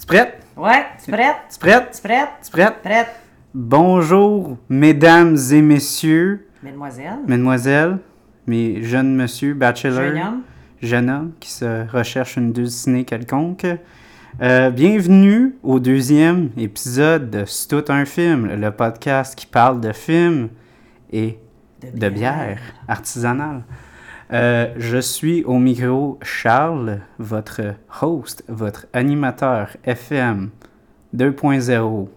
Tu prête? Ouais, tu prête? Tu prête? Tu prête? Tu prête? Prête? Bonjour, mesdames et messieurs, Mesdemoiselles? mesdemoiselles, mes jeunes monsieur, bachelors, Jeune homme? qui se recherchent une dulcinée quelconque. Bienvenue au deuxième épisode de C'est tout un film, le podcast qui parle de films et de bière artisanale. Je suis au micro Charles, votre host, votre animateur FM 2.0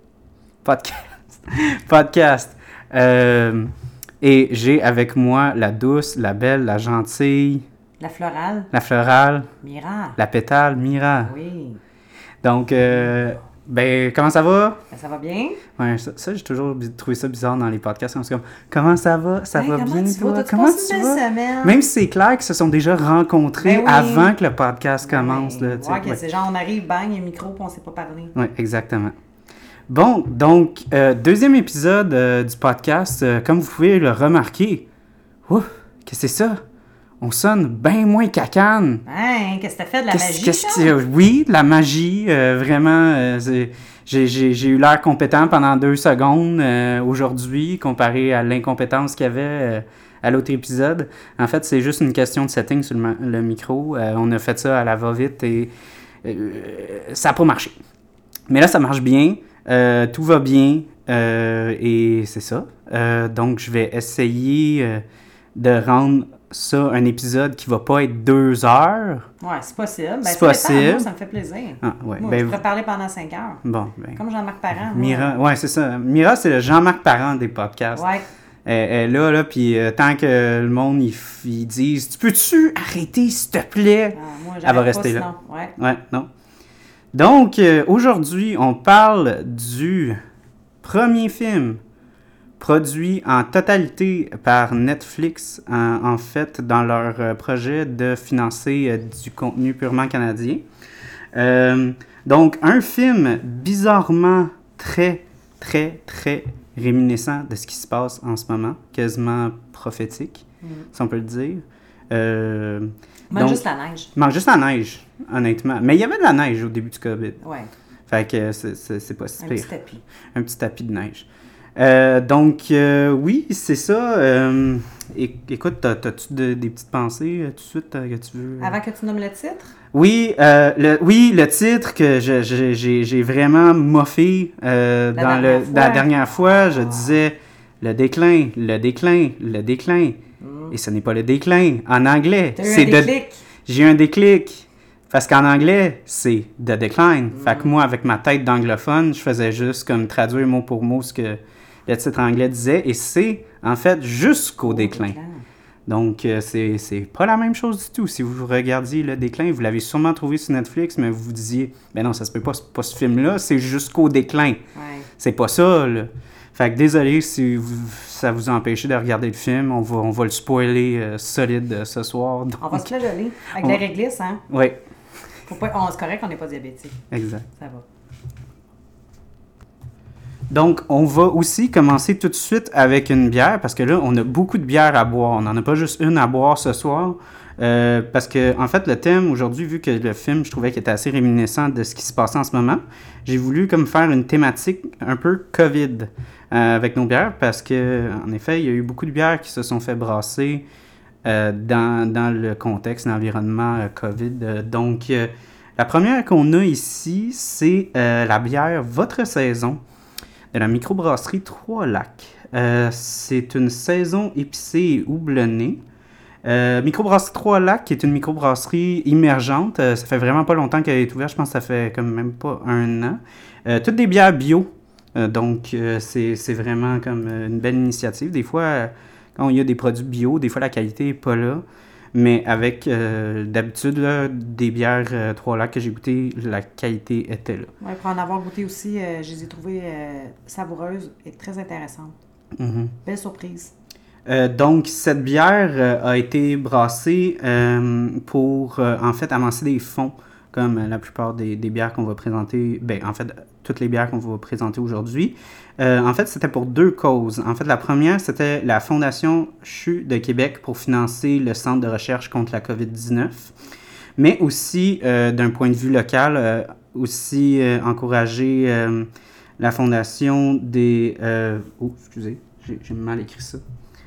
podcast. Et j'ai avec moi la douce, la belle, la gentille, La florale? la florale, Mira? la pétale, Mira. Oui. Donc, comment ça va? Ben, ça va bien? Ouais, ça, j'ai toujours trouvé ça bizarre dans les podcasts. C'est comme, comment ça va? Ça va bien, toi? Comment tu vas? Semaine? Même si c'est clair qu'ils se sont déjà rencontrés Ben oui. avant que le podcast commence. Là, ouais, que c'est genre, on arrive, bang, il y a un micro, puis on sait pas parler. Oui, exactement. Bon, donc, deuxième épisode du podcast. Comme vous pouvez le remarquer, ouf, qu'est-ce que c'est ça? On sonne bien moins cacane. Hein, qu'est-ce que t'as fait de la magie, Charles? Oui, de la magie, vraiment. J'ai eu l'air compétent pendant 2 secondes aujourd'hui, comparé à l'incompétence qu'il y avait à l'autre épisode. En fait, c'est juste une question de setting sur le micro. On a fait ça à la va-vite et ça n'a pas marché. Mais là, ça marche bien. Tout va bien. Et c'est ça. Donc, je vais essayer de rendre ça un épisode qui va pas être 2 heures. Ouais, c'est possible. Ben, c'est possible. Moi, ça me fait plaisir. Ah, ouais. Moi, je pourrais parler pendant 5 heures. Bon, Comme Jean-Marc Parent. Mira, ouais, c'est ça. Mira, c'est le Jean-Marc Parent des podcasts. Ouais. Elle est là, puis tant que le monde, ils disent « Tu peux-tu arrêter, s'il te plaît? Moi, Elle va rester pas, là. Sinon. Ouais. Ouais, non. Donc, aujourd'hui, on parle du premier film produit en totalité par Netflix, en fait, dans leur projet de financer du contenu purement canadien. Donc, un film bizarrement très, très, très réminiscent de ce qui se passe en ce moment, quasiment prophétique, si on peut le dire. Manque juste la neige. Manque juste la neige, honnêtement. Mais il y avait de la neige au début du COVID. Ouais. Fait que c'est pas si pire. Un petit tapis. Un petit tapis de neige. Donc, oui, c'est ça. Écoute, t'as-tu des petites pensées tout de suite que tu veux? Avant que tu nommes le titre? Oui, le titre que j'ai vraiment moffé la dernière fois. Je disais le déclin. Et ce n'est pas le déclin. En anglais, c'est un déclic. J'ai eu un déclic. Parce qu'en anglais, c'est The Decline. Fait que moi, avec ma tête d'anglophone, je faisais juste comme traduire mot pour mot ce que le titre anglais disait. Et c'est, en fait, jusqu'au déclin. Donc, c'est pas la même chose du tout. Si vous regardiez Le Déclin, vous l'avez sûrement trouvé sur Netflix, mais vous vous disiez, ben non, ça se peut pas ce film-là, c'est jusqu'au déclin. Ouais. C'est pas ça, là. Fait que désolé si ça vous a empêché de regarder le film. On va le spoiler solide ce soir. Donc, on va se flageoler. Avec la réglisse, hein? Oui. C'est correct qu'on n'est pas diabétique. Exact. Ça va. Donc, on va aussi commencer tout de suite avec une bière, parce que là, on a beaucoup de bières à boire. On n'en a pas juste une à boire ce soir. Parce que, en fait, le thème aujourd'hui, vu que le film, je trouvais qu'il était assez réminiscent de ce qui se passait en ce moment, j'ai voulu comme faire une thématique un peu COVID avec nos bières, parce que, en effet, il y a eu beaucoup de bières qui se sont fait brasser dans le contexte, l'environnement COVID. Donc, la première qu'on a ici, c'est la bière Votre Saison de la microbrasserie Trois-Lacs. C'est une saison épicée et houblonnée. Microbrasserie Trois-Lacs, qui est une microbrasserie émergente. Ça fait vraiment pas longtemps qu'elle est ouverte. Je pense que ça fait comme même pas 1 an. Toutes des bières bio. Donc, c'est vraiment comme une belle initiative. Des fois, quand il y a des produits bio, des fois la qualité n'est pas là. Mais avec, d'habitude, là, des bières Trois-Lacs que j'ai goûtées, la qualité était là. Oui, pour en avoir goûté aussi, je les ai trouvées savoureuses et très intéressantes. Mm-hmm. Belle surprise. Donc, cette bière a été brassée pour, en fait, amasser des fonds, comme la plupart des bières qu'on va présenter, en fait, toutes les bières qu'on va présenter aujourd'hui. En fait, c'était pour 2 causes. En fait, la première, c'était la Fondation CHU de Québec pour financer le Centre de recherche contre la COVID-19, mais aussi, d'un point de vue local, aussi encouragé la fondation des... excusez, j'ai mal écrit ça.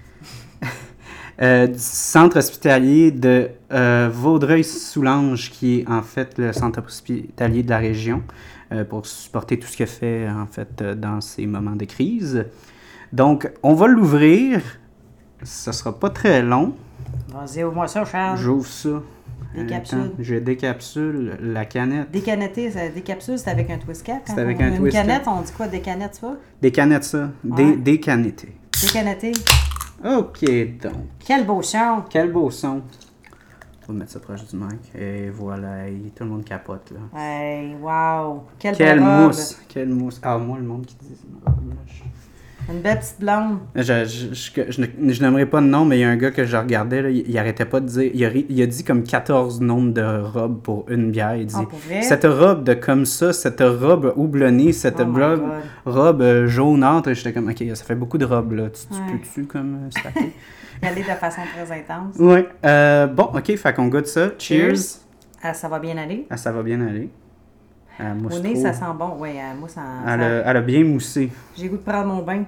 Du centre hospitalier de Vaudreuil-Soulanges, qui est en fait le centre hospitalier de la région, pour supporter tout ce qu'il fait en fait dans ces moments de crise. Donc, on va l'ouvrir. Ça sera pas très long. Vas-y, ouvre-moi ça, Charles. J'ouvre ça. Décapsule. Attends, je décapsule la canette. Décapsule, c'est avec un twist cap. C'est avec un twist cap. Une canette, on dit quoi? Des canettes, ça? Des canettes, ça. Ouais. Décanetté. Décanetté. OK, donc. Quel beau son! Quel beau son. On va mettre ça proche du mic. Et voilà, tout le monde capote, là. Hey, wow! Quelle belle robe. mousse! Quelle mousse! Ah, moi, le monde qui dit c'est ma robe, là, Une belle petite blonde. Je n'aimerais pas de nom, mais il y a un gars que je regardais, là, il arrêtait pas de dire... Il a dit comme 14 nombres de robes pour une bière. Il dit, pour vrai? cette robe de comme ça, cette robe houblonnée, cette robe jaunâtre. J'étais comme, OK, ça fait beaucoup de robes, là. Tu peux-tu comme stacker? Y aller de façon très intense. Oui. Bon, OK, fait qu'on goûte ça. Cheers. Ah, ça va bien aller? Ah, ça va bien aller. Au nez, ça sent bon. Oui, moi, ça... Elle a bien moussé. J'ai goût de prendre mon bain.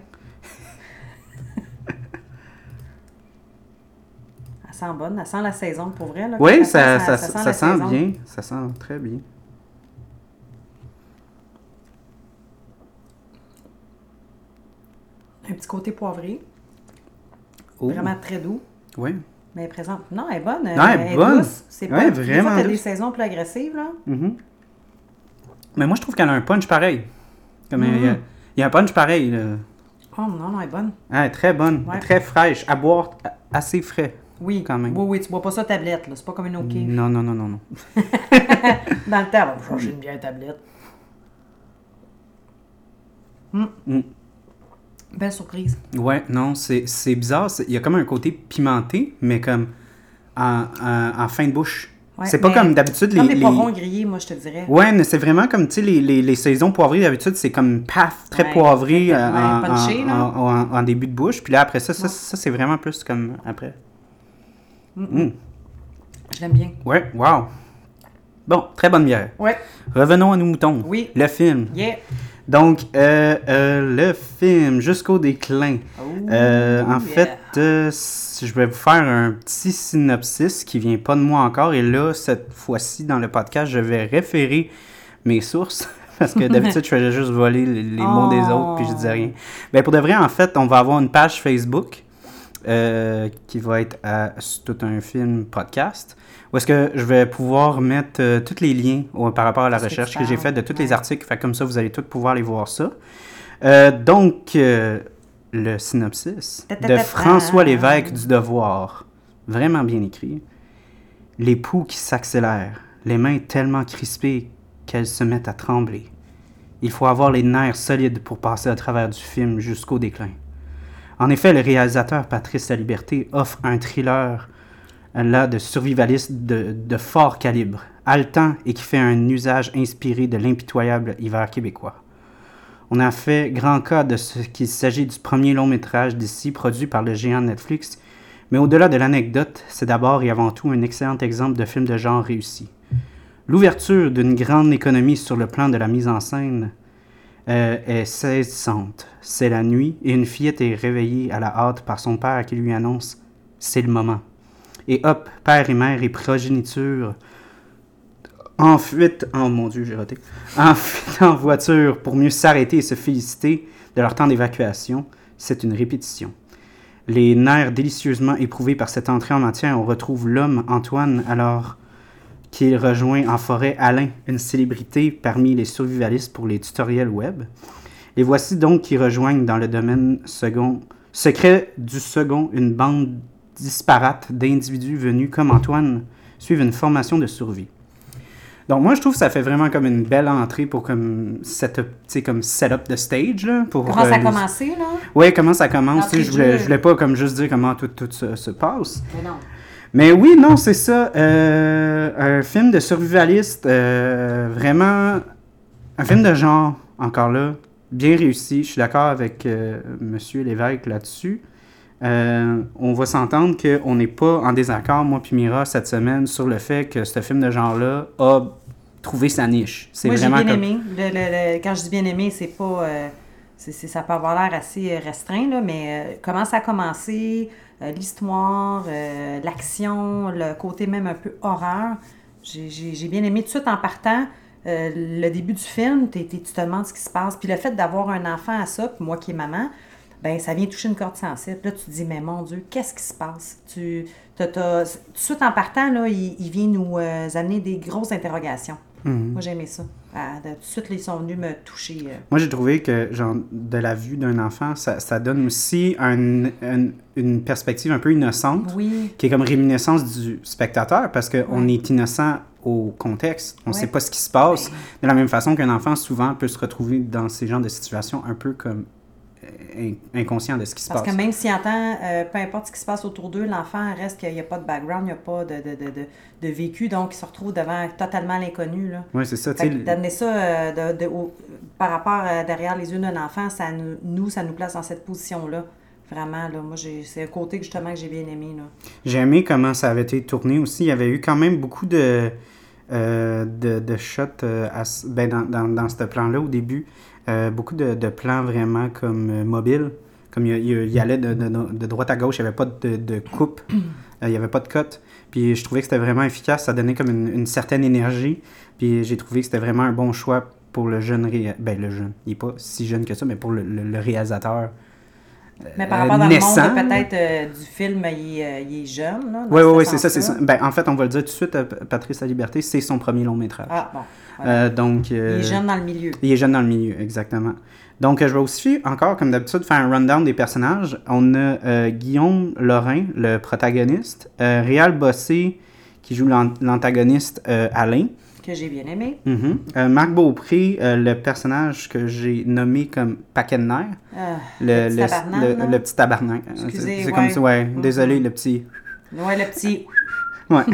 Elle sent bonne. Elle sent la saison, pour vrai. Là, oui, ça sent bien. Ça sent très bien. Un petit côté poivré. Oh. Vraiment très doux. Oui. Mais présente. Non, elle est bonne. Non, elle est bonne. Douce. C'est ouais, pas... vraiment. Des fois, t'as des saisons plus agressives, là. Mm-hmm. Mais moi, je trouve qu'elle a un punch pareil. Comme il y a un punch pareil. Là. Oh non, elle est bonne. Elle est très bonne. Ouais. Très fraîche. À boire assez frais. Oui, quand même. Oui, tu bois pas ça tablette, là. C'est pas comme une OK. Non. Dans le temps, on va changer une bière tablette. Belle surprise. Ouais, non, c'est bizarre. Il y a comme un côté pimenté, mais comme en fin de bouche. Ouais, c'est pas comme d'habitude comme des poivrons grillés, moi, je te dirais. Ouais, mais c'est vraiment comme, tu sais, les saisons poivrées, d'habitude, c'est comme paf, très poivré en début de bouche. Puis là, après ça, c'est vraiment plus comme après. Je l'aime bien. Ouais, wow. Bon, très bonne bière. Ouais. Revenons à nos moutons. Oui. Le film. Yeah. Donc, le film, Jusqu'au déclin. En fait, je vais vous faire un petit synopsis qui vient pas de moi encore. Et là, cette fois-ci, dans le podcast, je vais référer mes sources. Parce que d'habitude, je faisais juste voler les mots des autres, puis je disais rien. Ben, pour de vrai, en fait, on va avoir une page Facebook qui va être tout un film podcast. Où est-ce que je vais pouvoir mettre tous les liens par rapport à la recherche que j'ai faite de tous les articles. Fait comme ça, vous allez tous pouvoir aller voir ça. Donc, le synopsis de François Lévesque du Devoir. Vraiment bien écrit. Les pouls qui s'accélèrent, les mains tellement crispées qu'elles se mettent à trembler. Il faut avoir les nerfs solides pour passer à travers du film jusqu'au déclin. En effet, le réalisateur Patrice Laliberté offre un thriller là de survivaliste de fort calibre, haletant et qui fait un usage inspiré de l'impitoyable hiver québécois. On a fait grand cas de ce qu'il s'agit du premier long-métrage d'ici produit par le géant Netflix, mais au-delà de l'anecdote, c'est d'abord et avant tout un excellent exemple de film de genre réussi. L'ouverture d'une grande économie sur le plan de la mise en scène est saisissante. C'est la nuit et une fillette est réveillée à la hâte par son père qui lui annonce « c'est le moment ». Et hop, père et mère et progéniture en fuite, oh mon Dieu, j'ai raté, en fuite en voiture pour mieux s'arrêter et se féliciter de leur temps d'évacuation. C'est une répétition. Les nerfs délicieusement éprouvés par cette entrée en matière, on retrouve l'homme Antoine alors qu'il rejoint en forêt Alain, une célébrité parmi les survivalistes pour les tutoriels web. Les voici donc qui rejoignent dans le domaine secret du second une bande disparate d'individus venus, comme Antoine, suivre une formation de survie. Donc moi, je trouve que ça fait vraiment comme une belle entrée pour comme setup de stage. Là, pour, comment ça a commencé, là? Oui, comment ça commence. Je voulais pas comme juste dire comment tout se passe. Mais non. Mais oui, non, c'est ça. Un film de survivaliste, vraiment un film de genre, encore là, bien réussi. Je suis d'accord avec Monsieur Lévesque là-dessus. On va s'entendre qu'on n'est pas en désaccord, moi puis Mira, cette semaine, sur le fait que ce film de genre-là a trouver sa niche. C'est moi, vraiment j'ai bien aimé. Quand je dis bien aimé, c'est pas... ça peut avoir l'air assez restreint, là, mais comment ça a commencé, l'histoire, l'action, le côté même un peu horreur. J'ai bien aimé tout de suite en partant. Le début du film, tu te demandes ce qui se passe. Puis le fait d'avoir un enfant à ça, puis moi qui est maman, ben ça vient toucher une corde sensible. Là, tu te dis, mais mon Dieu, qu'est-ce qui se passe? Tout de suite en partant, là, il vient nous amener des grosses interrogations. Moi, j'ai aimé ça. Tout de suite, là, ils sont venus me toucher. Moi, j'ai trouvé que, genre, de la vue d'un enfant, ça donne aussi une perspective un peu innocente, oui. qui est comme réminiscence du spectateur, parce qu'on est innocent au contexte. On ne sait pas ce qui se passe. De la même façon qu'un enfant, souvent, peut se retrouver dans ces genres de situations un peu comme inconscient de ce qui se passe. Parce que même s'il entend, peu importe ce qui se passe autour d'eux, l'enfant reste qu'il n'y a pas de background, il n'y a pas de vécu, donc il se retrouve devant totalement l'inconnu. Oui, c'est ça. D'amener ça par rapport derrière les yeux d'un enfant, ça nous place dans cette position-là. Vraiment, là, moi, c'est un côté justement que j'ai bien aimé. Là. J'ai aimé comment ça avait été tourné aussi. Il y avait eu quand même beaucoup de shots dans ce plan-là au début. Beaucoup de plans vraiment comme mobiles. Comme il allait de droite à gauche, il n'y avait pas de coupe, il n'y avait pas de cut. Puis je trouvais que c'était vraiment efficace, ça donnait comme une certaine énergie. Puis j'ai trouvé que c'était vraiment un bon choix pour le jeune le jeune, il n'est pas si jeune que ça, mais pour le réalisateur. Mais par rapport dans naissant, le monde peut-être du film, il est jeune. Oui, c'est ça. Ben, en fait, on va le dire tout de suite, Patrice Laliberté, c'est son premier long métrage. Ah, bon. Voilà. Donc, il est jeune dans le milieu. Il est jeune dans le milieu, exactement. Donc, je vais aussi, encore, comme d'habitude, faire un rundown des personnages. On a Guillaume Lorrain, le protagoniste, Réal Bossé, qui joue l'antagoniste Alain. Que j'ai bien aimé. Marc Beaupré, le personnage que j'ai nommé comme paquet de nerfs. Le petit tabarnak. Excusez, c'est comme ça, désolé, le petit... Ouais, le petit... Ouais.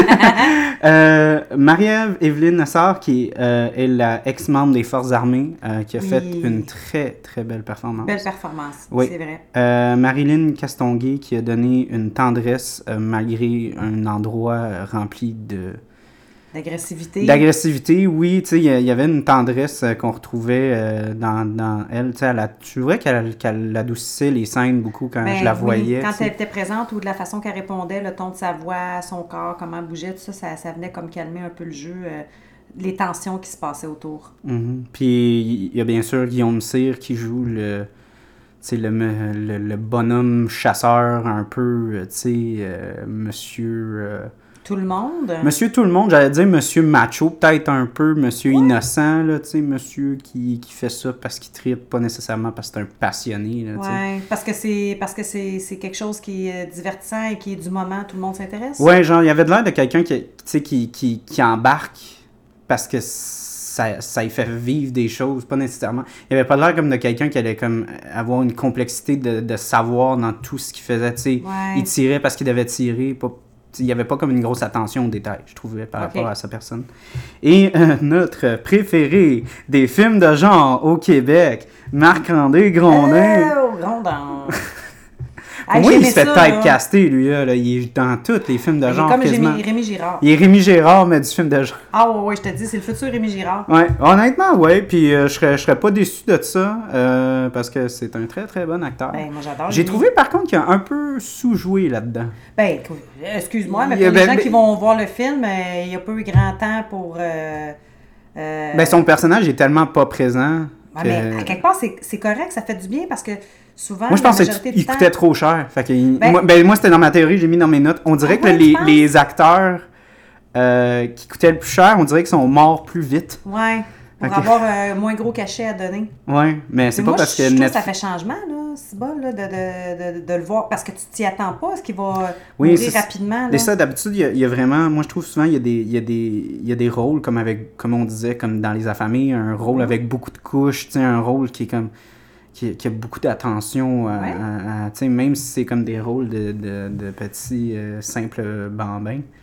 Marie-Ève Evelyne Nassar, qui est la ex-membre des Forces armées, qui a fait une très, très belle performance. Belle performance, c'est vrai. Marilyn Castonguay, qui a donné une tendresse malgré un endroit rempli de... D'agressivité, oui. Tu sais, il y avait une tendresse qu'on retrouvait dans elle. Tu sais, tu vois qu'elle adoucissait les scènes beaucoup quand je la voyais. Oui, quand elle était présente ou de la façon qu'elle répondait, le ton de sa voix, son corps, comment elle bougeait, tout ça, ça venait comme calmer un peu le jeu, les tensions qui se passaient autour. Puis il y a bien sûr Guillaume Cyr qui joue le bonhomme chasseur un peu, tu sais, monsieur... Tout le monde. Monsieur tout le monde, j'allais dire monsieur macho, peut-être un peu, monsieur innocent, là, tu sais, monsieur qui fait ça parce qu'il tripe, pas nécessairement parce que c'est un passionné. Oui, parce que c'est quelque chose qui est divertissant et qui est du moment, tout le monde s'intéresse. Oui, genre, il y avait de l'air de quelqu'un qui embarque parce que ça lui fait vivre des choses, pas nécessairement. Il n'y avait pas l'air comme de quelqu'un qui allait comme avoir une complexité de savoir dans tout ce qu'il faisait, tu sais. Il tirait parce qu'il devait tirer, pas... Il n'y avait pas comme une grosse attention aux détails, je trouvais, par rapport à sa personne. Et notre préféré des films de genre au Québec, Marc-André Grondin. Grondin! Pour moi, il se fait typecaster, lui, là. Il est dans tous les films de genre. Il est comme quasiment. Rémi Girard. Il est Rémi Girard, mais du film de genre. Ah ouais, je te dis, c'est le futur Rémi Girard. Ouais, honnêtement, ouais. Puis je serais pas déçu de ça, parce que c'est un très, très bon acteur. Ben, moi, j'adore. J'ai trouvé, par contre, qu'il a un peu sous-joué là-dedans. Ben, excuse-moi, mais pour les gens qui vont voir le film, il n'y a pas eu grand temps pour... Ben, son personnage est tellement pas présent. Ouais, mais à quelque part, c'est correct, ça fait du bien parce que souvent, moi, je pense qu'il coûtait trop cher. Fait que moi, c'était dans ma théorie, j'ai mis dans mes notes. On dirait que les acteurs qui coûtaient le plus cher, on dirait qu'ils sont morts plus vite. Ouais, pour avoir un moins gros cachet à donner. Ouais, mais c'est pas parce que... Je trouve que ça fait changement, là, c'est bon, là, de le voir, parce que tu t'y attends pas, est-ce qu'il va mourir rapidement, là? Mais ça, d'habitude, il y a vraiment... Moi, je trouve souvent, il y a des rôles, comme on disait, comme dans Les Affamés, un rôle avec beaucoup de couches, tu sais, un rôle qui est comme... Qui a beaucoup d'attention tu sais, même si c'est comme des rôles de petits simples bambins.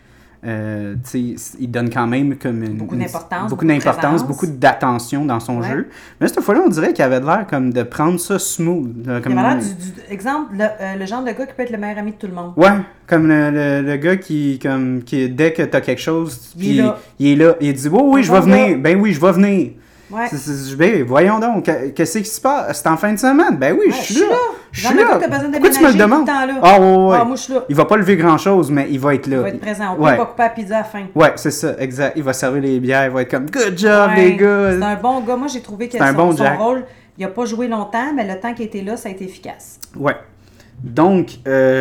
tu sais, il donne quand même comme beaucoup d'importance, beaucoup d'attention dans son jeu. Mais cette fois-là, on dirait qu'il avait l'air comme de prendre ça smooth. Là, comme il avait l'air exemple, le genre de gars qui peut être le meilleur ami de tout le monde. Ouais, comme le gars qui dès que t'as quelque chose, il est là. Il dit oui, je vais venir. Ben oui, je vais venir. Ouais. Ben, voyons donc, qu'est-ce qui se passe? C'est en fin de semaine? Ben oui, je suis là. Je suis là. Pourquoi tu me le demandes? Ah ouais. Moi, je suis là. Il va pas lever grand-chose, mais il va être là. Il va être présent. On peut pas couper la pizza à la fin. Ouais, c'est ça, exact. Il va servir les bières, il va être comme « Good job, les gars! » C'est un bon gars. Moi, j'ai trouvé que son rôle, il a pas joué longtemps, mais le temps qu'il était là, ça a été efficace. Ouais. Donc,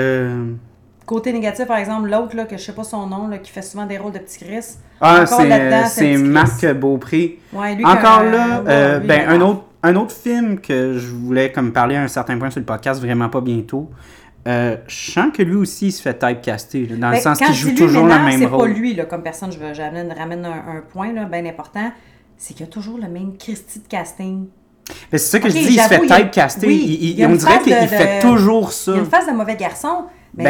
Côté négatif, par exemple, l'autre, là, que je sais pas son nom, là, qui fait souvent des rôles de petit Chris. Ah, c'est Marc Beaupré. Ouais, lui encore là, un autre film que je voulais comme parler à un certain point sur le podcast, vraiment pas bientôt. Je sens que lui aussi, il se fait typecaster, dans le sens qu'il joue toujours le même rôle. C'est pas lui, là, comme personne, je ramène un point là, bien important, c'est qu'il y a toujours le même Christy de casting. Mais c'est ça que je dis, il se fait typecaster. On dirait qu'il fait toujours ça. Il a une face de mauvais garçon.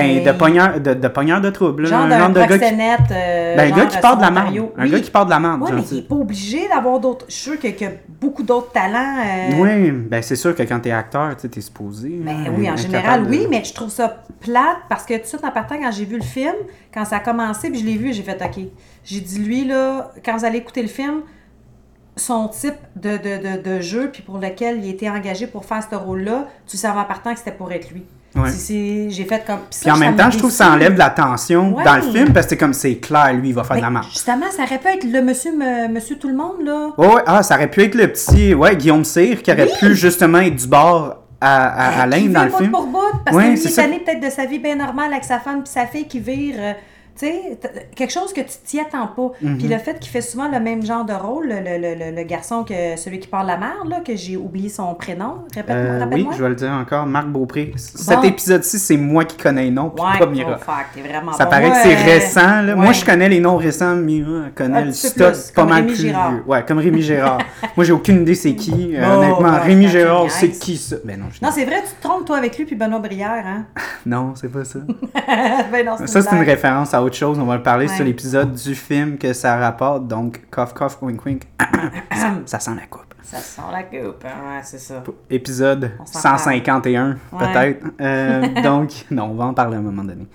De pogneur de trouble. Genre d'un proxénète. Un gars qui part de la merde. Un gars qui part de la merde. Oui, mais il n'est pas obligé d'avoir d'autres. Je suis sûr qu'il y a beaucoup d'autres talents. Oui, ben c'est sûr que quand t'es acteur, tu es supposé. Ben oui, en général, oui, mais je trouve ça plate parce que tout de suite en partant, quand j'ai vu le film, quand ça a commencé, puis je l'ai vu, j'ai fait OK. J'ai dit, lui, là, quand vous allez écouter le film, son type de jeu, puis pour lequel il était engagé pour faire ce rôle-là, tu savais en partant que c'était pour être lui. Ouais. J'ai fait comme... Puis en même temps, je trouve que ça enlève de la tension dans le film, parce que c'est comme c'est clair, lui, il va faire de la marche. Justement, ça aurait pu être le monsieur tout le monde, là. Ouais, ça aurait pu être le petit, Guillaume Cyr, qui aurait pu justement être du bord à l'Inde dans le film. Pour bout, parce que lui, il est tanné peut-être de sa vie bien normale avec sa femme puis sa fille qui vire... tu sais, quelque chose que tu t'y attends pas. Mm-hmm. Puis le fait qu'il fait souvent le même genre de rôle, le garçon, celui qui parle la merde, là, que j'ai oublié son prénom. Rappelle-moi. Oui, je vais le dire encore, Marc Beaupré. Cet épisode-ci, c'est moi qui connais le nom, puis pas Mira. Ça paraît que c'est récent. Là. Ouais. Moi, je connais les noms récents, Mira connaît le stock pas mal plus vieux. Ouais, comme Rémi Gérard. Moi, j'ai aucune idée c'est qui. Honnêtement, Rémi Gérard, c'est qui ça? Ben non, c'est vrai, tu te trompes, toi, avec lui, puis Benoît Brière, hein? Non, c'est pas ça. Ben non, ça, c'est une référence à autre chose, on va le parler sur l'épisode du film que ça rapporte, donc cough cough wink wink. Ça sent la coupe. Ça sent la coupe, ouais, c'est ça. Épisode 151 peut-être. Donc, non, on va en parler à un moment donné.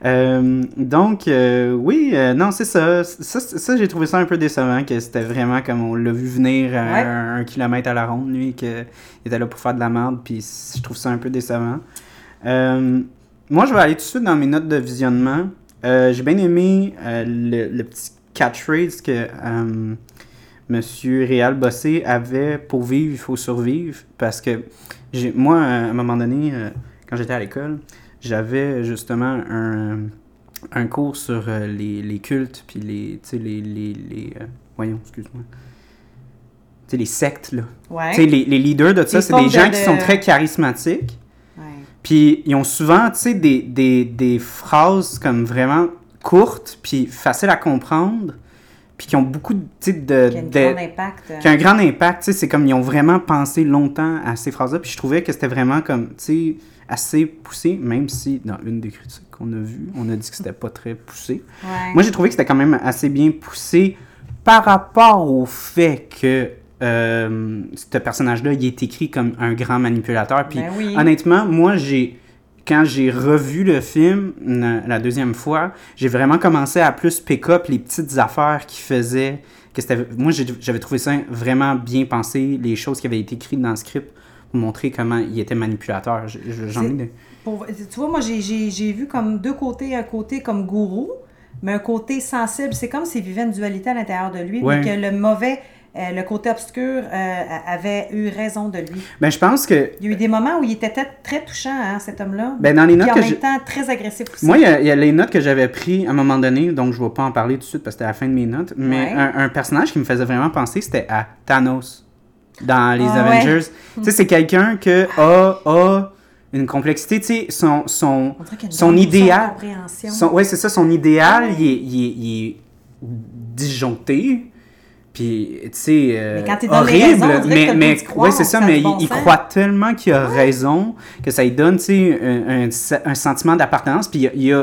Non, c'est ça. Ça, j'ai trouvé ça un peu décevant, que c'était vraiment comme on l'a vu venir un kilomètre à la ronde, lui, qu'il était là pour faire de la merde, puis je trouve ça un peu décevant. Moi, je vais aller tout de suite dans mes notes de visionnement. J'ai bien aimé le petit catchphrase que Monsieur Réal Bossé avait pour vivre, il faut survivre. Parce que moi, à un moment donné, quand j'étais à l'école, j'avais justement un cours sur les cultes, puis voyons, excuse-moi. Tu sais, les sectes, là. Ouais. Tu sais, les leaders de ça, c'est des gens qui sont très charismatiques. Puis ils ont souvent, tu sais, des phrases comme vraiment courtes, puis faciles à comprendre, puis qui ont beaucoup de... Qui ont un grand impact. Qui ont un grand impact, tu sais, c'est comme ils ont vraiment pensé longtemps à ces phrases-là, puis je trouvais que c'était vraiment comme, tu sais, assez poussé, même si dans une des critiques qu'on a vues, on a dit que c'était pas très poussé. Ouais. Moi, j'ai trouvé que c'était quand même assez bien poussé par rapport au fait que ce personnage-là, il est écrit comme un grand manipulateur. Puis honnêtement, moi, quand j'ai revu le film la deuxième fois, j'ai vraiment commencé à plus pick up les petites affaires qu'il faisait. Moi, j'avais trouvé ça vraiment bien pensé, les choses qui avaient été écrites dans le script pour montrer comment il était manipulateur. Tu vois, moi, j'ai vu comme deux côtés, un côté comme gourou, mais un côté sensible. C'est comme s'il vivait une dualité à l'intérieur de lui, mais que le mauvais... le côté obscur avait eu raison de lui. Ben, je pense que... Il y a eu des moments où il était très touchant, hein, cet homme-là. Ben, dans les notes puis en même temps, très agressif aussi. Moi, il y a les notes que j'avais prises à un moment donné, donc je ne vais pas en parler tout de suite parce que c'était à la fin de mes notes, mais un personnage qui me faisait vraiment penser, c'était à Thanos dans les Avengers. Tu sais, c'est quelqu'un qui a une complexité, tu sais, son idéal... Oui, c'est ça, son idéal, il est disjoncté. Puis, tu sais, horrible, mais c'est ça, mais il croit tellement qu'il a raison que ça lui donne, tu sais, un sentiment d'appartenance. Puis il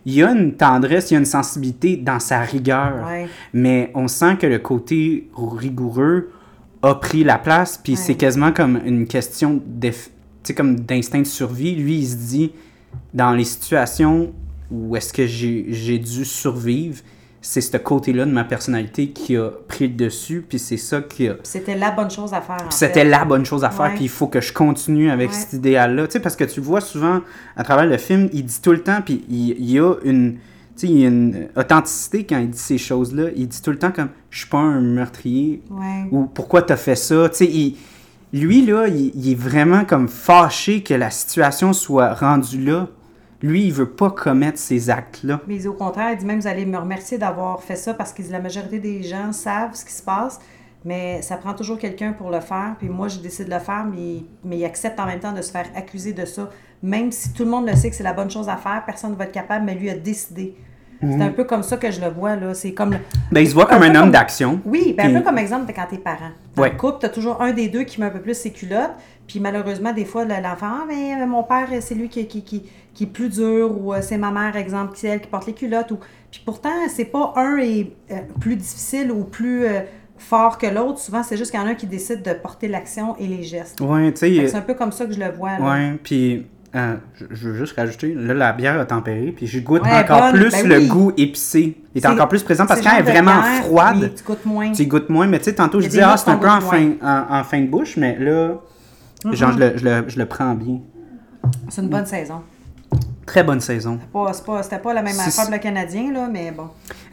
il y a une tendresse, il y a une sensibilité dans sa rigueur. Ouais. Mais on sent que le côté rigoureux a pris la place, puis c'est quasiment comme une question comme d'instinct de survie. Lui, il se dit, dans les situations où est-ce que j'ai dû survivre, c'est ce côté-là de ma personnalité qui a pris le dessus, puis c'est ça qui a... C'était la bonne chose à faire, C'était la bonne chose à faire, puis il faut que je continue avec Ouais. cet idéal-là. Tu sais, parce que tu le vois souvent, à travers le film, il dit tout le temps, puis il y a une... Tu sais, il y a une authenticité quand il dit ces choses-là. Il dit tout le temps comme « Je suis pas un meurtrier Ouais. » ou « Pourquoi t'as fait ça? » Tu sais, lui, là, il est vraiment comme fâché que la situation soit rendue là. Lui, il veut pas commettre ces actes-là. Mais au contraire, il dit même, vous allez me remercier d'avoir fait ça parce que la majorité des gens savent ce qui se passe, mais ça prend toujours quelqu'un pour le faire. Puis moi, je décide de le faire, mais il accepte en même temps de se faire accuser de ça. Même si tout le monde le sait que c'est la bonne chose à faire, personne ne va être capable, mais lui a décidé. C'est un peu comme ça que je le vois, là. C'est comme... Ben, il se voit comme un homme d'action. Oui, ben Puis- un peu comme exemple de quand t'es parent. Dans Ouais. le couple, t'as toujours un des deux qui met un peu plus ses culottes, puis malheureusement, des fois, l'enfant, ah, mais mon père, c'est lui qui est plus dur, ou c'est ma mère, exemple, c'est elle qui porte les culottes. Puis pourtant, c'est pas un est plus difficile ou plus fort que l'autre. Souvent, c'est juste qu'il y en a un qui décide de porter l'action et les gestes. Ouais, tu Fait que sais... c'est un peu comme ça que je le vois, là. Ouais, puis je veux juste rajouter, là, la bière a tempéré, puis je goûte Ouais, encore bonne, plus ben le oui. goût épicé. Il est C'est- encore plus présent parce c'est que quand le elle est genre de vraiment bière, froide, oui, tu goûtes moins. tu y goûtes moins. Mais tu sais, tantôt, Il y je a disais, des notes c'est un qu'on peu en goûte fin, en fin de bouche, mais là, genre, je le prends bien. C'est une bonne saison. Très bonne saison. C'était pas la même C'est- affaire que le Canadien, là, mais bon.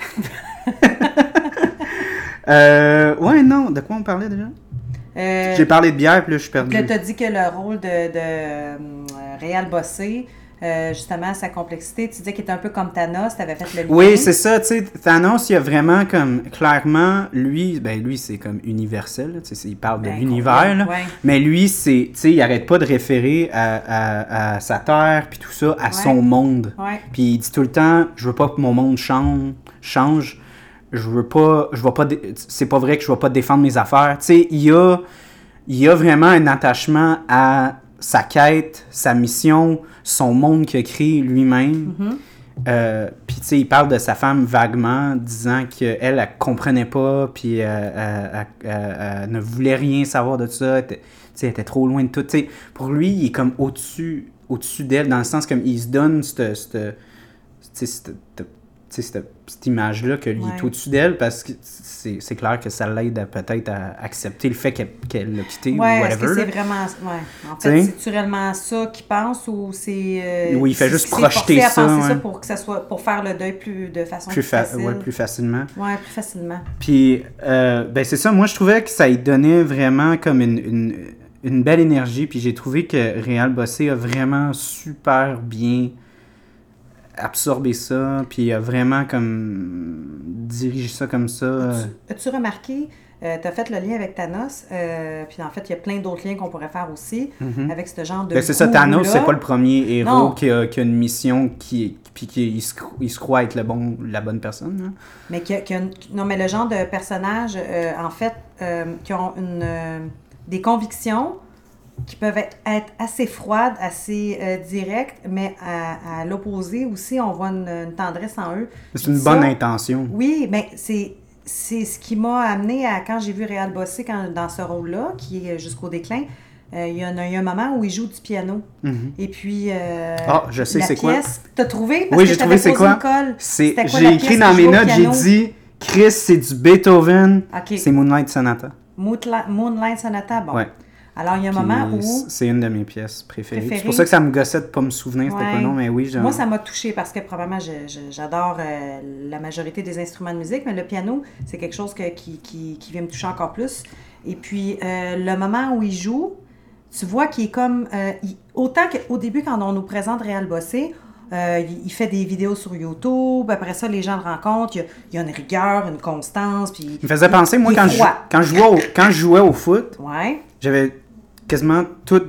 Ouais, non, de quoi on parlait déjà? J'ai parlé de bière, puis là, je suis perdu. Là, tu as dit que le rôle de Réal Bossé, justement, sa complexité, tu disais qu'il était un peu comme Thanos, tu avais fait le lien. Oui, c'est ça, tu sais, Thanos, il y a vraiment comme, clairement, lui, c'est comme universel, là, tu sais, il parle de Ben, l'univers, là, ouais. mais lui, c'est, tu sais, il arrête pas de référer à sa terre, puis tout ça, à son monde. Ouais. Puis il dit tout le temps, je veux pas que mon monde change, c'est pas vrai que je vais pas défendre mes affaires. Tu sais, il y a vraiment un attachement à sa quête, sa mission, son monde qu'il a créé lui-même. Puis, tu sais, il parle de sa femme vaguement, disant qu'elle, elle comprenait pas, puis elle ne voulait rien savoir de ça. Tu sais, elle était trop loin de tout. Tu sais, pour lui, il est comme au-dessus d'elle, dans le sens comme il se donne cette image-là que lui est au-dessus d'elle, parce que c'est clair que ça l'aide peut-être à accepter le fait qu'elle l'a quitté ou Ouais, whatever. est-ce que c'est là. vraiment... Ouais. En fait, T'sais? c'est-tu réellement ça qu'il pense ou c'est... Oui, il fait c'est juste ce qui s'est projeter forcé à ça, penser ouais. ça pour que ça soit... Pour faire le deuil de façon plus facile. Ouais, plus facilement. Ouais, plus facilement. Puis, ben c'est ça, moi je trouvais que ça lui donnait vraiment comme une belle énergie, puis j'ai trouvé que Réal Bossé a vraiment super bien absorbé ça, puis a vraiment comme dirigé ça comme ça. As-tu remarqué, tu as fait le lien avec Thanos, puis en fait, il y a plein d'autres liens qu'on pourrait faire aussi, avec ce genre de Ben, c'est ça, Thanos, goût-là. c'est pas le premier héros Non. qui a une mission puis il se croit être la bonne personne. Hein. Mais non, mais le genre de personnages, en fait, qui ont des convictions qui peuvent être assez froides, assez directes, mais à l'opposé aussi, on voit une tendresse en eux. C'est une Ça, bonne intention. Oui, mais c'est ce qui m'a amené à, quand j'ai vu Réal Bossé dans ce rôle-là, qui est jusqu'au déclin, il y a un moment où il joue du piano. Et puis, je sais la c'est quoi. pièce, t'as trouvé? Parce Oui, que j'ai je t'avais trouvé c'est posé quoi. une colle. C'est, C'était quoi j'ai la écrit pièce dans qui mes joue au notes, j'ai piano? dit, Chris, c'est du Beethoven, Ok. c'est Moonlight Sonata. Moonlight Sonata, bon. Ouais. Alors, il y a un Puis moment où... c'est une de mes pièces préférées. Préférées. C'est pour ça que ça me gossait de pas me souvenir c'était Ouais. quoi le nom, mais oui. Moi, ça m'a touchée parce que probablement, j'adore la majorité des instruments de musique, mais le piano, c'est quelque chose qui vient me toucher encore plus. Et puis, le moment où il joue, tu vois qu'il est comme... autant qu'au début, quand on nous présente Réal Bossé, il fait des vidéos sur YouTube, après ça, les gens le rencontrent, il y a une rigueur, une constance, puis... Il me faisait penser, moi, il est froid. quand je jouais au foot, Ouais. j'avais quasiment toutes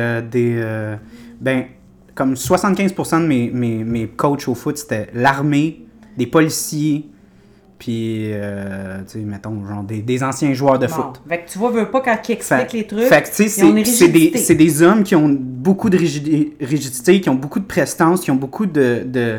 comme 75% de mes coachs au foot, c'était l'armée, des policiers, puis, tu sais, mettons, genre des anciens joueurs de Bon. foot. Fait que tu vois, veux pas quand il explique les trucs, Fait que, tu sais, ils ont une c'est rigidité. c'est des hommes qui ont beaucoup de rigidité, qui ont beaucoup de prestance, qui ont beaucoup de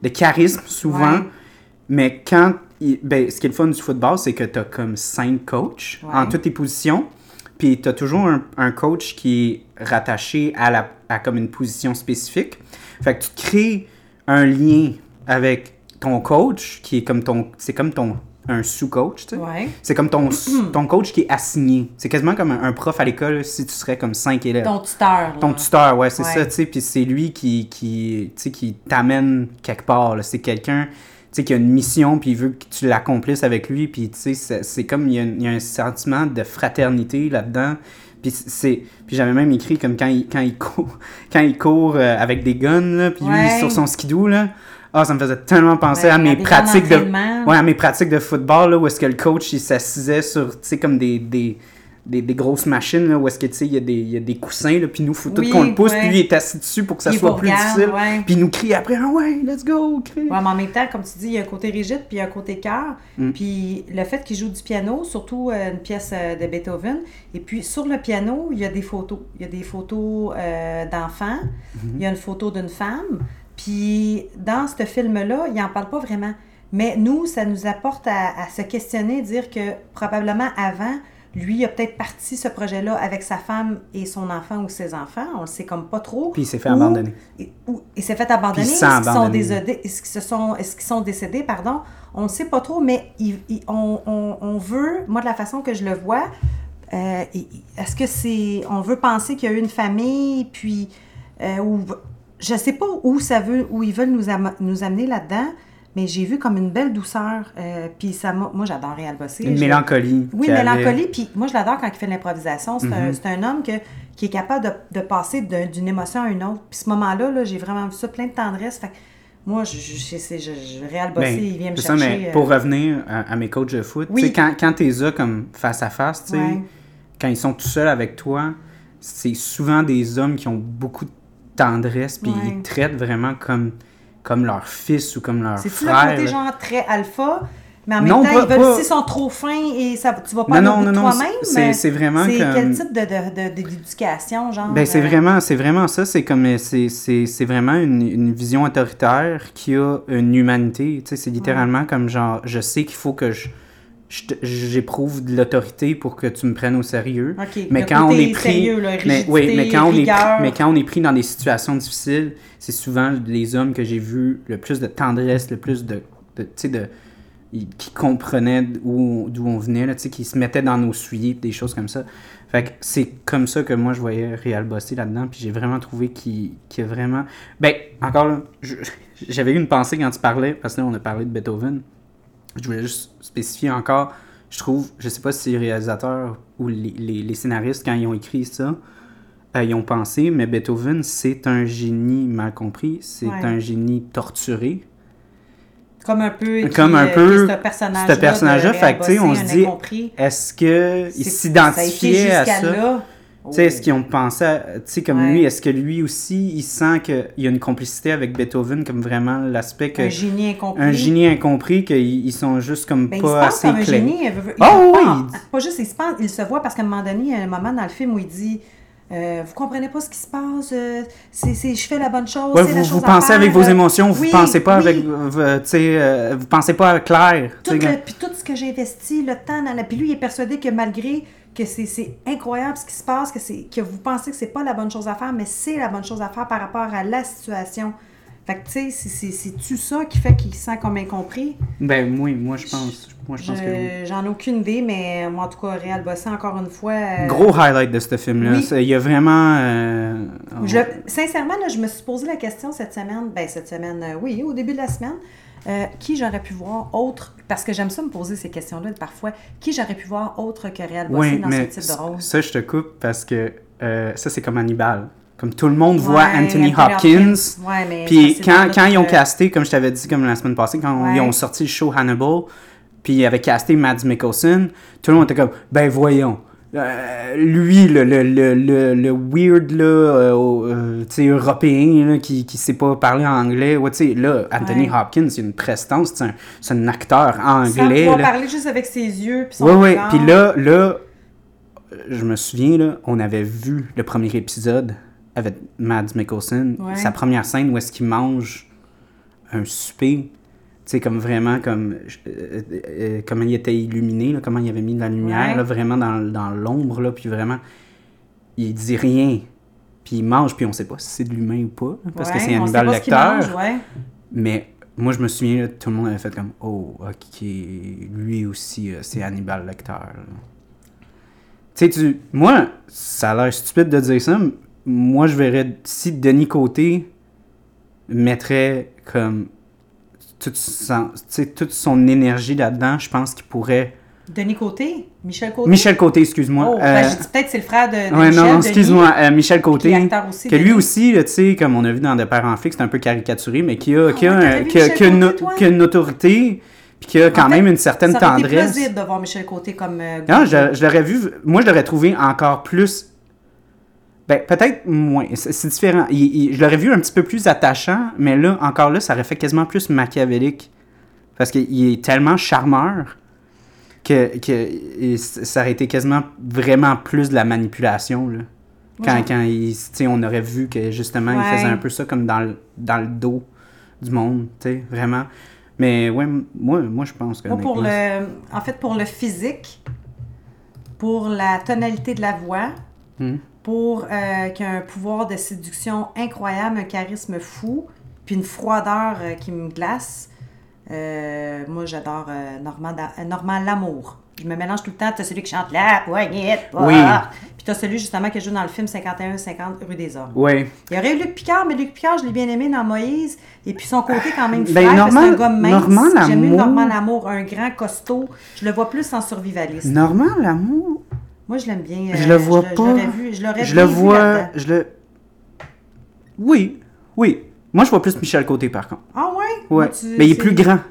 de charisme souvent. Ouais. Mais quand... ce qui est le fun du football, c'est que t'as comme 5 coachs en toutes les positions. Puis t'as toujours un coach qui est rattaché à comme une position spécifique. Fait que tu crées un lien avec ton coach, qui est comme un sous-coach, tu sais. Ouais. C'est comme ton coach qui est assigné. C'est quasiment comme un prof à l'école si tu serais comme 5 élèves. Ton tuteur. Ton tuteur, ouais, c'est ça, tu sais. Puis c'est lui qui t'amène quelque part, là. C'est quelqu'un, tu sais, qui a une mission, puis il veut que tu l'accomplisses avec lui. Puis, tu sais, c'est comme, il y a un sentiment de fraternité là-dedans. Puis j'avais même écrit comme quand il court avec des guns, là, puis lui, sur son skidoo, là. Ah, ça me faisait tellement penser à mes pratiques à mes pratiques de football, là, où est-ce que le coach, il s'assisait sur, tu sais, comme des grosses machines, là, où est-ce que, tu sais, il y a des coussins, là, puis nous, faut tout qu'on le pousse, puis lui, il est assis dessus pour que ça soit plus difficile. Ouais. Puis il nous crie après, ah ouais, let's go, crie. Ouais, mais en même temps, comme tu dis, il y a un côté rigide, puis il y a un côté cœur. Puis le fait qu'il joue du piano, surtout une pièce de Beethoven, et puis sur le piano, il y a des photos. Il y a des photos d'enfants, il y a une photo d'une femme. Puis dans ce film-là, il n'en parle pas vraiment. Mais nous, ça nous apporte à se questionner, dire que probablement avant, lui, il a peut-être parti ce projet-là avec sa femme et son enfant ou ses enfants. On le sait comme pas trop. Puis il s'est fait abandonner. Il s'est fait abandonner. Est-ce qu'ils sont décédés, pardon? On ne sait pas trop, mais on veut, moi de la façon que je le vois, est-ce que c'est... On veut penser qu'il y a eu une famille, puis... je sais pas où ils veulent nous amener là-dedans, mais j'ai vu comme une belle douceur. Puis moi, j'adore Réal Bossé. Une mélancolie. Oui, une mélancolie. Puis moi, je l'adore quand il fait de l'improvisation. C'est un homme qui est capable de passer d'une émotion à une autre. Puis ce moment-là, là, j'ai vraiment vu ça plein de tendresse. Fait que moi, Réal Bossé, il vient me chercher. Ça, mais pour revenir à mes coachs de foot, tu sais, quand tu les as comme face à face, tu sais, quand ils sont tout seuls avec toi, c'est souvent des hommes qui ont beaucoup de tendresse, puis ils traitent vraiment comme leur fils ou comme leur frère. C'est-tu le côté genre très alpha, mais en même temps, ils veulent s'ils sont trop fins et ça, tu vas pas aller au bout de toi-même. C'est vraiment c'est comme... quel type d'éducation, genre? Ben, c'est vraiment ça. C'est comme... C'est vraiment une vision autoritaire qui a une humanité. Tu sais, c'est littéralement comme genre, je sais qu'il faut que j'éprouve de l'autorité pour que tu me prennes au sérieux. Okay, mais quand on est pris, sérieux, là, rigidité, mais quand on est pris dans des situations difficiles, c'est souvent les hommes que j'ai vus le plus de tendresse, le plus qui comprenaient d'où on venait, là, qui se mettaient dans nos souliers, des choses comme ça. Fait que c'est comme ça que moi je voyais Réal Bossé là-dedans, puis j'ai vraiment trouvé qu'il a vraiment... Ben, encore là, j'avais eu une pensée quand tu parlais, parce que là on a parlé de Beethoven. Je voulais juste spécifier encore, je sais pas si les réalisateurs ou les scénaristes, quand ils ont écrit ça, ils ont pensé, mais Beethoven, c'est un génie mal compris, c'est un génie torturé. Comme un peu ce personnage-là, fait que, tu sais, on se dit, est-ce qu'il s'identifiait à ça? Tu sais, est-ce qu'ils ont pensé à... Tu sais, comme lui, est-ce que lui aussi, il sent qu'il y a une complicité avec Beethoven, comme vraiment l'aspect que... Un génie incompris. Un génie incompris, qu'ils sont juste comme pas assez clairs. Il se pense comme un génie. Pas juste, il se voit parce qu'à un moment donné, il y a un moment dans le film où il dit... vous comprenez pas ce qui se passe, je fais la bonne chose, c'est la chose vous pensez à faire, avec vos émotions, vous pensez pas avec, vous pensez pas clair. Puis tout ce que j'ai investi, le temps, puis lui il est persuadé que malgré que c'est incroyable ce qui se passe, que vous pensez que c'est pas la bonne chose à faire, mais c'est la bonne chose à faire par rapport à la situation. Fait que, tu sais, c'est-tu ça qui fait qu'il se sent comme incompris? Ben oui, moi je pense que oui. J'en ai aucune idée, mais moi, en tout cas, Réal Bossé, encore une fois... Gros highlight de ce film-là. Oui. Il y a vraiment... Sincèrement, là, je me suis posé la question cette semaine, oui, au début de la semaine, qui j'aurais pu voir autre... Parce que j'aime ça me poser ces questions-là parfois. Qui j'aurais pu voir autre que Réal Bossé dans ce type de rôle? Ça, je te coupe parce que ça, c'est comme Hannibal. Comme tout le monde voit Anthony Hopkins. Puis quand ils ont casté, comme je t'avais dit comme la semaine passée, quand ils ont sorti le show Hannibal, puis ils avaient casté Mads Mikkelsen, tout le monde était comme, ben voyons. Lui, le weird, là, tu sais, européen, là, qui sait pas parler anglais. Ouais, tu sais, là, Anthony Hopkins, c'est une prestance, c'est un acteur anglais. Sans pouvoir parler juste avec ses yeux, puis son regard. Puis là, je me souviens, là, on avait vu le premier épisode avec Mads Mikkelsen, sa première scène où est-ce qu'il mange un souper, tu sais, comme vraiment, comment il était illuminé, là, comment il avait mis de la lumière, là, vraiment dans l'ombre, là, puis vraiment, il dit rien. Puis il mange, puis on sait pas si c'est de l'humain ou pas, parce que c'est Hannibal Lecter. Mais moi, je me souviens, là, tout le monde avait fait comme « Oh, OK, lui aussi, c'est Hannibal Lecter. » Tu sais, moi, ça a l'air stupide de dire ça, mais moi, je verrais, si Denis Côté mettrait comme toute son énergie là-dedans, je pense qu'il pourrait... Denis Côté? Michel Côté? Michel Côté, excuse-moi. Oh, je dis peut-être que c'est le frère de ouais, Michel. Non, excuse-moi, Michel Côté. Qui est acteur aussi. Que lui aussi, tu sais, comme on a vu dans De Père en Flic, c'est un peu caricaturé, mais qui a une autorité, puis qui a quand même une certaine tendresse. Ça aurait été plausible de voir Michel Côté comme... non, je l'aurais vu... Moi, je l'aurais trouvé encore plus... Ben, peut-être moins. C'est différent. Je l'aurais vu un petit peu plus attachant, mais là, encore là, ça aurait fait quasiment plus machiavélique. Parce qu'il est tellement charmeur que ça aurait été quasiment vraiment plus de la manipulation, là. Quand on aurait vu que, justement, il faisait un peu ça comme dans le dos du monde, tu sais, vraiment. Mais ouais, moi je pense que... Moi, pour le physique, pour la tonalité de la voix... pour qu'il y ait un pouvoir de séduction incroyable, un charisme fou, puis une froideur qui me glace. Moi, j'adore Normand Lamour. Je me mélange tout le temps. Tu as celui qui chante La poignette, oui. Puis tu as celui justement qui joue dans le film 51-50 rue des Hommes. Oui. Il y aurait eu Luc Picard, mais Luc Picard, je l'ai bien aimé dans Moïse. Et puis son côté quand même frère, parce que c'est un gars mince. J'aime mieux Normand Lamour, un grand costaud. Je le vois plus en survivaliste. Normand Lamour? Moi, je l'aime bien. Je le vois pas. Je le vois. Oui. Moi, je vois plus Michel Côté, par contre. Ah ouais? Ouais. Mais il est plus grand.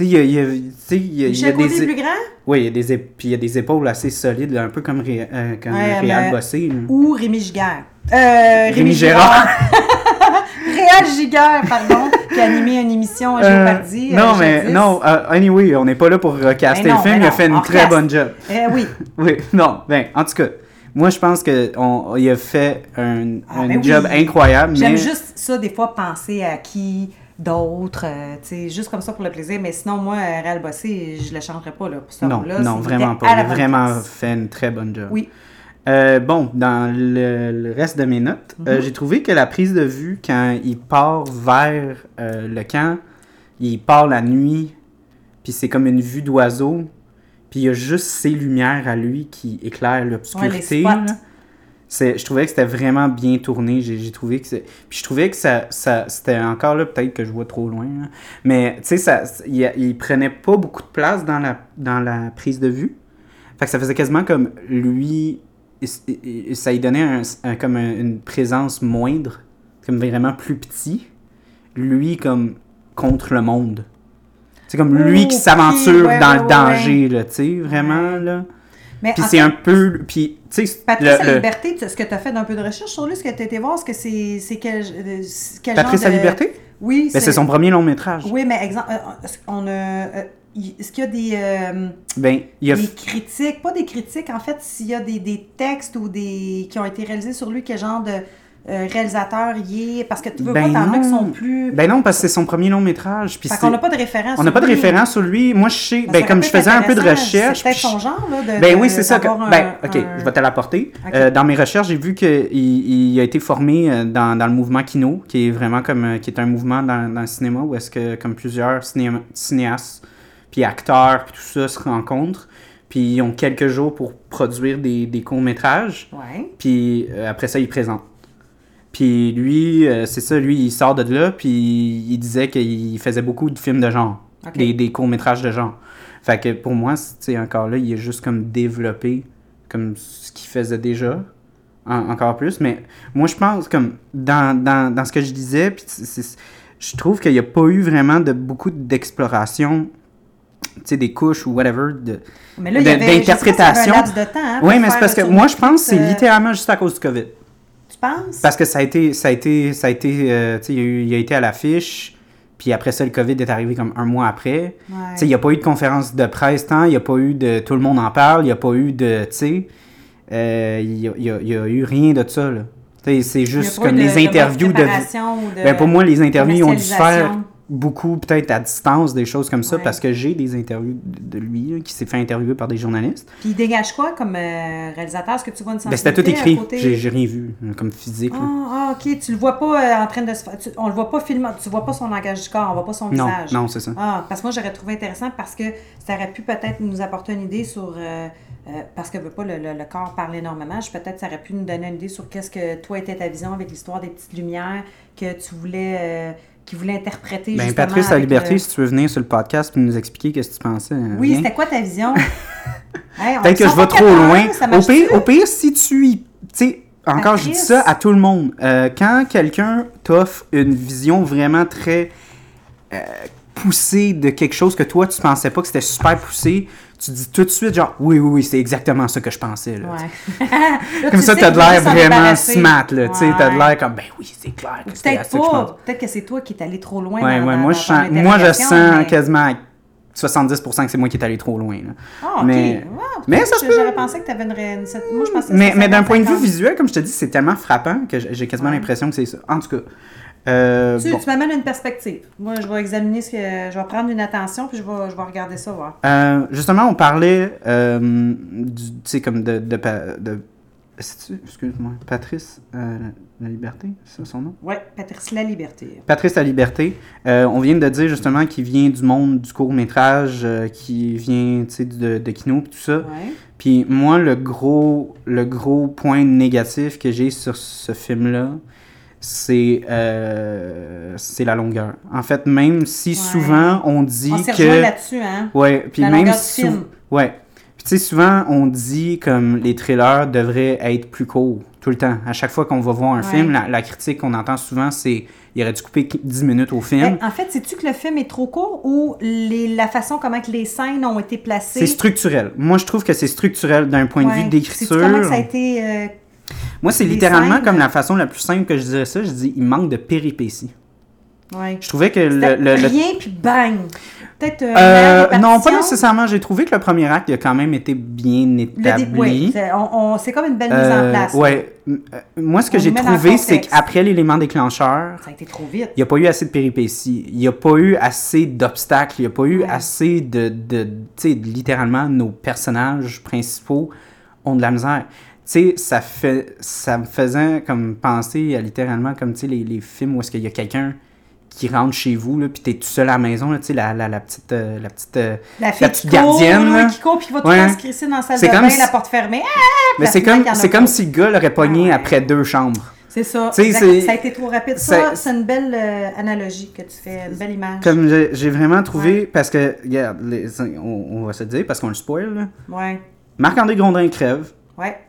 Michel Côté est plus grand? Oui, puis il y a des épaules assez solides, là, un peu comme Réal Bossé. Ou Rémi Giguère. Rémi Gérard. Réal Giguère, pardon, qui a animé une émission à Géopardy. Anyway, on n'est pas là pour caster le film, il a fait une très bonne job. Oui. Oui, non, en tout cas, moi je pense qu'il a fait un job incroyable. J'aime juste ça, des fois, penser à qui d'autres, tu sais, juste comme ça pour le plaisir, mais sinon, moi, Réal Bossé, je le changerais pas, là, pour ça. Non, vraiment pas. Il a vraiment fait une très bonne job. Oui. Bon, dans le reste de mes notes, j'ai trouvé que la prise de vue, quand il part vers le camp, il part la nuit, puis c'est comme une vue d'oiseau, puis il y a juste ses lumières à lui qui éclairent l'obscurité. Ouais, je trouvais que c'était vraiment bien tourné. J'ai trouvé que puis je trouvais que ça c'était encore là, peut-être que je vois trop loin, hein, mais tu sais, il prenait pas beaucoup de place dans la prise de vue. Fait que ça faisait quasiment comme lui... ça lui donnait comme une présence moindre, comme vraiment plus petit, lui comme contre le monde. C'est comme lui qui s'aventure dans le danger, là, tu sais, vraiment, là. Puis c'est un peu... Puis, tu sais... Patrice à Liberté, ce que tu as fait d'un peu de recherche sur lui, ce que tu as été voir, est-ce que c'est quel Patrice genre à Liberté? Oui. C'est son premier long métrage. Oui, mais exemple, est-ce qu'il y a des critiques, pas des critiques, en fait, s'il y a des textes ou qui ont été réalisés sur lui, quel genre de réalisateur il est, parce que tu veux pas, t'en as qui sont plus... Ben non, parce que c'est son premier long métrage. Fait qu'on n'a pas de référence sur lui. On n'a pas de référence sur lui. Moi, je sais, comme je faisais un peu de recherche... C'est peut-être son genre, là, oui, c'est ça. Je vais te l'apporter. Okay. Dans mes recherches, j'ai vu qu'il a été formé dans le mouvement Kino, qui est vraiment qui est un mouvement dans le cinéma, où est-ce que comme plusieurs cinéastes puis acteurs, puis tout ça se rencontrent, puis ils ont quelques jours pour produire des courts-métrages, puis après ça, ils présentent. Puis lui, c'est ça, lui, il sort de là, puis il disait qu'il faisait beaucoup de films de genre, des courts-métrages de genre. Fait que pour moi, c'est encore là, il est juste comme développé comme ce qu'il faisait déjà, encore plus. Mais moi, je pense, comme dans ce que je disais, puis je trouve qu'il n'y a pas eu vraiment beaucoup d'exploration, tu sais, des couches ou whatever, d'interprétation. Oui, mais c'est parce que moi, je pense que c'est littéralement juste à cause du COVID. Tu penses? Parce que ça a été tu sais, il a été à l'affiche, puis après ça, le COVID est arrivé comme un mois après. Tu sais, il n'y a pas eu de conférence de presse tant, il n'y a pas eu de tout le monde en parle, il n'y a pas eu de, tu sais, il y a eu rien de ça, là. C'est juste comme les interviews de... Ben, pour moi, les interviews, ils ont dû se faire beaucoup peut-être à distance, des choses comme ça, Ouais. parce que j'ai des interviews de lui là, qui s'est fait interviewer par des journalistes. Puis il dégage quoi comme réalisateur? Est-ce que tu vois une Ben, sensibilité c'était tout écrit, à côté? j'ai rien vu comme physique. là. OK. Tu le vois pas en train de se faire... on le voit pas filmer, tu vois pas son langage du corps, on voit pas son Non, visage. non, c'est ça. Parce que moi, j'aurais trouvé intéressant parce que ça aurait pu peut-être nous apporter une idée sur... parce que veut pas, le corps parle énormément. Peut-être ça aurait pu nous donner une idée sur qu'est-ce que toi était ta vision avec l'histoire des petites lumières que tu voulais... qui voulait interpréter Ben, justement Patrice, à avec liberté, si tu veux venir sur le podcast et nous expliquer qu'est-ce que tu pensais. Oui, viens. c'était quoi ta vision? Hey, Peut-être que ils je sont vais pas trop capables, loin. ça Au marche-tu? pire, si tu y... Tu sais, encore, je dis Patrice. ça à tout le monde. Quand quelqu'un t'offre une vision vraiment très poussée de quelque chose que toi, tu pensais pas que c'était super poussé, tu dis tout de suite, genre, oui, c'est exactement ça que je pensais. Là, Ouais. Là, comme tu ça, sais t'as qu'il de veut l'air s'en vraiment débarrasser. smart, là. Tu sais, t'as de Ouais. l'air comme, ben oui, c'est clair que c'était à Peut-être ça que je pense. pas. Peut-être que c'est toi qui es allé trop loin Ouais, dans, ouais, dans- moi, dans je ton sens, moi, je interrogation, sens mais- quasiment à 70% que c'est moi qui est allé trop loin. Là. Ah, OK. Mais- Wow, mais ça se peut. J'aurais pensé que tu avais moi, je pensais que Mais c'était d'un point de vue 50-50. visuel, comme je te dis, c'est tellement frappant que j'ai quasiment Ouais. l'impression que c'est ça. En tout cas, Tu bon. m'amènes une perspective. Moi, je vais examiner ce que... Je vais prendre une attention, puis je vais regarder ça, voir. Justement, on parlait tu sais, comme excuse-moi, Patrice la Liberté, c'est ça son nom? Ouais, Patrice La Liberté. Patrice la Liberté. On vient de dire justement qu'il vient du monde du court-métrage, qui vient, tu sais, de Kino et tout ça. Ouais. Puis moi, le gros point négatif que j'ai sur ce film-là, c'est la longueur. En fait, même si Ouais. souvent on dit On s'est que... rejoint là-dessus, hein? Ouais, puis La même longueur du si... film. Ouais. Puis tu sais, souvent on dit comme les trailers devraient être plus courts, tout le temps. À chaque fois qu'on va voir un Ouais. film, la critique qu'on entend souvent, c'est il aurait dû couper 10 minutes au film. En fait, sais-tu que le film est trop court ou la façon comment que les scènes ont été placées? C'est structurel. Moi, je trouve que c'est structurel d'un point de vue Ouais. d'écriture. Sais-tu comment que ça a été... Moi, c'est les littéralement scènes, comme la façon la plus simple que je dirais ça. Je dis, il manque de péripéties. Ouais. Je trouvais que Rien, puis bang! Peut-être non, pas nécessairement. J'ai trouvé que le premier acte il a quand même été bien établi. Oui, c'est comme une belle mise en place. Ouais. Moi, ce que On j'ai nous met dans le trouvé, c'est contexte. qu'après l'élément déclencheur, Ça a été trop vite. il n'y a pas eu assez de péripéties. Il n'y a pas eu assez d'obstacles. Il n'y a pas eu Ouais. assez tu sais, littéralement, nos personnages principaux ont de la misère. Tu sais, ça me faisait comme penser à littéralement comme, tu sais, les films où est-ce qu'il y a quelqu'un qui rentre chez vous, là, puis t'es tout seul à la maison, là, tu sais, la petite La fille petite qui court, gardienne, là, là. qui court, puis qui va tout Ouais. le temps se crisser dans la salle C'est de comme bain, si- la porte fermée. Mais c'est comme si le gars l'aurait pogné Ah ouais. après 2 chambres. C'est ça. Tu sais, Exact. c'est- Ça a été trop rapide. c'est- Ça, c'est une belle analogie que tu fais, une belle image. Comme j'ai vraiment trouvé, parce que, regarde, on va se le dire, parce qu'on le spoil, là. Ouais. Marc-André Grondin crève. Ouais.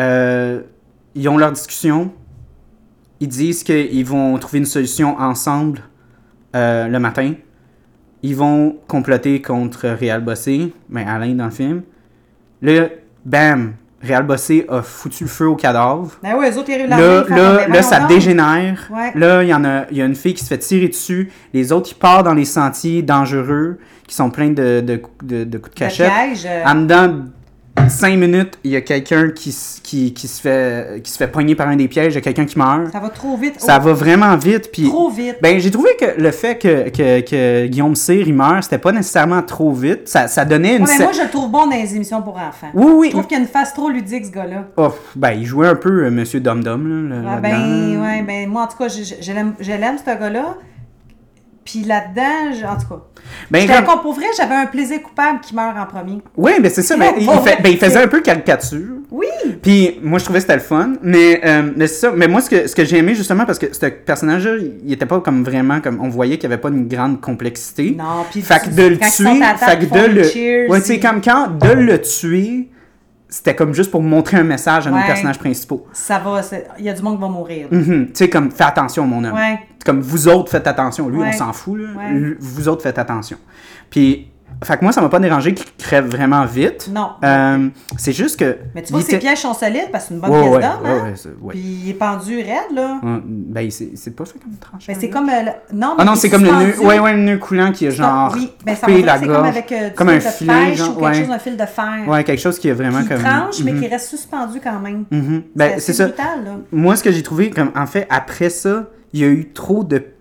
Ils ont leur discussion. Ils disent qu'ils vont trouver une solution ensemble le matin. Ils vont comploter contre Réal Bossé, mais Alain dans le film. Là, bam! Réal Bossé a foutu le feu au cadavre. Ben ouais, eux autres, ils arrivent Là, ça dégénère. Ouais. Là, il y a une fille qui se fait tirer dessus. Les autres, ils partent dans les sentiers dangereux qui sont pleins de coups de cachette. En dedans 5 minutes, il y a quelqu'un qui se fait pogner par un des pièges, il y a quelqu'un qui meurt. Ça va trop vite. Ça va vraiment vite. Puis, Trop vite. ben, j'ai trouvé que le fait que Guillaume Cyr il meurt, c'était pas nécessairement trop vite. Ça donnait une... Ouais, mais moi, je le trouve bon dans les émissions pour enfants. Oui. Je trouve qu'il y a une face trop ludique, ce gars-là. Oh, ben, il jouait un peu Monsieur Dom Dom, là, Ouais, là-dedans. ben, moi, en tout cas, je l'aime, ce gars-là. Puis là-dedans, en tout cas. Ben, Pour vrai, j'avais un plaisir coupable qui meurt en premier. oui, mais c'est ça. Ouais, Il faisait un peu caricature. Oui! Puis moi, je trouvais que c'était le fun. Mais c'est ça. Mais moi, ce que j'ai aimé, justement, parce que ce personnage-là, il était pas comme vraiment comme... On voyait qu'il y avait pas une grande complexité. Non, puis Fait que de le quand ils sont tuer... à la table, Fait que ils font de des le... cheers, Ouais, tu sais, comme quand de le tuer, c'était comme juste pour montrer un message à nos Ouais. personnages principaux. Ça va, il y a du monde qui va mourir. Tu sais, comme, fais attention, mon homme. Ouais. Comme, vous autres, faites attention. Lui, Ouais. on s'en fout, là. Ouais. Vous autres, faites attention. Puis, fait que moi, ça m'a pas dérangé qu'il crève vraiment vite. Non. C'est juste que... Mais tu vois, ses pièges sont solides parce que c'est une bonne Ouais, pièce ouais, d'homme, hein? ouais. Puis il est pendu raide, là. Ben, c'est pas fait comme une tranche. Ben, c'est comme... non, Ah non, il est c'est comme le nœud... suspendu. Ouais, le nœud coulant qui est genre... Oui, ben, ça coupé va la c'est gorge. comme avec du Comme fil un de filet, pêche genre, ou quelque ouais. chose, un fil de fer. Ouais, quelque chose qui est vraiment Qui comme... tranche, mais qui reste suspendu quand même. Ben, C'est c'est ça. brutal, là. Moi, ce que j'ai trouvé, comme en fait, après ça, il y a eu trop de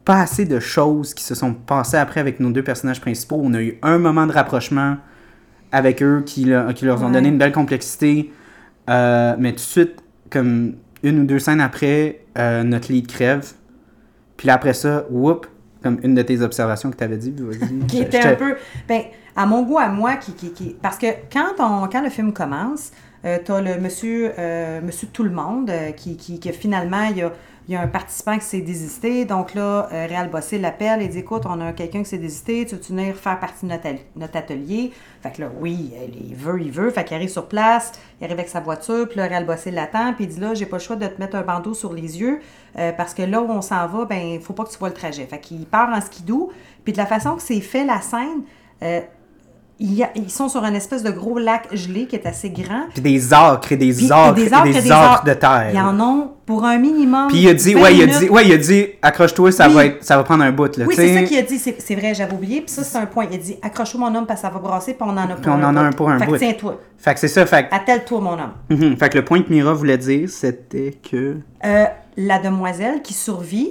pas assez de choses qui se sont passées après avec nos deux personnages principaux. On a eu un moment de rapprochement avec eux qui leur ont donné une belle complexité. Mais tout de suite, comme 1 ou 2 scènes après, notre lead crève. Puis là, après ça, whoop, comme une de tes observations que tu avais dit, vas-y. Qui était un peu... Ben, à mon goût, à moi, parce que quand le film commence, t'as le monsieur tout le monde qui finalement, il y a un participant qui s'est désisté. Donc là, Réal Bossé l'appelle et dit, écoute, on a quelqu'un qui s'est désisté, tu veux venir faire partie de notre atelier? Fait que là, oui, il veut. Fait qu'il arrive sur place, il arrive avec sa voiture, puis là, Réal Bossé l'attend, puis il dit, là, j'ai pas le choix de te mettre un bandeau sur les yeux, parce que là où on s'en va, ben, il faut pas que tu vois le trajet. Fait qu'il part en skidoo, puis de la façon que c'est fait, la scène... Ils sont sur un espèce de gros lac gelé qui est assez grand. Puis des acres et des acres de terre. Ils en ont pour un minimum. Puis il a dit, accroche-toi, ça va prendre un bout. Là, oui, c'est ça qu'il a dit. C'est vrai, j'avais oublié. Puis ça, c'est un point. Il a dit, accroche-toi, mon homme, parce que ça va brasser, puis on en a pour un bout. On en a un pour un bout. Fait que tiens-toi. Fait que c'est ça. Fait que... Attelle-toi, mon homme. Fait que le point que Mira voulait dire, c'était que... La demoiselle qui survit...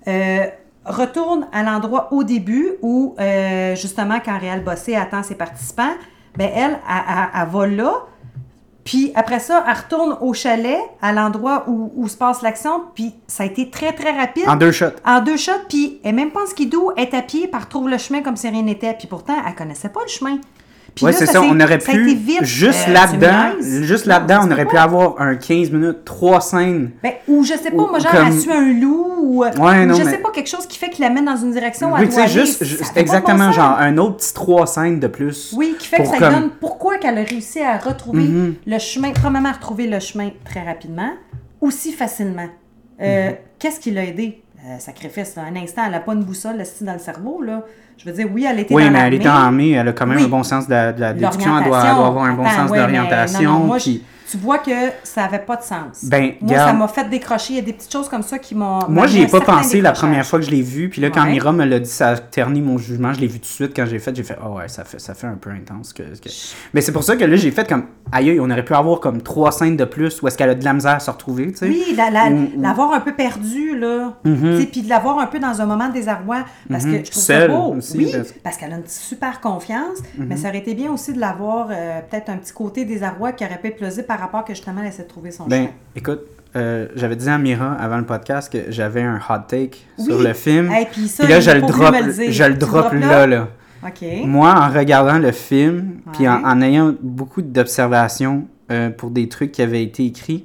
retourne à l'endroit au début où, justement, quand Réal Bossé attend ses participants, ben elle va là, puis après ça, elle retourne au chalet, à l'endroit où se passe l'action, puis ça a été très, très rapide. En 2 shots. Puis elle même pas en skidoo, elle est à pied, puis elle retrouve le chemin comme si rien n'était, puis pourtant, elle connaissait pas le chemin. Puis là, c'est ça, on aurait pu, juste là-dedans, on aurait pu avoir un 15 minutes, 3 scènes. Ben, ou je sais pas, moi, genre, elle suit un loup, ou je sais pas, quelque chose qui fait qu'il la mène dans une direction à doit aller. Exactement, genre, un autre petit 3 scènes de plus. Oui, qui fait que ça donne pourquoi qu'elle a réussi à retrouver le chemin, premièrement, à retrouver le chemin très rapidement, aussi facilement. Qu'est-ce qui l'a aidé? Sacrifice, là, un instant, elle n'a pas une boussole dans le cerveau, là. Je veux dire, oui, elle était dans l'armée. Oui, mais elle était en armée, elle a quand même un bon sens de la déduction, elle doit avoir un bon sens d'orientation. Moi, tu vois que ça n'avait pas de sens. Moi, ça m'a fait décrocher. Il y a des petites choses comme ça qui m'ont... Moi, j'y ai pas pensé la première fois que je l'ai vu. Puis là, quand Mira me l'a dit, ça a terni mon jugement. Je l'ai vu tout de suite. Quand j'ai fait, oh ouais, ça fait un peu intense. Mais c'est pour ça que là, j'ai fait comme, aïe, on aurait pu avoir comme 3 scènes de plus où est-ce qu'elle a de la misère à se retrouver, tu sais. Oui, l'avoir un peu perdue, là. Puis de l'avoir un peu dans un moment de désarroi. Parce que je trouve ça beau. Oui, parce qu'elle a une super confiance. Mais ça aurait été bien aussi de l'avoir peut-être un petit côté désarroi qui aurait pu exploser par rapport que justement elle essaie de trouver son chemin. Écoute, j'avais dit à Mira avant le podcast que j'avais un hot take sur le film. Puis là, je le drop là. Okay. Moi, en regardant le film, puis en ayant beaucoup d'observations pour des trucs qui avaient été écrits,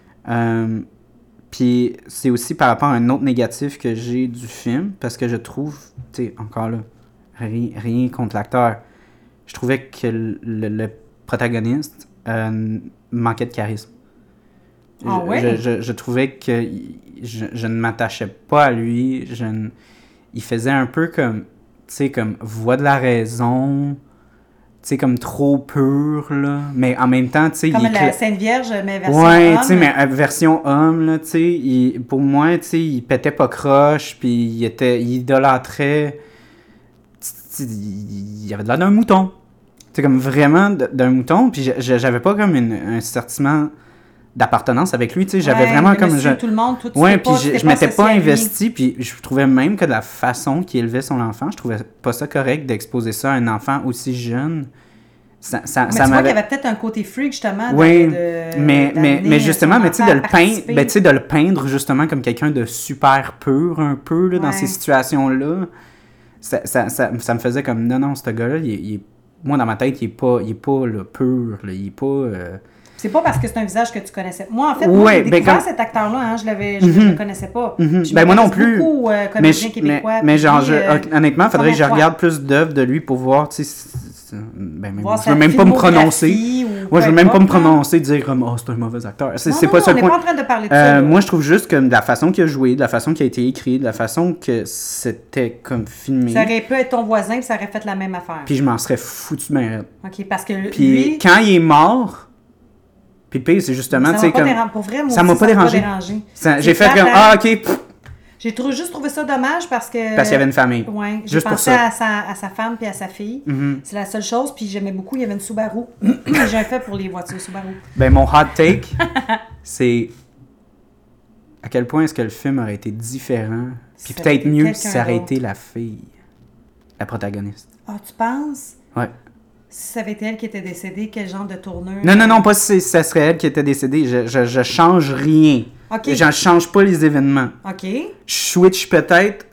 puis c'est aussi par rapport à un autre négatif que j'ai du film, parce que je trouve, tu sais, encore là, rien contre l'acteur, je trouvais que le protagoniste manquait de charisme. Je trouvais que je ne m'attachais pas à lui. Il faisait un peu comme, tu sais, comme voix de la raison, tu sais, comme trop pur, là. Mais en même temps, tu sais... Comme la Sainte Vierge, mais version homme. Ouais, tu sais, mais version homme, là, tu sais. Pour moi, tu sais, il pétait pas croche, puis il idolâtrait... Il avait de l'air d'un mouton. C'est comme vraiment d'un mouton, puis j'avais pas comme un sentiment d'appartenance avec lui, tu sais, j'avais vraiment comme... tout le monde, tout ouais, puis je m'étais pas investi, puis je trouvais même que de la façon qu'il élevait son enfant, je trouvais pas ça correct d'exposer ça à un enfant aussi jeune. Mais tu vois qu'il y avait peut-être un côté freak, justement, mais justement, mais tu sais, de le peindre justement comme quelqu'un de super pur, un peu, là, dans ces situations-là, ça me faisait comme, non, ce gars-là, moi, dans ma tête, il est pas là, pur. Là, il est pas... C'est pas parce que c'est un visage que tu connaissais. Moi, en fait, j'ai découvert cet acteur-là. Hein, je ne le connaissais pas. Moi non plus. Beaucoup comédien québécois. Mais genre, honnêtement, il faudrait que je regarde plus d'œuvres de lui pour voir, tu sais... je veux même pas me prononcer. Moi, je veux même pas me prononcer, dire comme, oh, c'est un mauvais acteur. C'est pas ça le point. On n'est pas en train de parler de ça. Moi, je trouve juste que de la façon qu'il a joué, de la façon qu'il a été écrit, de la façon que c'était comme filmé. Ça aurait pu être ton voisin, puis ça aurait fait la même affaire. Puis je m'en serais foutu de ma... OK, parce que puis lui... quand il est mort... Puis le pire, c'est justement, tu sais, comme... Pour vrai, moi ça m'a pas dérangé. J'ai fait comme, OK... J'ai juste trouvé ça dommage parce que... Parce qu'il y avait une famille. Oui, j'ai pensé à sa femme puis à sa fille. C'est la seule chose. Puis j'aimais beaucoup, il y avait une Subaru. J'ai un fait pour les voitures Subaru. Ben, mon hot take, c'est... à quel point est-ce que le film aurait été différent, puis Ça peut-être aurait été mieux quelqu'un si ça aurait d'autre. été la fille, la protagoniste. Ah, tu penses? Ouais. Si ça avait été elle qui était décédée, quel genre de tournure? Non, pas si ça serait elle qui était décédée. Je change rien. OK. Je change pas les événements. OK. Je switch peut-être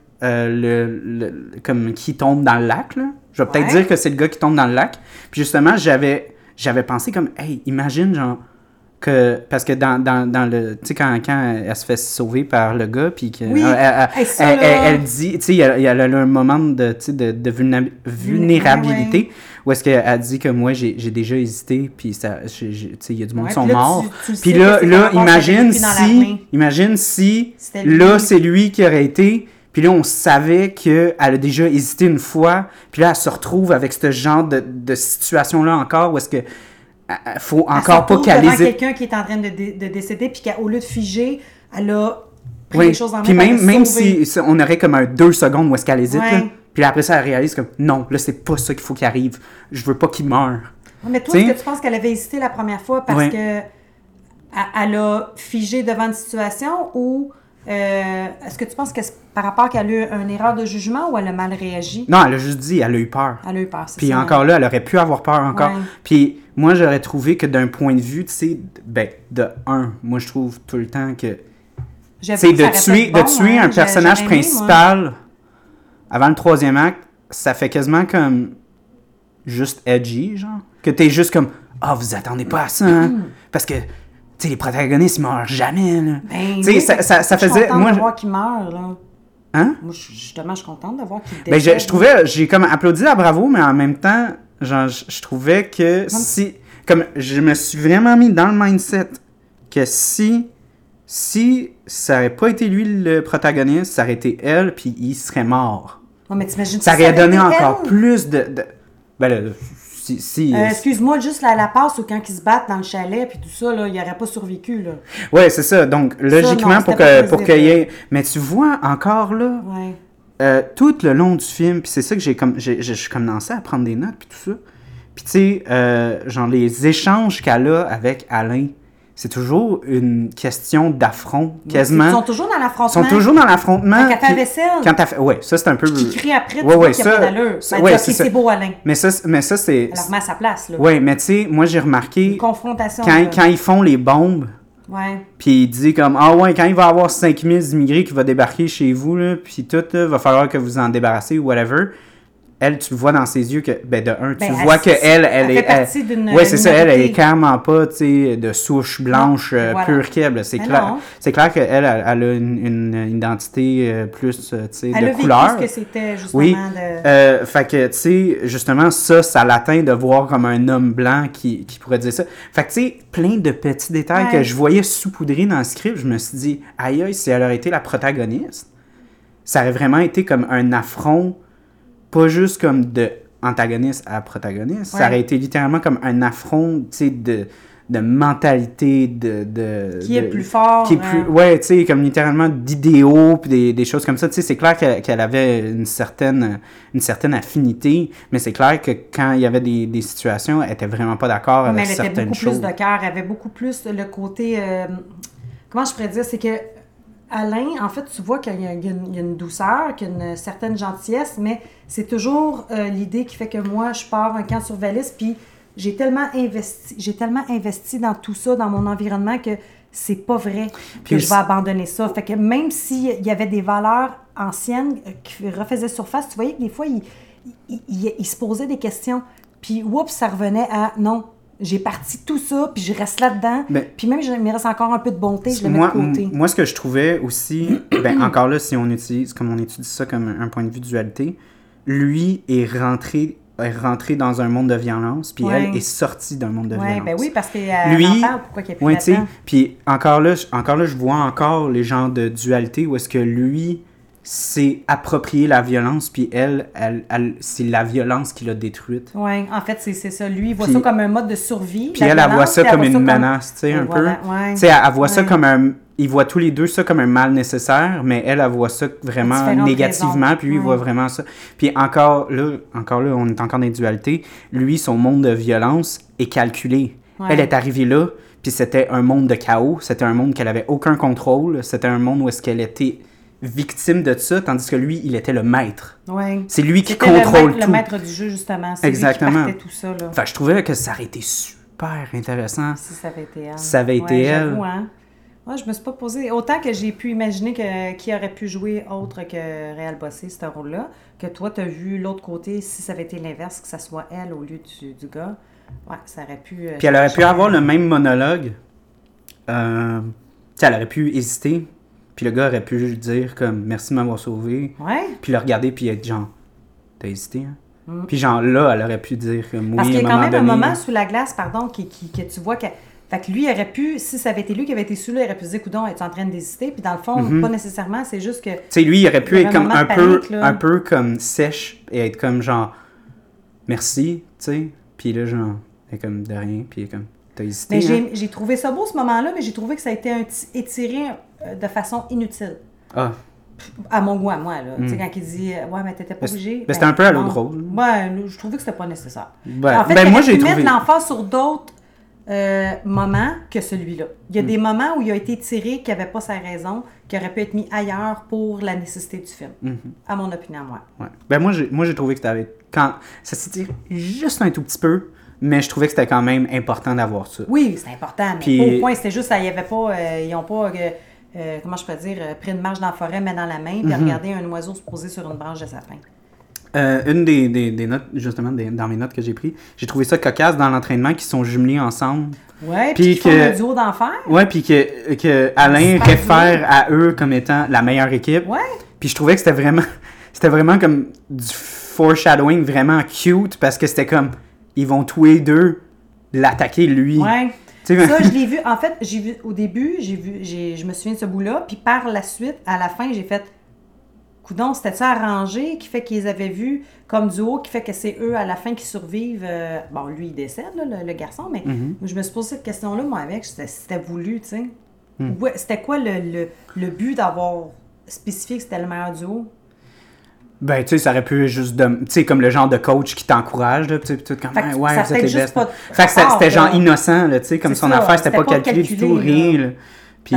comme qui tombe dans le lac, là. Je vais peut-être Ouais. dire que c'est le gars qui tombe dans le lac. Puis justement, j'avais pensé comme, hey, imagine, genre, que. Parce que dans le. Tu sais, quand elle se fait sauver par le gars, puis que. Oui. Hey, ça, elle dit. Tu sais, il y a un moment de vulnérabilité. Où est-ce qu'elle dit que moi, j'ai déjà hésité, puis ça, tu sais, il y a du monde qui sont puis là, morts. tu Puis sais là, que c'est par rapport à imagine ce qu'elle a vécu dans l'armée. imagine si, C'était lui. là, c'est lui qui aurait été, puis là, on savait qu'elle a déjà hésité une fois, puis là, elle se retrouve avec ce genre de situation-là encore, où est-ce que faut Elle encore se pas retrouve qu'elle devant hésite. quelqu'un qui est en train de décéder, puis qu'au lieu de figer, elle a pris Oui, les choses en main. puis pour même le sauver. si on aurait comme un 2 secondes où est-ce qu'elle hésite, Ouais. là, puis là, après ça, elle réalise comme, non, là, c'est pas ça qu'il faut qu'il arrive. Je veux pas qu'il meure. Ouais, mais toi, T'sais? est-ce que tu penses qu'elle avait hésité la première fois parce Ouais. que elle a figé devant une situation ou est-ce que tu penses que c'est par rapport qu'elle a eu une erreur de jugement ou elle a mal réagi? Non, elle a juste dit, elle a eu peur. Elle a eu peur, c'est Puis ça. encore là, elle aurait pu avoir peur encore. Ouais. Puis moi, j'aurais trouvé que d'un point de vue, tu sais, ben, moi, je trouve tout le temps que, J'avoue tu sais, que ça aurait pu être bon, tuer hein. un personnage J'aurais aimé, moi. principal avant le 3e acte, ça fait quasiment comme juste edgy, genre. Que t'es juste comme, vous attendez pas à ça, hein? Parce que, tu sais, les protagonistes, ils meurent jamais, là. Ben, Tu sais, oui, ça je suis faisait... contente Moi, de voir qu'il meurt, là. hein? Moi, justement, je suis contente de voir qu'il Ben, décède. je trouvais, j'ai comme applaudi à Bravo, mais en même temps, genre, je trouvais que si, comme, je me suis vraiment mis dans le mindset que si ça aurait pas été lui le protagoniste, ça aurait été elle, puis il serait mort. Ouais, mais t'imagines Ça si aurait donné avait été encore elle? plus de... Ben là, si Excuse-moi, juste la passe ou quand ils se battent dans le chalet puis tout ça, là, il n'aurait pas survécu, là. ouais, c'est ça. Donc, logiquement, non, pour c'était pas qu'il y ait... Mais tu vois, encore là, Ouais. tout le long du film, puis c'est ça que j'ai commencé à prendre des notes, puis tout ça. Puis tu sais, genre les échanges qu'elle a avec Alain, c'est toujours une question d'affront, quasiment. Ils sont toujours dans Ils l'affrontement. sont toujours dans l'affrontement. Quand elle fait la puis- vaisselle. Quand elle fait... Ouais, ça c'est un peu... Puis qui crie après, tu Ouais, vois ouais, qu'il n'y a ça- pas d'allure. ça- Elle ouais, dit, c'est OK, ça. c'est beau, Alain. Mais ça c'est... Elle la remet à sa place, là. Ouais, mais tu sais, moi j'ai remarqué, Une confrontation. quand, là. quand ils font les bombes, Ouais. puis il dit comme, ah ouais, quand il va y avoir 5000 immigrés qui vont débarquer chez vous, là, puis tout, là, va falloir que vous en débarrassez ou whatever. Elle, tu le vois dans ses yeux que, ben de un, tu Ben, vois que elle est... fait partie d'une ouais, c'est ça, elle est minorité. carrément pas, tu sais, de souche blanche voilà. pure keb, là. C'est Ben clair. non. C'est clair qu'elle, elle a une identité plus, tu sais, Elle de a vécu couleur. ce que c'était, justement, Oui. de... Fait que, tu sais, justement, ça l'atteint de voir comme un homme blanc qui pourrait dire ça. Fait que, tu sais, plein de petits détails Ouais. que je voyais saupoudrés dans le script, je me suis dit, aïe, aïe, si elle aurait été la protagoniste, ça aurait vraiment été comme un affront, pas juste comme de antagoniste à protagoniste, Ouais. ça aurait été littéralement comme un affront, tu sais, de mentalité, de... Qui est le plus fort. Qui est plus, ouais, tu sais, comme littéralement d'idéaux, puis des choses comme ça. Tu sais, c'est clair qu'elle avait une certaine affinité, mais c'est clair que quand il y avait des situations, elle était vraiment pas d'accord Mais avec elle était certaines beaucoup choses. plus de cœur. Elle avait beaucoup plus le côté... comment je pourrais dire? C'est que Alain, en fait, tu vois qu'il y a une douceur, qu'il y a une certaine gentillesse, mais c'est toujours l'idée qui fait que moi, je pars un camp survivaliste, puis j'ai tellement investi dans tout ça, dans mon environnement, que c'est pas vrai Puis que je aussi- vais abandonner ça. Fait que même s'il y avait des valeurs anciennes qui refaisaient surface, tu voyais que des fois, il se posait des questions, puis oups, ça revenait à non. J'ai parti tout ça, puis je reste là-dedans. Ben, Puis même, il me reste encore un peu de bonté, je le mets de côté. Moi, ce que je trouvais aussi, ben encore là, si on étudie ça comme un point de vue de dualité, lui est rentré dans un monde de violence, puis Ouais. elle est sortie d'un monde de Oui, violence. ben oui, parce qu'elle Lui, en parle, pourquoi qu'il n'y a plus ouais, tu sais, là-dedans. puis encore là, je vois encore les genres de dualité où est-ce que lui s'est approprié la violence, puis elle c'est la violence qui l'a détruite. Oui, en fait, c'est ça. Lui, il voit Puis- ça comme un mode de survie. Puis elle voit ça comme une menace, tu sais, un peu. Ouais. Tu sais, elle voit ça Ouais. comme un... Ils voient tous les deux ça comme un mal nécessaire, mais elle voit ça vraiment Différentes négativement, raisons. puis lui, il Ouais. voit vraiment ça. Puis encore là, on est encore dans les dualités. Lui, son monde de violence est calculé. Ouais. Elle est arrivée là, Puis c'était un monde de chaos, c'était un monde qu'elle avait aucun contrôle, c'était un monde où est-ce qu'elle était victime de ça, tandis que lui, il était le maître. Ouais. C'est lui qui C'était contrôle tout. le maître du jeu, justement. C'est Exactement. lui qui partait tout ça, là. Enfin, je trouvais que ça aurait été super intéressant. Si ça avait été elle. Ça avait été elle. J'avoue, hein. Moi, je me suis pas posé... Autant que j'ai pu imaginer qui aurait pu jouer autre que Réal Bossé, ce rôle-là, que toi, tu as vu l'autre côté, si ça avait été l'inverse, que ça soit elle au lieu du gars. Ouais, ça aurait pu... Puis elle aurait pu avoir le même monologue. Elle aurait pu hésiter. Puis le gars aurait pu lui dire comme « Merci de m'avoir sauvé. » Ouais. Puis le regarder puis être genre « T'as hésité, hein? Puis genre là, elle aurait pu dire comme « Oui, Parce qu'il y a quand même donné, un moment sous la glace, pardon, que tu vois que... Fait que lui, il aurait pu, si ça avait été lui qui avait été sous là, il aurait pu se dire, coudonc, es-tu en train d'hésiter? Puis dans le fond, pas nécessairement, c'est juste que... Tu sais, lui, il aurait pu être comme panique, un peu comme sèche et être comme genre merci, tu sais. Puis là, genre, il est comme de rien, puis il est comme t'as hésité. Mais hein? j'ai trouvé ça beau ce moment-là, mais j'ai trouvé que ça a été étiré de façon inutile. Ah. À mon goût, à moi, là. Tu sais, quand il dit ouais, mais t'étais pas obligé. C'était un peu à l'autre rôle. Ouais, je trouvais que c'était pas nécessaire. Ouais. En fait, moi, j'ai trouvé. mettre l'emphase sur d'autres moments que celui-là. Il y a des moments où il a été tiré qui n'avait pas sa raison, qui aurait pu être mis ailleurs pour la nécessité du film. À mon opinion, moi. Ouais. Moi, j'ai trouvé que c'était quand ça s'étire juste un tout petit peu, mais je trouvais que c'était quand même important d'avoir ça. Oui, c'est important, mais puis, pas au point, c'était juste, il y avait pas, ils n'ont pas, comment je peux dire, pris une marche dans la forêt, mais dans la main, puis regardé un oiseau se poser sur une branche de sapin. Une des notes, justement, dans mes notes que j'ai prises, j'ai trouvé ça cocasse dans l'entraînement qu'ils sont jumelés ensemble. Ouais, puis qu'ils font un duo d'enfer. Ouais, puis que Alain réfère à eux comme étant la meilleure équipe. Ouais. Puis je trouvais que c'était vraiment comme du foreshadowing vraiment cute parce que c'était comme, ils vont tous les deux l'attaquer lui. Ouais. Ça, je l'ai vu, en fait, j'ai vu au début, je me souviens de ce bout-là, puis par la suite, à la fin, j'ai fait coudonc, c'était ça arrangé qui fait qu'ils avaient vu comme duo, qui fait que c'est eux à la fin qui survivent. Bon, lui, il décède, là, le garçon, mais je me suis posé cette question-là, moi, avec, c'était voulu, tu sais. Ouais, c'était quoi le but d'avoir spécifié que c'était le meilleur duo? Ben, tu sais, ça aurait pu juste tu sais, comme le genre de coach qui t'encourage, là, tu sais, tout comme, ouais, vous êtes les best. Fait que c'était genre innocent, là, tu sais, comme son affaire, c'était pas calculé du tout, rien, là. Puis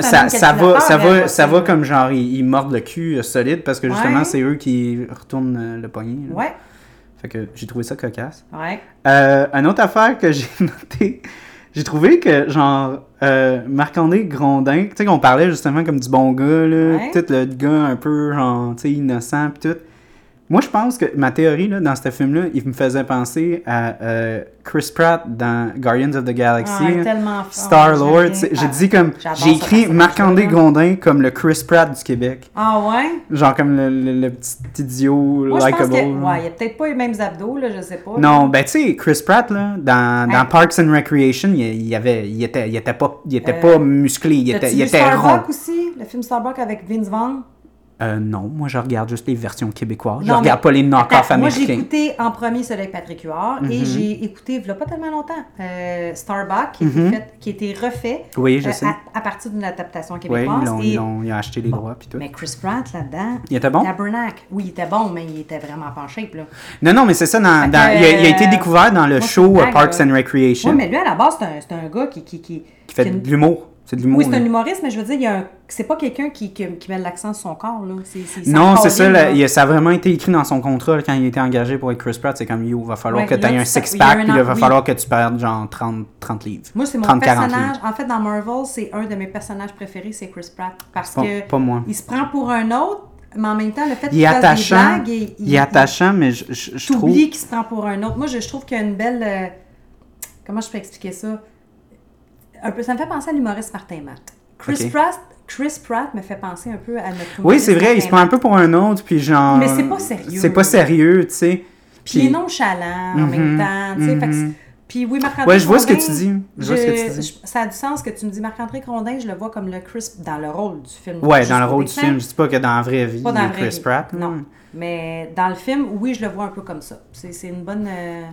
ça va comme genre, ils mordent le cul solide parce que justement, c'est eux qui retournent le poignet. Là. Ouais. Fait que j'ai trouvé ça cocasse. Ouais. Une autre affaire que j'ai notée, j'ai trouvé que genre, Marc-André Grondin, tu sais, qu'on parlait justement comme du bon gars, là, tout le gars un peu genre, tu sais, innocent, pis tout. Moi, je pense que ma théorie, là, dans ce film-là, il me faisait penser à Chris Pratt dans Guardians of the Galaxy. Tellement Star-Lord. J'ai dit comme... J'ai écrit Marc-André Grondin comme le Chris Pratt du Québec. Ah ouais? Genre comme le petit idiot likable. Ouais, il a peut-être pas les mêmes abdos, là, je sais pas. Non, ben tu sais, Chris Pratt, là, dans Parks and Recreation, il était pas musclé, il était rond. Starbuck aussi? Le film Starbuck avec Vince Vaughn? Non, moi je regarde juste les versions québécoises. Je regarde pas les knock-offs américains. Moi j'ai écouté en premier celui avec Patrick Huard et j'ai écouté, il y a pas tellement longtemps, Starbuck qui a été refait à partir d'une adaptation québécoise. Oui, ils ont acheté les droits puis tout. Mais Chris Pratt là-dedans, il était bon? Tabernacle. Oui, il était bon, mais il était vraiment pas en shape. Là. Non, mais c'est ça, il a été découvert dans le show Parks and Recreation. Oui, mais lui à la base, c'est un gars qui fait de l'humour. C'est de l'humour. Oui, c'est un humoriste, mais je veux dire, c'est pas quelqu'un qui met l'accent sur son corps. Là. Non, c'est ça. Ça a vraiment été écrit dans son contrat là, quand il a été engagé pour être Chris Pratt. C'est comme, il va falloir que tu aies un six-pack, puis il va falloir que tu perdes genre 30 livres. Moi, c'est mon personnage. En fait, dans Marvel, c'est un de mes personnages préférés, c'est Chris Pratt. Parce que pas moi. Il se prend pour un autre, mais en même temps, le fait qu'il fasse des blagues... Il est attachant, mais je trouve... T'oublies qu'il se prend pour un autre. Moi, je trouve qu'il y a une belle... Comment je peux expliquer ça? Un peu, ça me fait penser à l'humoriste Martin Matt. Chris Pratt me fait penser un peu à notre humoriste. Oui, c'est vrai, il se prend un peu pour un autre, puis genre... Mais c'est pas sérieux. C'est pas sérieux, tu sais. Puis il est nonchalant en même temps, tu sais. Puis oui, Marc-André je vois ce que tu dis. Ça a du sens que tu me dis Marc-André Grondin, je le vois comme le Chris dans le rôle du film. Ouais, dans le rôle du film. Je dis pas que dans la vraie vie, il est Chris Pratt. Non. Mais dans le film, oui, je le vois un peu comme ça. C'est une bonne...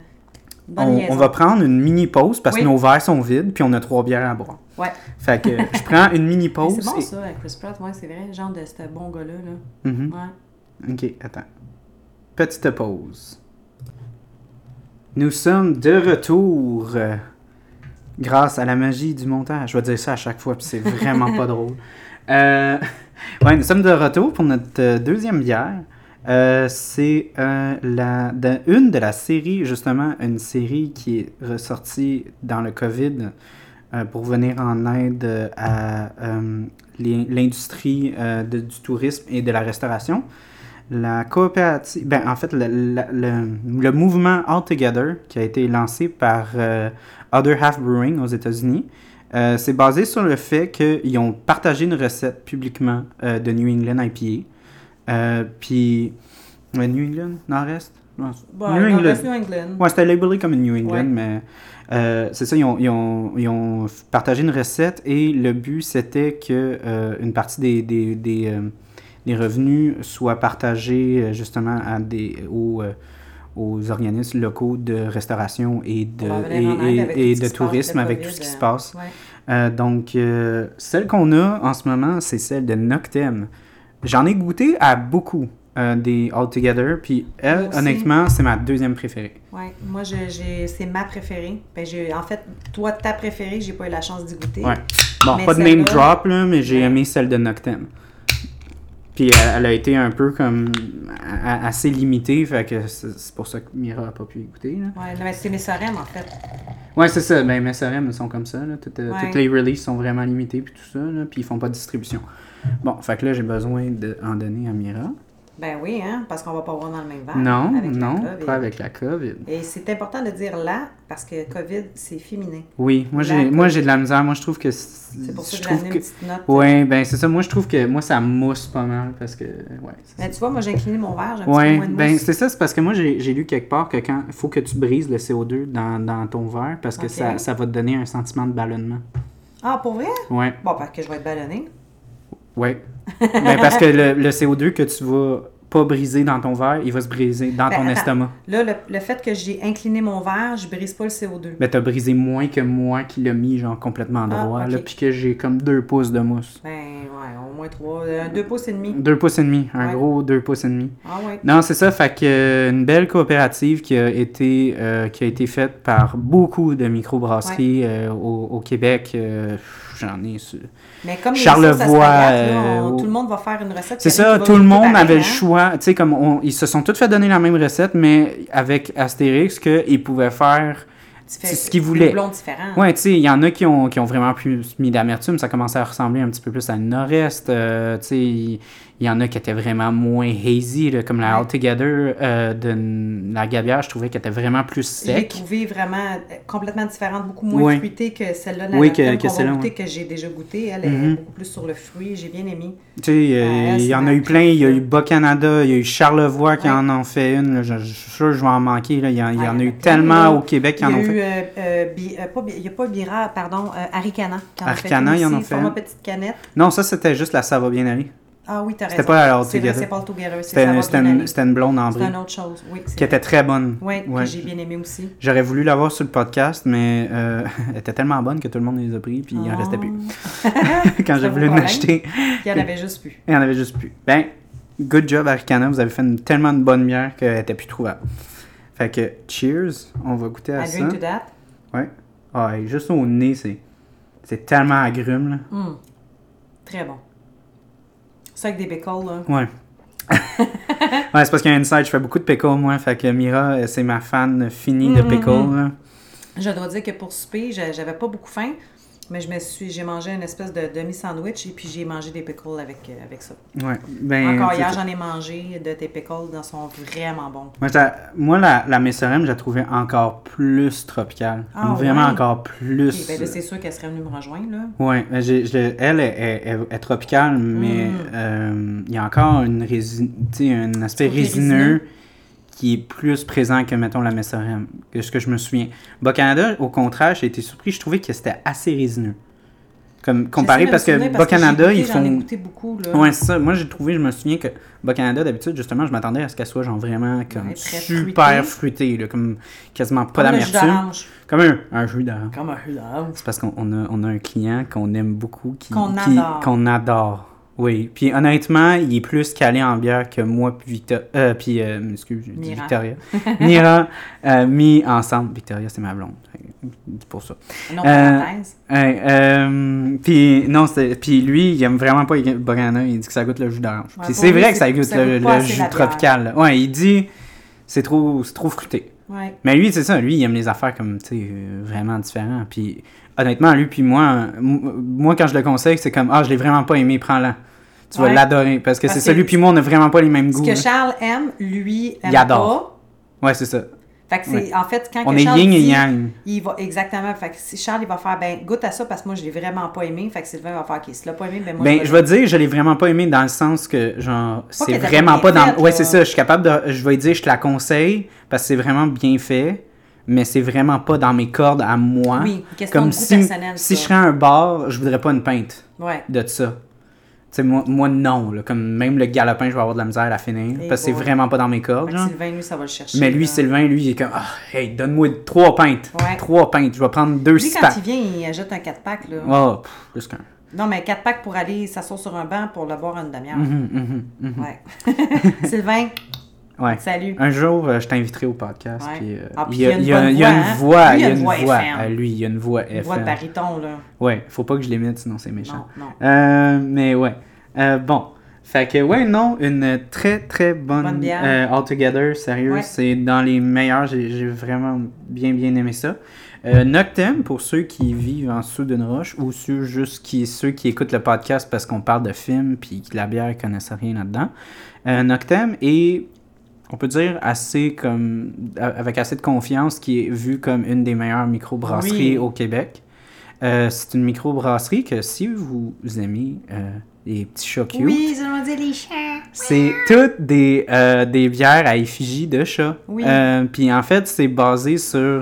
On va prendre une mini-pause parce que nos verres sont vides puis on a 3 bières à boire. Ouais. Fait que je prends une mini-pause. C'est bon ça, Chris Pratt, ouais, c'est vrai. Genre de ce bon gars-là. Là. Ouais. OK, attends. Petite pause. Nous sommes de retour. grâce à la magie du montage. Je vais dire ça à chaque fois, puis c'est vraiment pas drôle. Ouais, nous sommes de retour pour notre deuxième bière. C'est une de la série, justement, une série qui est ressortie dans le COVID pour venir en aide à l'industrie du tourisme et de la restauration. La coopérative, en fait, le mouvement All Together, qui a été lancé par Other Half Brewing aux États-Unis, c'est basé sur le fait qu'ils ont partagé une recette publiquement de New England IPA. Puis, New England, Nord-Est? Non, Nord-Est New England. Ouais, c'était labelé comme une New England, mais c'est ça, ils ont partagé une recette et le but, c'était que une partie des revenus soient partagés justement aux organismes locaux de restauration et de tourisme avec tout ce qui se passe. Ouais. Donc, celle qu'on a en ce moment, c'est celle de Noctem. J'en ai goûté à beaucoup des All Together, puis elle, honnêtement, c'est ma deuxième préférée. Oui, moi, c'est ma préférée. En fait, toi, ta préférée, j'ai pas eu la chance d'y goûter. Ouais. Bon, mais pas de name drop, là, mais j'ai aimé celle de Noctem. Puis elle a été un peu comme assez limitée, fait que c'est pour ça que Mira n'a pas pu écouter. Oui, mais c'est mes sorem en fait. Oui, c'est ça. Ben, mes sorem sont comme ça. Là. Toutes les releases sont vraiment limitées, puis tout ça, là, puis ils font pas de distribution. Bon, fait que là, j'ai besoin d'en donner à Mira. Ben oui, hein, parce qu'on va pas voir dans le même verre. Non, pas avec la COVID. Et c'est important de dire là, parce que COVID, c'est féminin. Oui, moi j'ai de la misère. Moi, je trouve que... C'est pour ça que j'ai amené une petite note. Oui, ben c'est ça. Moi, je trouve que ça mousse pas mal, parce que... Ouais, mais tu vois, moi, j'ai incliné mon verre, j'ai un petit peu moins de mousse. Ben c'est ça, c'est parce que moi, j'ai lu quelque part que il faut que tu brises le CO2 dans ton verre, parce que ça va te donner un sentiment de ballonnement. Ah, pour vrai? Oui. Bon, parce que je vais être ballonné. Oui. Ben, parce que le CO2 que tu vas pas briser dans ton verre, il va se briser dans ton estomac. Là, le fait que j'ai incliné mon verre, je brise pas le CO2. Ben, t'as brisé moins que moi qui l'ai mis genre complètement droit, là, puis que j'ai comme 2 pouces de mousse. Ben, ouais, au moins 3, 2 pouces et demi. 2 pouces et demi, un gros 2 pouces et demi. Ah ouais. Non, c'est ça, fait que une belle coopérative qui a été faite par beaucoup de microbrasseries au Québec. J'en ai sur Charlevoix. Tout le monde va faire une recette. C'est ça, tout le monde avait le choix. Tu sais, comme ils se sont tous fait donner la même recette, mais avec Astérix, qu'ils pouvaient faire ce qu'ils voulaient. Ouais, tu sais, il y en a qui ont vraiment plus mis d'amertume. Ça commençait à ressembler un petit peu plus à le Nord-Est. Tu sais, il y en a qui étaient vraiment moins hazy, là, comme la All Together de la Gabière. Je trouvais qu'elle était vraiment plus sec. J'ai trouvé vraiment complètement différente, beaucoup moins fruitée que celle-là que j'ai déjà goûté. Elle est beaucoup plus sur le fruit. J'ai bien aimé. Tu sais, il y en a eu plein. Il y a eu Bas-Canada, il y a eu Charlevoix qui en fait une. Là. Je suis sûr que je vais en manquer. Là. Il y en a eu tellement au Québec qui en ont fait. Il n'y a pas Bira, pardon, Aricana. Aricana, ils en ont fait. Format petite canette. Non, ça, c'était juste la Ça va bien aller. Ah oui, t'as raison. C'était pas la All Together. C'est pas All Together. C'était une blonde en brie. C'est une autre chose, oui. Qui était très bonne. Oui, que j'ai bien aimé aussi. J'aurais voulu l'avoir sur le podcast, mais elle était tellement bonne que tout le monde les a pris, puis il en restait plus. Quand j'ai voulu l'acheter. Il y en avait juste plus. Il y en avait juste plus. Ben, good job, Aricana. Vous avez fait tellement de bonne bière qu'elle était plus trouvable. Fait que, cheers. On va goûter à ça. Drink to that. Ouais. Ah, juste au nez, c'est tellement agrume, là. Très bon. Ça avec des pickles, là. Ouais. Ouais, c'est parce qu'il y a une side, je fais beaucoup de pickles, moi. Fait que Mira, c'est ma fan finie de pickles, là. Je dois dire que pour souper, j'avais pas beaucoup faim, mais j'ai mangé une espèce de demi-sandwich et puis j'ai mangé des pickles avec ça. Ouais. Ben, encore hier, j'en ai mangé de tes pickles, ils sont vraiment bons. Moi, la Messorem, je la trouvais encore plus tropicale. Vraiment encore plus. Okay, ben là, c'est sûr qu'elle serait venue me rejoindre, là. Oui, elle est tropicale, mais il y a encore un aspect résineux qui est plus présent que, mettons, la Messorem, que ce que je me souviens. Bas-Canada, au contraire, j'ai été surpris, je trouvais que c'était assez résineux. Comme comparé, parce que Bas-Canada, ils font... J'en ai goûté beaucoup, là. Ouais, c'est ça. Moi, je me souviens que Bas-Canada, d'habitude, justement, je m'attendais à ce qu'elle soit genre vraiment comme super fruitée, là, comme quasiment pas d'amertume. Comme un jus d'orange. Comme un jus d'orange. C'est parce qu'on a un client qu'on aime beaucoup, qu'on adore. Oui, puis honnêtement, il est plus calé en bière que moi puis Victoria. Mira, mis ensemble. Victoria, c'est ma blonde. c'est pour ça. Une autre parenthèse. Puis lui, il aime vraiment pas Burana, il dit que ça goûte le jus d'orange. Ouais, Puis c'est vrai que ça goûte ça le goûte pas assez jus la tropical. Là. Ouais, il dit c'est trop fruité. Ouais. Mais lui, c'est ça, lui, il aime les affaires comme, tu sais, vraiment différentes. Puis honnêtement, lui puis moi, quand je le conseille, c'est comme, je l'ai vraiment pas aimé, prends-le. Tu vas l'adorer. Parce que c'est ça, lui puis moi, on a vraiment pas les mêmes goûts. Ce que Charles aime, lui, aime il adore. Pas. Ouais, c'est ça. Fait que c'est, en fait, quand on que est Charles yin et dit, yang. il va, exactement. Fait que si Charles, il va faire, goûte à ça parce que moi, je l'ai vraiment pas aimé. Fait que Sylvain va faire, OK, si tu l'as pas aimé, moi, je vais te dire, je l'ai vraiment pas aimé dans le sens que, genre, c'est vraiment pas dans... Ouais, c'est ça, je suis capable de... Je vais dire, je te la conseille parce que c'est vraiment bien fait, mais c'est vraiment pas dans mes cordes à moi. Oui, question comme de goût personnel, si je serais à un bar, je voudrais pas une pinte de ça. Tu sais, moi, non. Là, comme même le galopin, je vais avoir de la misère à la finir. Parce que c'est vraiment pas dans mes cordes. Sylvain, lui, ça va le chercher. Mais lui, là. Sylvain, lui, il est comme, hey, donne-moi 3 pintes. Ouais. 3 pintes. Je vais prendre 2 6 quand il vient, il ajoute un 4-pack. Là. Plus qu'un. Non, mais 4-pack pour aller s'asseoir sur un banc pour le boire une demi-heure. Ouais. Sylvain. Ouais. Salut. Un jour, je t'inviterai au podcast. Ouais. Puis, il y a une voix. Il y a une voix. Lui, il y a une voix FM. Une voix de baryton, là. Ouais, faut pas que je l'imite, sinon c'est méchant. Non. Mais ouais. Bon. Fait que, une très, très bonne bière. All Together, sérieux. Ouais. C'est dans les meilleurs. J'ai vraiment bien aimé ça. Noctem, pour ceux qui vivent en dessous d'une roche ou ceux qui écoutent le podcast parce qu'on parle de films puis que la bière ne connaissent rien là-dedans. Noctem est, on peut dire, avec assez de confiance, qui est vu comme une des meilleures microbrasseries au Québec. C'est une microbrasserie que si vous aimez les petits chats cute, oui, ils ont dit les chats. c'est toutes des bières à effigie de chats. Oui. Puis en fait, c'est basé sur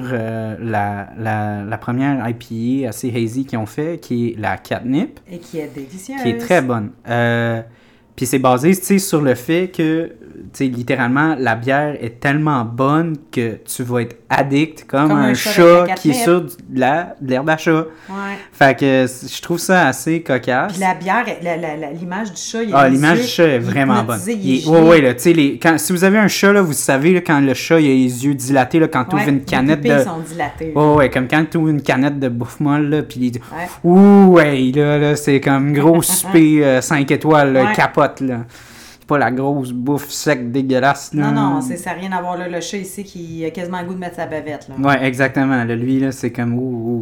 la première IPA assez hazy qu'ils ont fait, qui est la Catnip. Et qui est délicieuse. Qui est très bonne. Puis c'est basé, tu sais, sur le fait que, tu sais, littéralement, la bière est tellement bonne que tu vas être addict comme un chat qui est sur de l'herbe à chat. Ouais. Fait que je trouve ça assez cocasse. Puis la bière, l'image du chat, l'image du chat est vraiment bonne. Ouais, là, tu sais, si vous avez un chat, là, vous savez, là, quand le chat, il a les yeux dilatés, là, quand tu ouvres une canette de... sont dilatés. Comme quand tu ouvres une canette de bouffe molle, là, puis là, c'est comme gros souper 5 étoiles, là, capote. Là. C'est pas la grosse bouffe sec dégueulasse. Là. Non, ça n'a rien à voir. Là, le chat ici qui a quasiment le goût de mettre sa bavette. Là. Ouais, exactement. Là, lui, là, c'est comme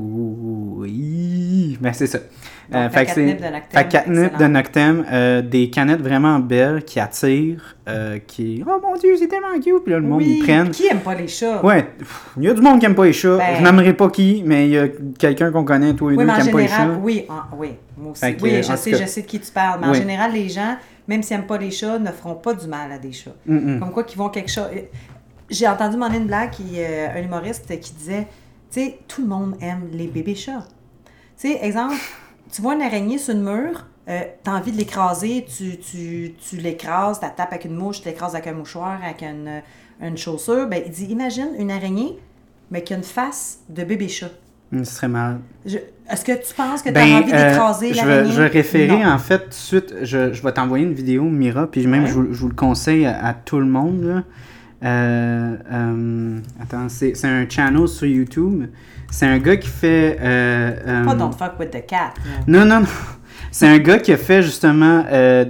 ben, c'est ça. Fait Catnip de Noctem, des canettes vraiment belles qui attirent, qui oh mon Dieu, c'est tellement cute. Puis là, le monde, ils prennent. Qui aime pas les chats? Ouais, il y a du monde qui aime pas les chats. Je n'aimerais pas qui, mais il y a quelqu'un qu'on connaît, toi et nous, qui aime pas les chats. Oui, moi aussi. Je sais de qui tu parles. Mais en général, les gens, même s'ils n'aiment pas les chats, ne feront pas du mal à des chats. Comme quoi qu'ils vont quelque chose. J'ai entendu une blague, un humoriste qui disait, tu sais, tout le monde aime les bébés chats. Tu sais, exemple, tu vois une araignée sur une mur, tu as envie de l'écraser, tu l'écrases, tu la tapes avec une mouche, tu l'écrases avec un mouchoir, avec une chaussure. Ben, il dit, imagine une araignée, mais qui a une face de bébé chat. Ce serait mal. Est-ce que tu penses que tu as envie d'écraser l'araignée? Je vais référer, en fait, tout de suite, je vais t'envoyer une vidéo, Mira, puis même je vous le conseille à tout le monde. Là. Attends, c'est un channel sur YouTube. C'est un gars qui fait... Pas Don't Fuck With The Cat. Non. C'est un gars qui a fait justement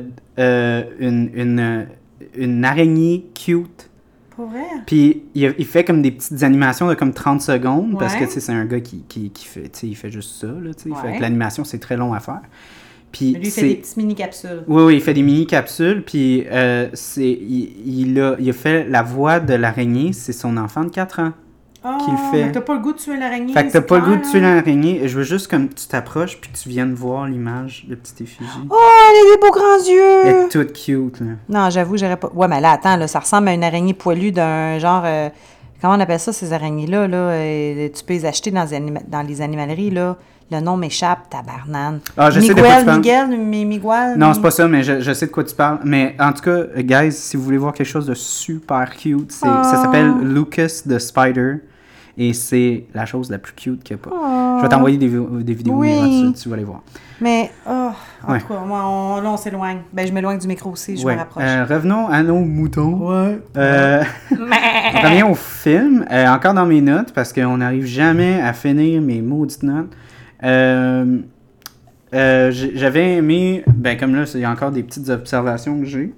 une araignée cute. Pour vrai? Puis il fait comme des petites animations de comme 30 secondes parce que c'est un gars qui fait, il fait juste ça. Là, fait que l'animation, c'est très long à faire. Puis lui, il fait des petites mini-capsules. Oui, il fait des mini-capsules. Puis il a fait la voix de l'araignée, c'est son enfant de 4 ans. Qu'il fait. Mais t'as pas le goût de tuer l'araignée. Fait que t'as pas le goût de tuer l'araignée. Je veux juste comme tu t'approches puis que tu viennes voir l'image de petite effigie. Oh, elle a des beaux grands yeux! Elle est toute cute, là. Non, j'avoue, j'aurais pas... Ouais, mais là, attends, là, ça ressemble à une araignée poilue d'un genre... Comment on appelle ça, ces araignées-là? Là? Tu peux les acheter dans les animaleries, là. Le nom m'échappe, tabarnane. Je sais de quoi tu parles. Miguel? Non, c'est pas ça, mais je sais de quoi tu parles. Mais en tout cas, guys, si vous voulez voir quelque chose de super cute, ça s'appelle Lucas the Spider. Et c'est la chose la plus cute qu'il n'y a pas. Oh. Je vais t'envoyer des vidéos, Mira, tu vas les voir. Mais, en tout cas, là, on s'éloigne. Ben, je m'éloigne du micro aussi, je me rapproche. Revenons à nos moutons. Ouais. On revient au film, encore dans mes notes, parce qu'on n'arrive jamais à finir mes maudites notes. J'avais aimé, comme là, il y a encore des petites observations que j'ai.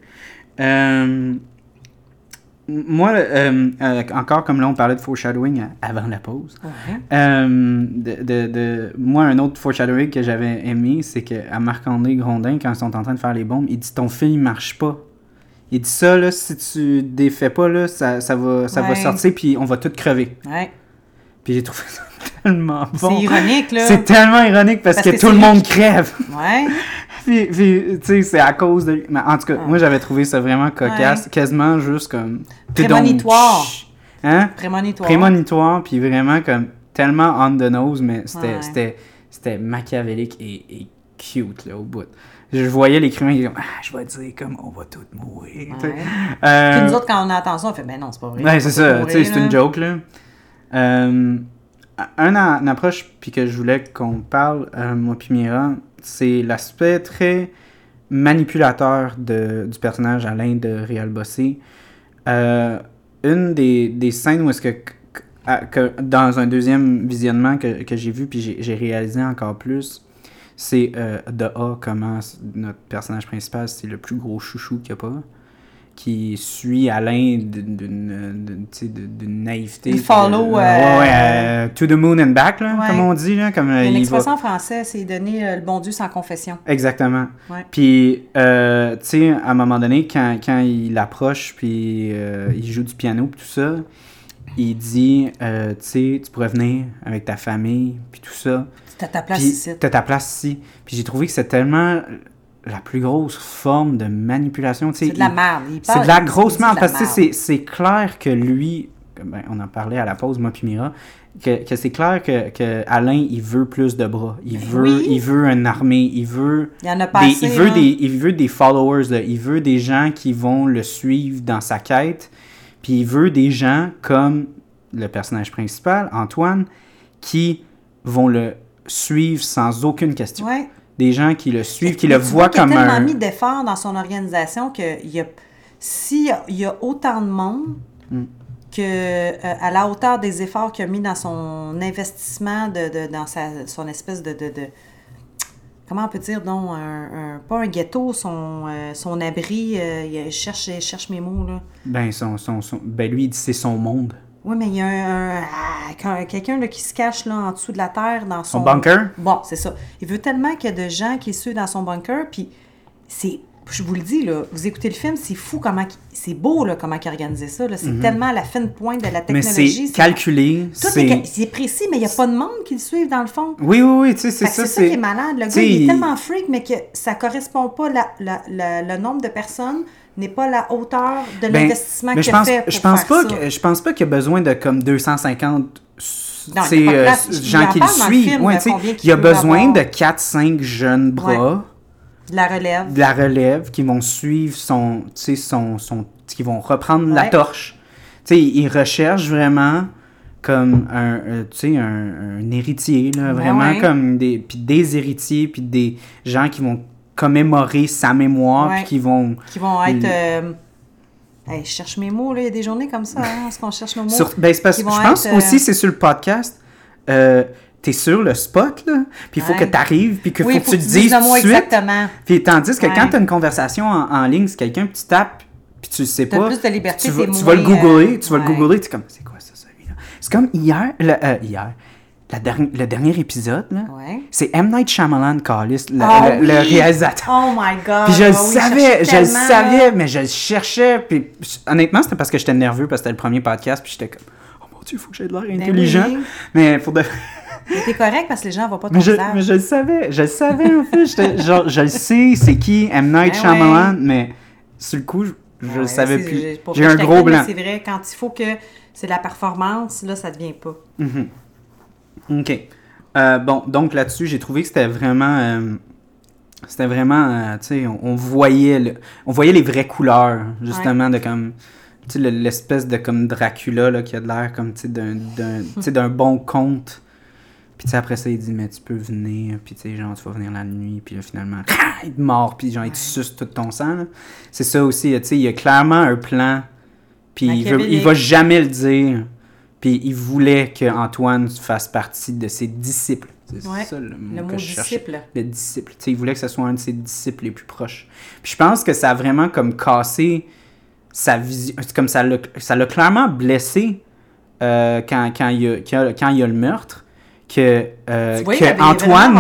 Moi, encore comme là, on parlait de foreshadowing avant la pause. Ouais. Moi, un autre foreshadowing que j'avais aimé, c'est qu'à Marc-André Grondin, quand ils sont en train de faire les bombes, il dit « Ton film, il marche pas. » Il dit ça, là, si tu défais pas, là, ça va sortir, puis on va tout crever. Ouais. Puis j'ai trouvé ça tellement bon. C'est ironique, là. C'est tellement ironique parce que tout le monde crève. Ouais. puis tu sais, c'est à cause de lui. Mais en tout cas, moi, j'avais trouvé ça vraiment cocasse. Quasiment juste comme... Prémonitoire. Hein? Prémonitoire, puis vraiment comme tellement on the nose, mais c'était machiavélique et cute, là, au bout. Je voyais l'écrivain, il disait « je vais dire comme on va tous mourir. Ouais. Puis nous autres, quand on entend ça, on fait « ben non, c'est pas vrai. » Ouais, c'est ça, tu sais, c'est une joke, là. Une approche puis que je voulais qu'on parle, moi puis Mira, c'est l'aspect très manipulateur du personnage Alain de Réal Bossé. Une des scènes où est-ce que dans un deuxième visionnement que j'ai vu puis j'ai réalisé encore plus, c'est de comment notre personnage principal, c'est le plus gros chouchou qu'il n'y a pas, qui suit Alain d'une naïveté. Il follow... to the moon and back, là, comme on dit. Là, comme, une expression en français, c'est donner le bon Dieu sans confession. Exactement. Ouais. Puis, tu sais, à un moment donné, quand il approche, puis il joue du piano, puis tout ça, il dit, tu sais, tu pourrais venir avec ta famille, puis tout ça. T'as ta place ici. T'as ta place ici. Puis j'ai trouvé que c'est tellement... la plus grosse forme de manipulation. C'est de la merde. C'est de la grosse merde, parce que c'est clair que lui, on en parlait à la pause, moi puis Mira, que c'est clair que Alain, il veut plus de bras. Il veut une armée, il veut... Il y en a pas assez, il veut des followers, là. Il veut des gens qui vont le suivre dans sa quête, puis il veut des gens comme le personnage principal, Antoine, qui vont le suivre sans aucune question. Ouais. Des gens qui le suivent, qui le voient comme un... Il a tellement mis d'efforts dans son organisation que s'il y a autant de monde que à la hauteur des efforts qu'il a mis dans son investissement, dans son espèce de comment on peut dire, non, pas un ghetto, son abri, je cherche mes mots, là. Lui, il dit c'est son monde. Oui, mais il y a quelqu'un là, qui se cache là, en dessous de la terre dans son bunker. Bon, c'est ça. Il veut tellement qu'il y a de gens qui suivent dans son bunker, puis je vous le dis, là, vous écoutez le film, c'est fou c'est beau là, comment il a organisé ça. Là. C'est tellement à la fine pointe de la technologie. Mais c'est calculé. C'est précis, mais il n'y a pas de monde qui le suive dans le fond. Oui, tu sais, c'est ça. C'est ça qui est malade. Le gars, il est tellement freak, mais que ça correspond pas, le nombre de personnes n'est pas à la hauteur de l'investissement qu'il a fait pour faire ça. Je pense pas qu'il y a besoin de comme 250 gens qui le suivent. Il y a besoin de 4-5 jeunes bras. Ouais. De la relève. Qui vont suivre qui vont reprendre la torche. Tu sais, ils recherchent vraiment comme un héritier, là, vraiment comme des héritiers, puis des gens qui vont commémorer sa mémoire, puis qui vont être... je cherche mes mots, là. Il y a des journées comme ça, hein, est-ce qu'on cherche nos mots? Je pense aussi c'est sur le podcast. T'es sur le spot, là, puis il faut que t'arrives, puis qu'il faut que tu te dises tout de suite. Exactement. Puis tandis que quand t'as une conversation en ligne, c'est quelqu'un, puis tu tapes, puis tu le sais pas. Plus de liberté, tu vas le googler, t'es comme, c'est quoi ça, celui-là? C'est comme le dernier épisode, là, c'est M. Night Shyamalan, le réalisateur. Oh my God! Puis je le savais, mais je le cherchais. Puis honnêtement, c'était parce que j'étais nerveux, parce que c'était le premier podcast, puis j'étais comme, oh mon Dieu, il faut que j'aie de l'air intelligent. Oui. Mais pour de... Mais t'es correct parce que les gens ne voient pas ton visage. Mais je le savais en fait. Je le sais, c'est qui M. Night Shyamalan, mais sur le coup, je le savais plus. J'ai un gros blanc. C'est vrai, quand il faut que c'est la performance, là, ça ne devient pas. OK. Bon, donc là-dessus, j'ai trouvé que c'était vraiment... tu sais, on voyait les vraies couleurs, justement, de comme... tu sais, l'espèce de comme Dracula, là, qui a de l'air comme, tu sais, d'un bon conte. Puis, tu sais, après ça, il dit, mais tu peux venir, puis, tu sais, genre, tu vas venir la nuit, puis là, finalement, il te mord, puis, genre, il te suce tout ton sang, là. C'est ça aussi, tu sais, il y a clairement un plan, puis il va jamais le dire, puis il voulait qu'Antoine fasse partie de ses disciples. C'est ça le mot que je cherchais. disciple. Le disciple. Tu sais, il voulait que ce soit un de ses disciples les plus proches. Puis je pense que ça a vraiment comme cassé sa vision. C'est comme ça l'a clairement blessé quand il y a le meurtre. Que Antoine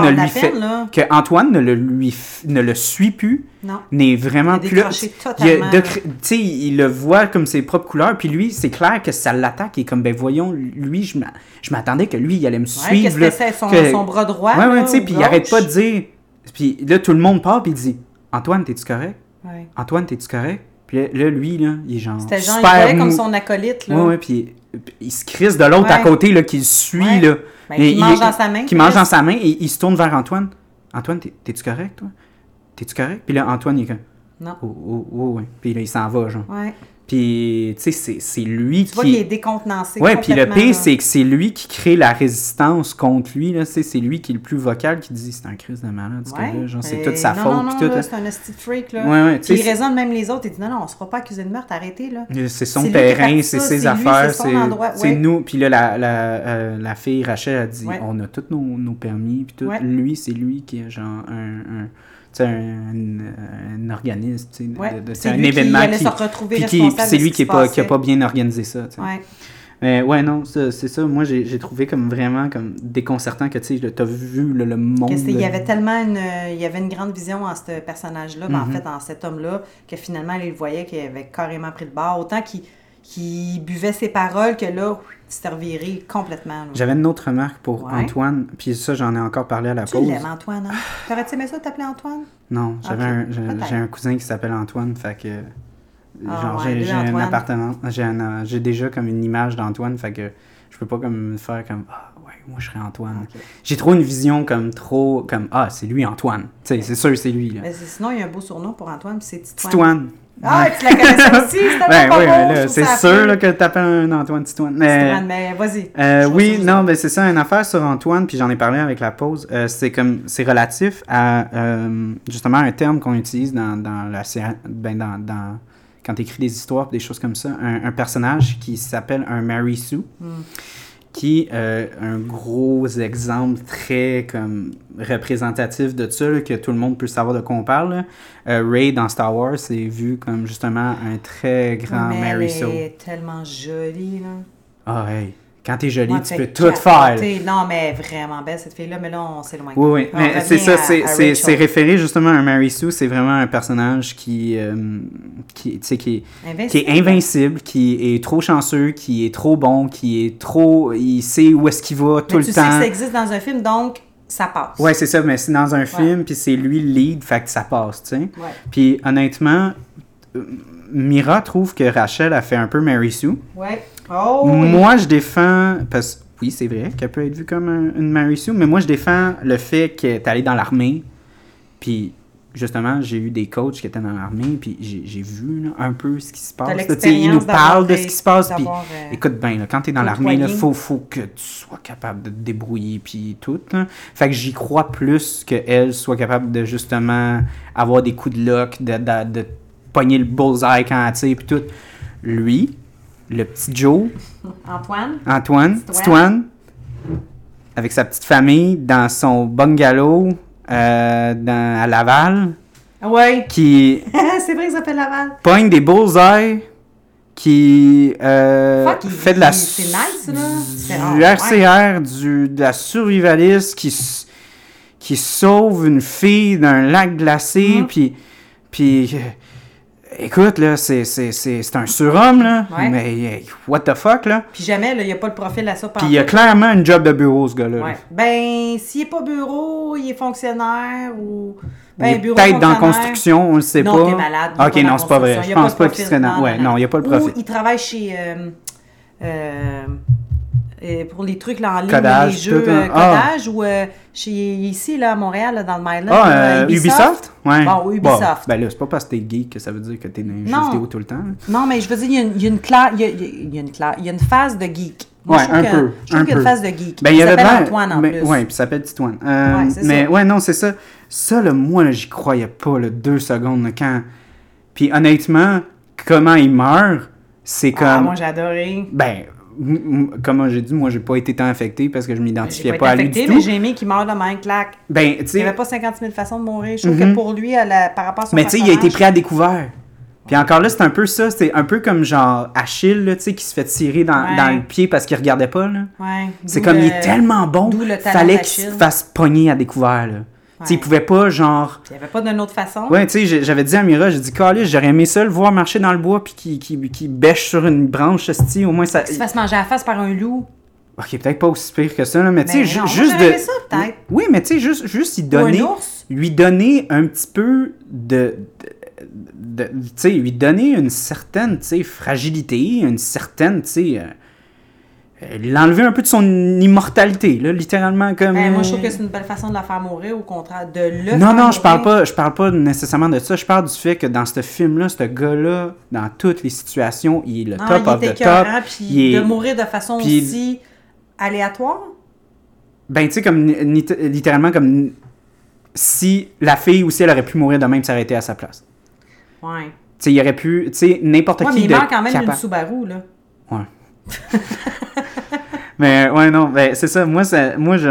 ne le suit plus, non. n'est vraiment il plus là. Totalement. Il le voit comme ses propres couleurs, puis lui, c'est clair que ça l'attaque, et comme, ben voyons, lui, je m'attendais que lui, il allait me suivre. Qu'est-ce que c'est son bras droit? Ouais, tu sais, puis il arrête pas de dire, puis là, tout le monde part, puis il dit, Antoine, t'es-tu correct? Ouais. Antoine, t'es-tu correct? Puis là, lui, là, il est genre c'était genre, super il voyait comme son acolyte, là. Ouais, puis il se crisse de l'autre à côté, là, qui le suit, là. Ben, qui mange dans sa main. Qui mange dans sa main, et il se tourne vers Antoine. Antoine, t'es-tu correct, toi? T'es-tu correct? Puis là, Antoine, il est comme... Non. Ouais. Puis là, il s'en va, genre. Ouais. Puis, tu sais, c'est lui qui... Tu vois qu'il est décontenancé. Ouais, puis le pire, c'est que c'est lui qui crée la résistance contre lui, là. C'est lui qui est le plus vocal, qui dit, c'est un crise de malade, ce gars-là. Genre, c'est toute sa faute. Non, tout, là, c'est un esti de freak, là. Ouais, puis il raisonne même les autres. Il dit, non, on se fera pas accuser de meurtre, arrêtez, là. C'est son terrain, c'est ses affaires, c'est ouais. nous. Puis là, la fille Rachel a dit, on a tous nos permis, puis tout. Ouais. Lui, c'est lui qui est genre un organisme, tu sais, un événement qui allait se retrouver responsable. Puis c'est lui qui a pas bien organisé ça, tu sais. Ouais. Mais ouais, non, c'est ça. Moi, j'ai trouvé comme vraiment comme déconcertant que, tu sais, t'as vu le monde. Il y avait tellement il y avait une grande vision en ce personnage-là, en fait, en cet homme-là, que finalement, il voyait qu'il avait carrément pris le bord. Autant qu'il buvait ses paroles que là, il s'est reviré complètement. Là. J'avais une autre remarque pour Antoine, puis ça, j'en ai encore parlé à la pause. Tu l'aimes, Antoine, hein? T'aurais-tu aimé ça t'appeler Antoine? Non, j'ai un cousin qui s'appelle Antoine, fait que... Genre, j'ai un appartement, j'ai déjà comme une image d'Antoine, fait que je peux pas comme me faire comme moi je serais Antoine. Okay. J'ai trop une vision comme c'est lui Antoine. Tu sais, c'est sûr c'est lui là. Mais sinon il y a un beau surnom pour Antoine, puis c'est Titoine. Titoine. Ah, tu la connaissais aussi, c'était là, c'est sûr là, que t'appelles un Antoine Titoine. Mais vas-y. Oui, non, mais c'est ça, une affaire sur Antoine, puis j'en ai parlé avec la pause. C'est relatif à justement un terme qu'on utilise dans quand tu écris des histoires, des choses comme ça, un personnage qui s'appelle un Mary Sue, qui est un gros exemple très comme représentatif de ça, là, que tout le monde peut savoir de quoi on parle. Rey dans Star Wars est vu comme justement un très grand Mary Sue. Elle est tellement jolie, là. Ah, hey! Quand t'es jolie, tu peux tout faire. Non, mais vraiment belle, cette fille-là, mais là, on s'éloigne. Oui, mais c'est ça, c'est référé justement à un Mary Sue, c'est vraiment un personnage qui est invincible, qui est trop chanceux, qui est trop bon, il sait où est-ce qu'il va tout le temps. Tu sais que ça existe dans un film, donc ça passe. Ouais, c'est ça, mais c'est dans un film, puis c'est lui le lead, fait que ça passe, tu sais. Ouais. Puis honnêtement, Mira trouve que Rachel a fait un peu Mary Sue. Ouais. Oh, moi, je défends... Parce que oui, c'est vrai qu'elle peut être vue comme une Mary Sue, mais moi, je défends le fait qu'elle est allée dans l'armée. Puis, justement, j'ai eu des coachs qui étaient dans l'armée, puis j'ai vu là, un peu ce qui se passe. Ils nous parlent de ce qui se passe. Puis, écoute bien, quand tu es dans l'armée, il faut que tu sois capable de te débrouiller, puis tout. Là. Fait que j'y crois plus qu'elle soit capable de, justement, avoir des coups de luck, de pogner le bullseye quand elle tire, puis tout. Lui... Le petit Joe. Antoine. Titoine. Avec sa petite famille dans son bungalow à Laval. Ouais. Qui. C'est vrai que ça s'appelle Laval. Pogne des bullseyes. Qui fait de la. C'est nice, là. Du RCR, de la survivaliste qui sauve une fille d'un lac glacé. Puis écoute, là, c'est un surhomme, là, mais what the fuck, là. Puis jamais, là, il n'y a pas le profil à ça. Puis il a clairement un job de bureau, ce gars-là. Ouais. Là. Ben, s'il n'est pas bureau, il est fonctionnaire ou... Ben, bureau peut-être dans la construction, on le sait pas. Non, t'es malade. Ok, non, c'est pas vrai. Je pense pas qu'il serait dans... Ouais, non, il n'y a pas le profil. Ou il travaille chez... pour les trucs là, en ligne, Codage, les jeux tout, hein. codage, ou ici, là, à Montréal, là, dans le Myland, Ubisoft? Ouais. Bon, Ubisoft. Bon, ben là, c'est pas parce que t'es geek que ça veut dire que t'es dans les jeux vidéo tout le temps. Non, mais je veux dire, il y a une phase de geek. Moi, je trouve qu'il y a une phase de geek. Ben, il s'appelle Antoine, en plus. Oui, puis il s'appelle Titoine. c'est mais ça. ouais, non, c'est ça. Ça, là, moi, là, j'y croyais pas, là, 2 secondes, là, quand... Puis honnêtement, comment il meurt, c'est comme... Ah, moi, j'ai adoré. Ben, comme j'ai dit, moi, j'ai pas été tant affecté parce que je m'identifiais pas à lui du tout. Mais j'ai aimé qu'il meurt de même, clac. Ben, tu sais... Il n'y avait pas 50 000 façons de mourir. Je trouve que pour lui, par rapport à son Mais tu sais, il a été pris à découvert. Puis encore là, c'est un peu ça. C'est un peu comme genre Achille, là, tu sais, qui se fait tirer dans le pied parce qu'il regardait pas, là. Ouais. C'est comme, il est tellement bon, fallait qu'il se fasse pogner à découvert, là. Ouais. Tu sais, il pouvait pas, genre... Il n'y avait pas d'une autre façon. Ouais, tu sais, j'avais dit à Mira, j'ai dit, Caliste, j'aurais aimé ça le voir marcher dans le bois puis qu'il bêche sur une branche, au moins ça... Qu'il se fasse manger à la face par un loup. Ok, peut-être pas aussi pire que ça, là, mais tu sais, juste de... ça, peut-être. Oui, mais tu sais, juste lui donner un petit peu de tu sais, lui donner une certaine, tu sais, fragilité, une certaine, tu sais... l'enlever un peu de son immortalité, là, littéralement, comme... moi, je trouve que c'est une belle façon de la faire mourir, au contraire, de le faire Non, mourir. je parle pas nécessairement de ça, je parle du fait que dans ce film-là, ce gars-là, dans toutes les situations, il est le top of the top. Puis de mourir de façon aussi aléatoire? Ben, tu sais, comme, littéralement, comme si la fille aussi, elle aurait pu mourir de même s'arrêter à sa place. Ouais. Tu sais, il aurait pu, tu sais, n'importe qui... mais il meurt quand même d'une Subaru, là. Ouais. Mais ouais, non, ben, c'est ça. Moi, ça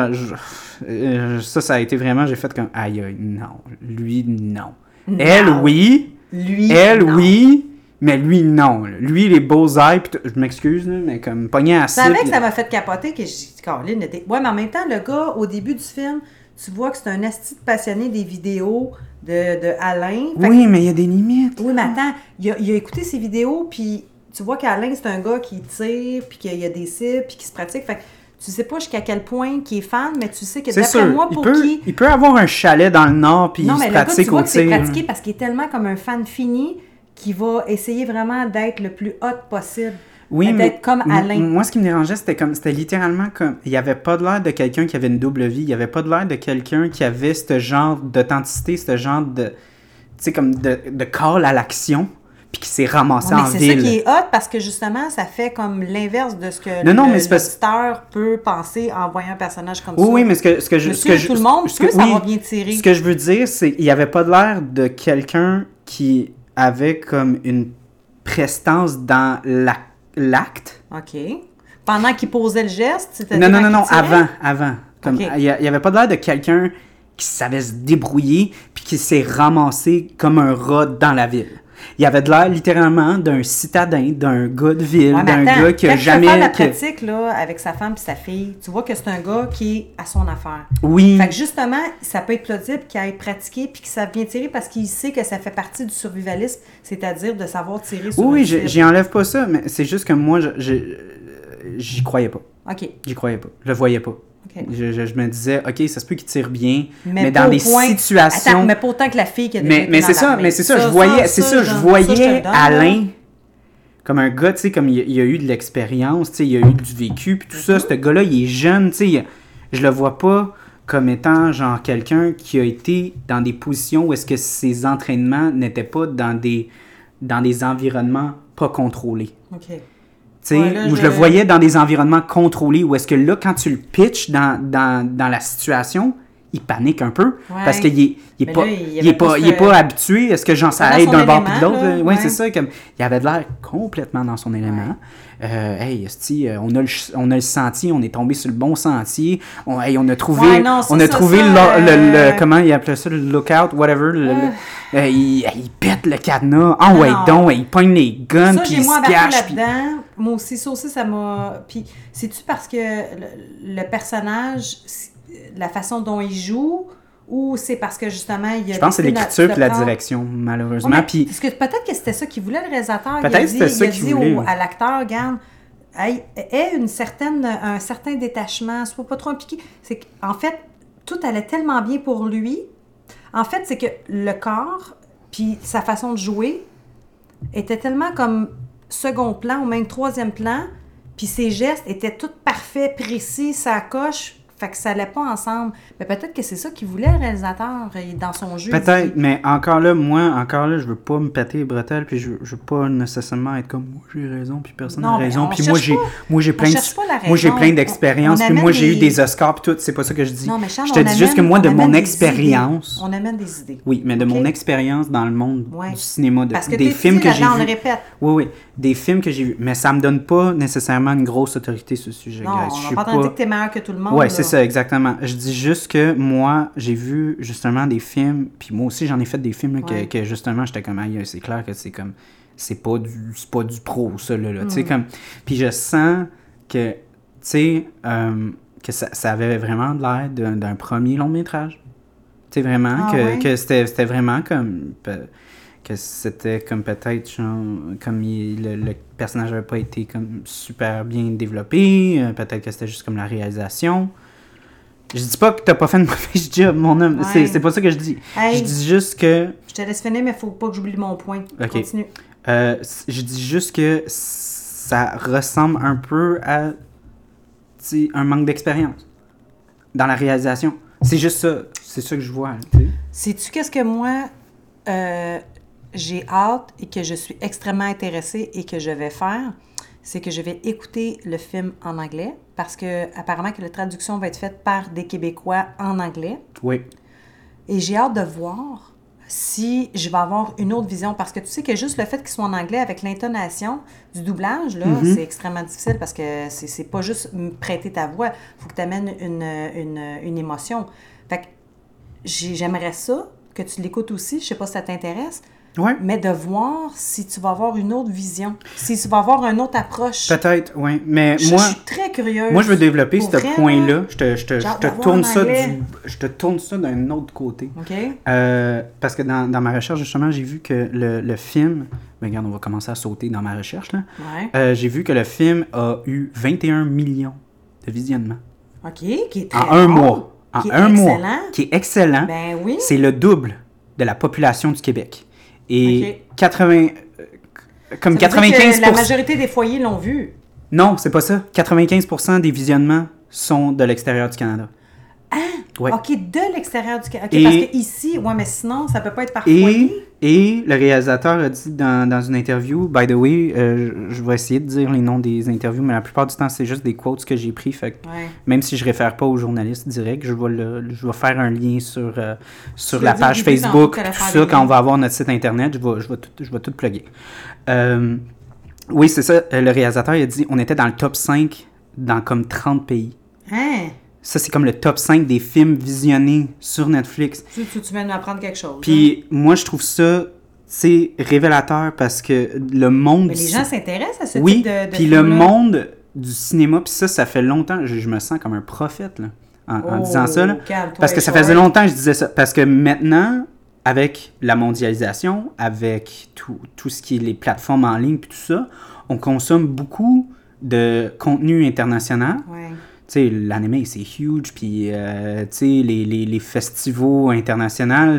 a été vraiment, j'ai fait comme, aïe, non. Lui, non. Elle, oui. Oui. Mais lui, non. Lui, les beaux-ailes, je m'excuse, là, mais comme pogné à ça m'a fait capoter que j'ai dit, Caroline était... Ouais, mais en même temps, le gars, au début du film, tu vois que c'est un asti passionné des vidéos de Alain. Oui, mais il y a des limites. Oui, mais attends, il a écouté ses vidéos, puis tu vois qu'Alain, c'est un gars qui tire, puis qu'il y a des cibles, puis qui se pratique. Fait que tu sais pas jusqu'à quel point qu'il est fan, mais tu sais que d'après moi, il peut avoir un chalet dans le Nord, puis il se pratique au tir. Non, mais le gars, tu vois que c'est pratiqué parce qu'il est tellement comme un fan fini qu'il va essayer vraiment d'être le plus hot possible. Oui, d'être comme Alain. Moi, ce qui me dérangeait, c'était littéralement comme... Il n'y avait pas de l'air de quelqu'un qui avait une double vie. Il n'y avait pas de l'air de quelqu'un qui avait ce genre d'authenticité, ce genre de... Tu sais, comme de call à l'action, puis qui s'est ramassé en ville. C'est ça qui est hot, parce que justement, ça fait comme l'inverse de ce que l'auditeur peut penser en voyant un personnage comme ça. Oui, mais tout le monde peut savoir bien tirer. Ce que je veux dire, c'est qu'il n'y avait pas de l'air de quelqu'un qui avait comme une prestance dans l'acte. OK. Pendant qu'il posait le geste, c'était... Non, avant. Comme, il n'y avait pas de l'air de quelqu'un qui savait se débrouiller puis qui s'est ramassé comme un rat dans la ville. Il y avait de l'air littéralement d'un citadin, d'un gars de ville, d'un gars qui a jamais... Quand il fait la pratique là, avec sa femme et sa fille, tu vois que c'est un gars qui est à son affaire. Oui. Fait que justement, ça peut être plausible qu'il ait pratiqué puis qu'il savent bien tirer parce qu'il sait que ça fait partie du survivalisme, c'est-à-dire de savoir tirer sur Oui, j'y enlève pas ça, mais c'est juste que moi, j'y croyais pas. OK. J'y croyais pas. Je le voyais pas. Okay. Je me disais, OK, ça se peut qu'il tire bien, mais dans des situations... Attends, mais pas autant que la fille qui a déjà mais c'est ça, je voyais Alain comme un gars, tu sais, comme il a eu de l'expérience, tu sais, il a eu du vécu, puis tout ça, ce gars-là, il est jeune, tu sais, je le vois pas comme étant, genre, quelqu'un qui a été dans des positions où est-ce que ses entraînements n'étaient pas dans des environnements pas contrôlés. OK. Où je le voyais dans des environnements contrôlés, où est-ce que là, quand tu le pitches dans la situation, il panique un peu, parce qu'il est pas habitué. Est-ce que ça aide d'un bord puis de l'autre? Oui, c'est ça. Comme, il avait de l'air complètement dans son élément. On a le sentier, on est tombé sur le bon sentier. On a trouvé, comment il appelait ça, le lookout, whatever. Il pète le cadenas. Il pogne les guns, puis il se cache. Là-dedans. Moi aussi, ça m'a... Puis, c'est-tu parce que le personnage, la façon dont il joue, ou c'est parce que, justement, il y a... Je pense que c'est l'écriture et la direction, malheureusement. Puis... Parce que peut-être que c'était ça qu'il voulait, le réalisateur. Peut-être c'était ça qu'il voulait. À l'acteur, regarde, ait un certain détachement, soit pas trop impliqué. C'est qu'en fait, tout allait tellement bien pour lui. En fait, c'est que le corps, puis sa façon de jouer, était tellement comme second plan ou même troisième plan Puis ses gestes étaient tous parfaits, précis, ça coche. Fait que ça allait pas ensemble. Mais peut-être que c'est ça qu'il voulait, le réalisateur, dans son jeu. Peut-être, mais encore là, je veux pas me péter les bretelles, puis je veux pas nécessairement être comme moi j'ai raison, puis personne n'a raison, puis moi j'ai plein d'expériences, puis moi j'ai eu des Oscars, puis tout, c'est pas ça que je dis. Non, mais Charles, je te dis juste que moi, de mon expérience... On amène des idées. Oui, mais de mon expérience dans le monde du cinéma, des films que j'ai vus... on le répète. Oui, des films que j'ai vus, mais ça me donne pas nécessairement une grosse autorité sur ce sujet. Non, on va pas en dire que t'es meilleur que tout le monde. Ouais, c'est ça, exactement. Je dis juste que moi, j'ai vu justement des films, puis moi aussi j'en ai fait des films là, que justement j'étais comme, aïe, c'est clair que c'est comme, c'est pas du pro ça là, tu sais comme, puis je sens que, tu sais, que ça avait vraiment l'air d'un premier long métrage, tu sais vraiment que c'était vraiment comme que c'était comme peut-être genre, comme le personnage n'avait pas été comme super bien développé, peut-être que c'était juste comme la réalisation. Je dis pas que t'as pas fait une mauvaise job, mon homme. Ouais. C'est pas ça que je dis. Hey, je dis juste que... Je te laisse finir, mais faut pas que j'oublie mon point. Okay. Continue. Je dis juste que ça ressemble un peu à un manque d'expérience dans la réalisation. C'est juste ça. C'est ça que je vois. Sais-tu qu'est-ce que moi, j'ai hâte et que je suis extrêmement intéressée et que je vais faire? C'est que je vais écouter le film en anglais parce que apparemment que la traduction va être faite par des Québécois en anglais. Oui. Et j'ai hâte de voir si je vais avoir une autre vision parce que tu sais que juste le fait qu'ils soient en anglais avec l'intonation du doublage, là, c'est extrêmement difficile parce que c'est pas juste prêter ta voix. Il faut que tu amènes une émotion. Fait que j'aimerais ça, que tu l'écoutes aussi. Je sais pas si ça t'intéresse. Ouais. Mais de voir si tu vas avoir une autre vision, si tu vas avoir une autre approche. Peut-être, oui. Mais moi, je suis très curieuse. Moi, je veux développer ce point-là. Je te tourne ça d'un autre côté. OK. Parce que dans ma recherche, justement, j'ai vu que le film... Ben, regarde, on va commencer à sauter dans ma recherche, là. Ouais. J'ai vu que le film a eu 21 millions de visionnements. OK, qui est très En un mois. Qui est excellent. Qui est excellent. Ben oui. C'est le double de la population du Québec. Et 95%... La majorité des foyers l'ont vu. Non, c'est pas ça. 95% des visionnements sont de l'extérieur du Canada. Ah! Ouais. OK, de l'extérieur du Canada. OK, parce que ici, mais sinon, ça peut pas être par foyer. Et le réalisateur a dit dans une interview, by the way, je vais essayer de dire les noms des interviews, mais la plupart du temps, c'est juste des quotes que j'ai pris. Fait que même si je réfère pas aux journalistes directs, je vais faire un lien sur la page Facebook, tout ça, quand on va avoir notre site internet, je vais tout plugger. Oui, c'est ça. Le réalisateur il a dit on était dans le top 5 dans comme 30 pays. Hein? Ça, c'est comme le top 5 des films visionnés sur Netflix. Tu viens de m'apprendre quelque chose. Puis moi, je trouve ça, c'est révélateur parce que le monde... Mais les gens s'intéressent à ce type de puis le monde du cinéma, puis ça fait longtemps, je me sens comme un prophète là, en disant ça. Là, parce que ça faisait longtemps que je disais ça. Parce que maintenant, avec la mondialisation, avec tout ce qui est les plateformes en ligne, puis tout ça, on consomme beaucoup de contenu international. Ouais. Tu sais, l'anime, c'est huge, puis, tu sais, les festivals internationaux,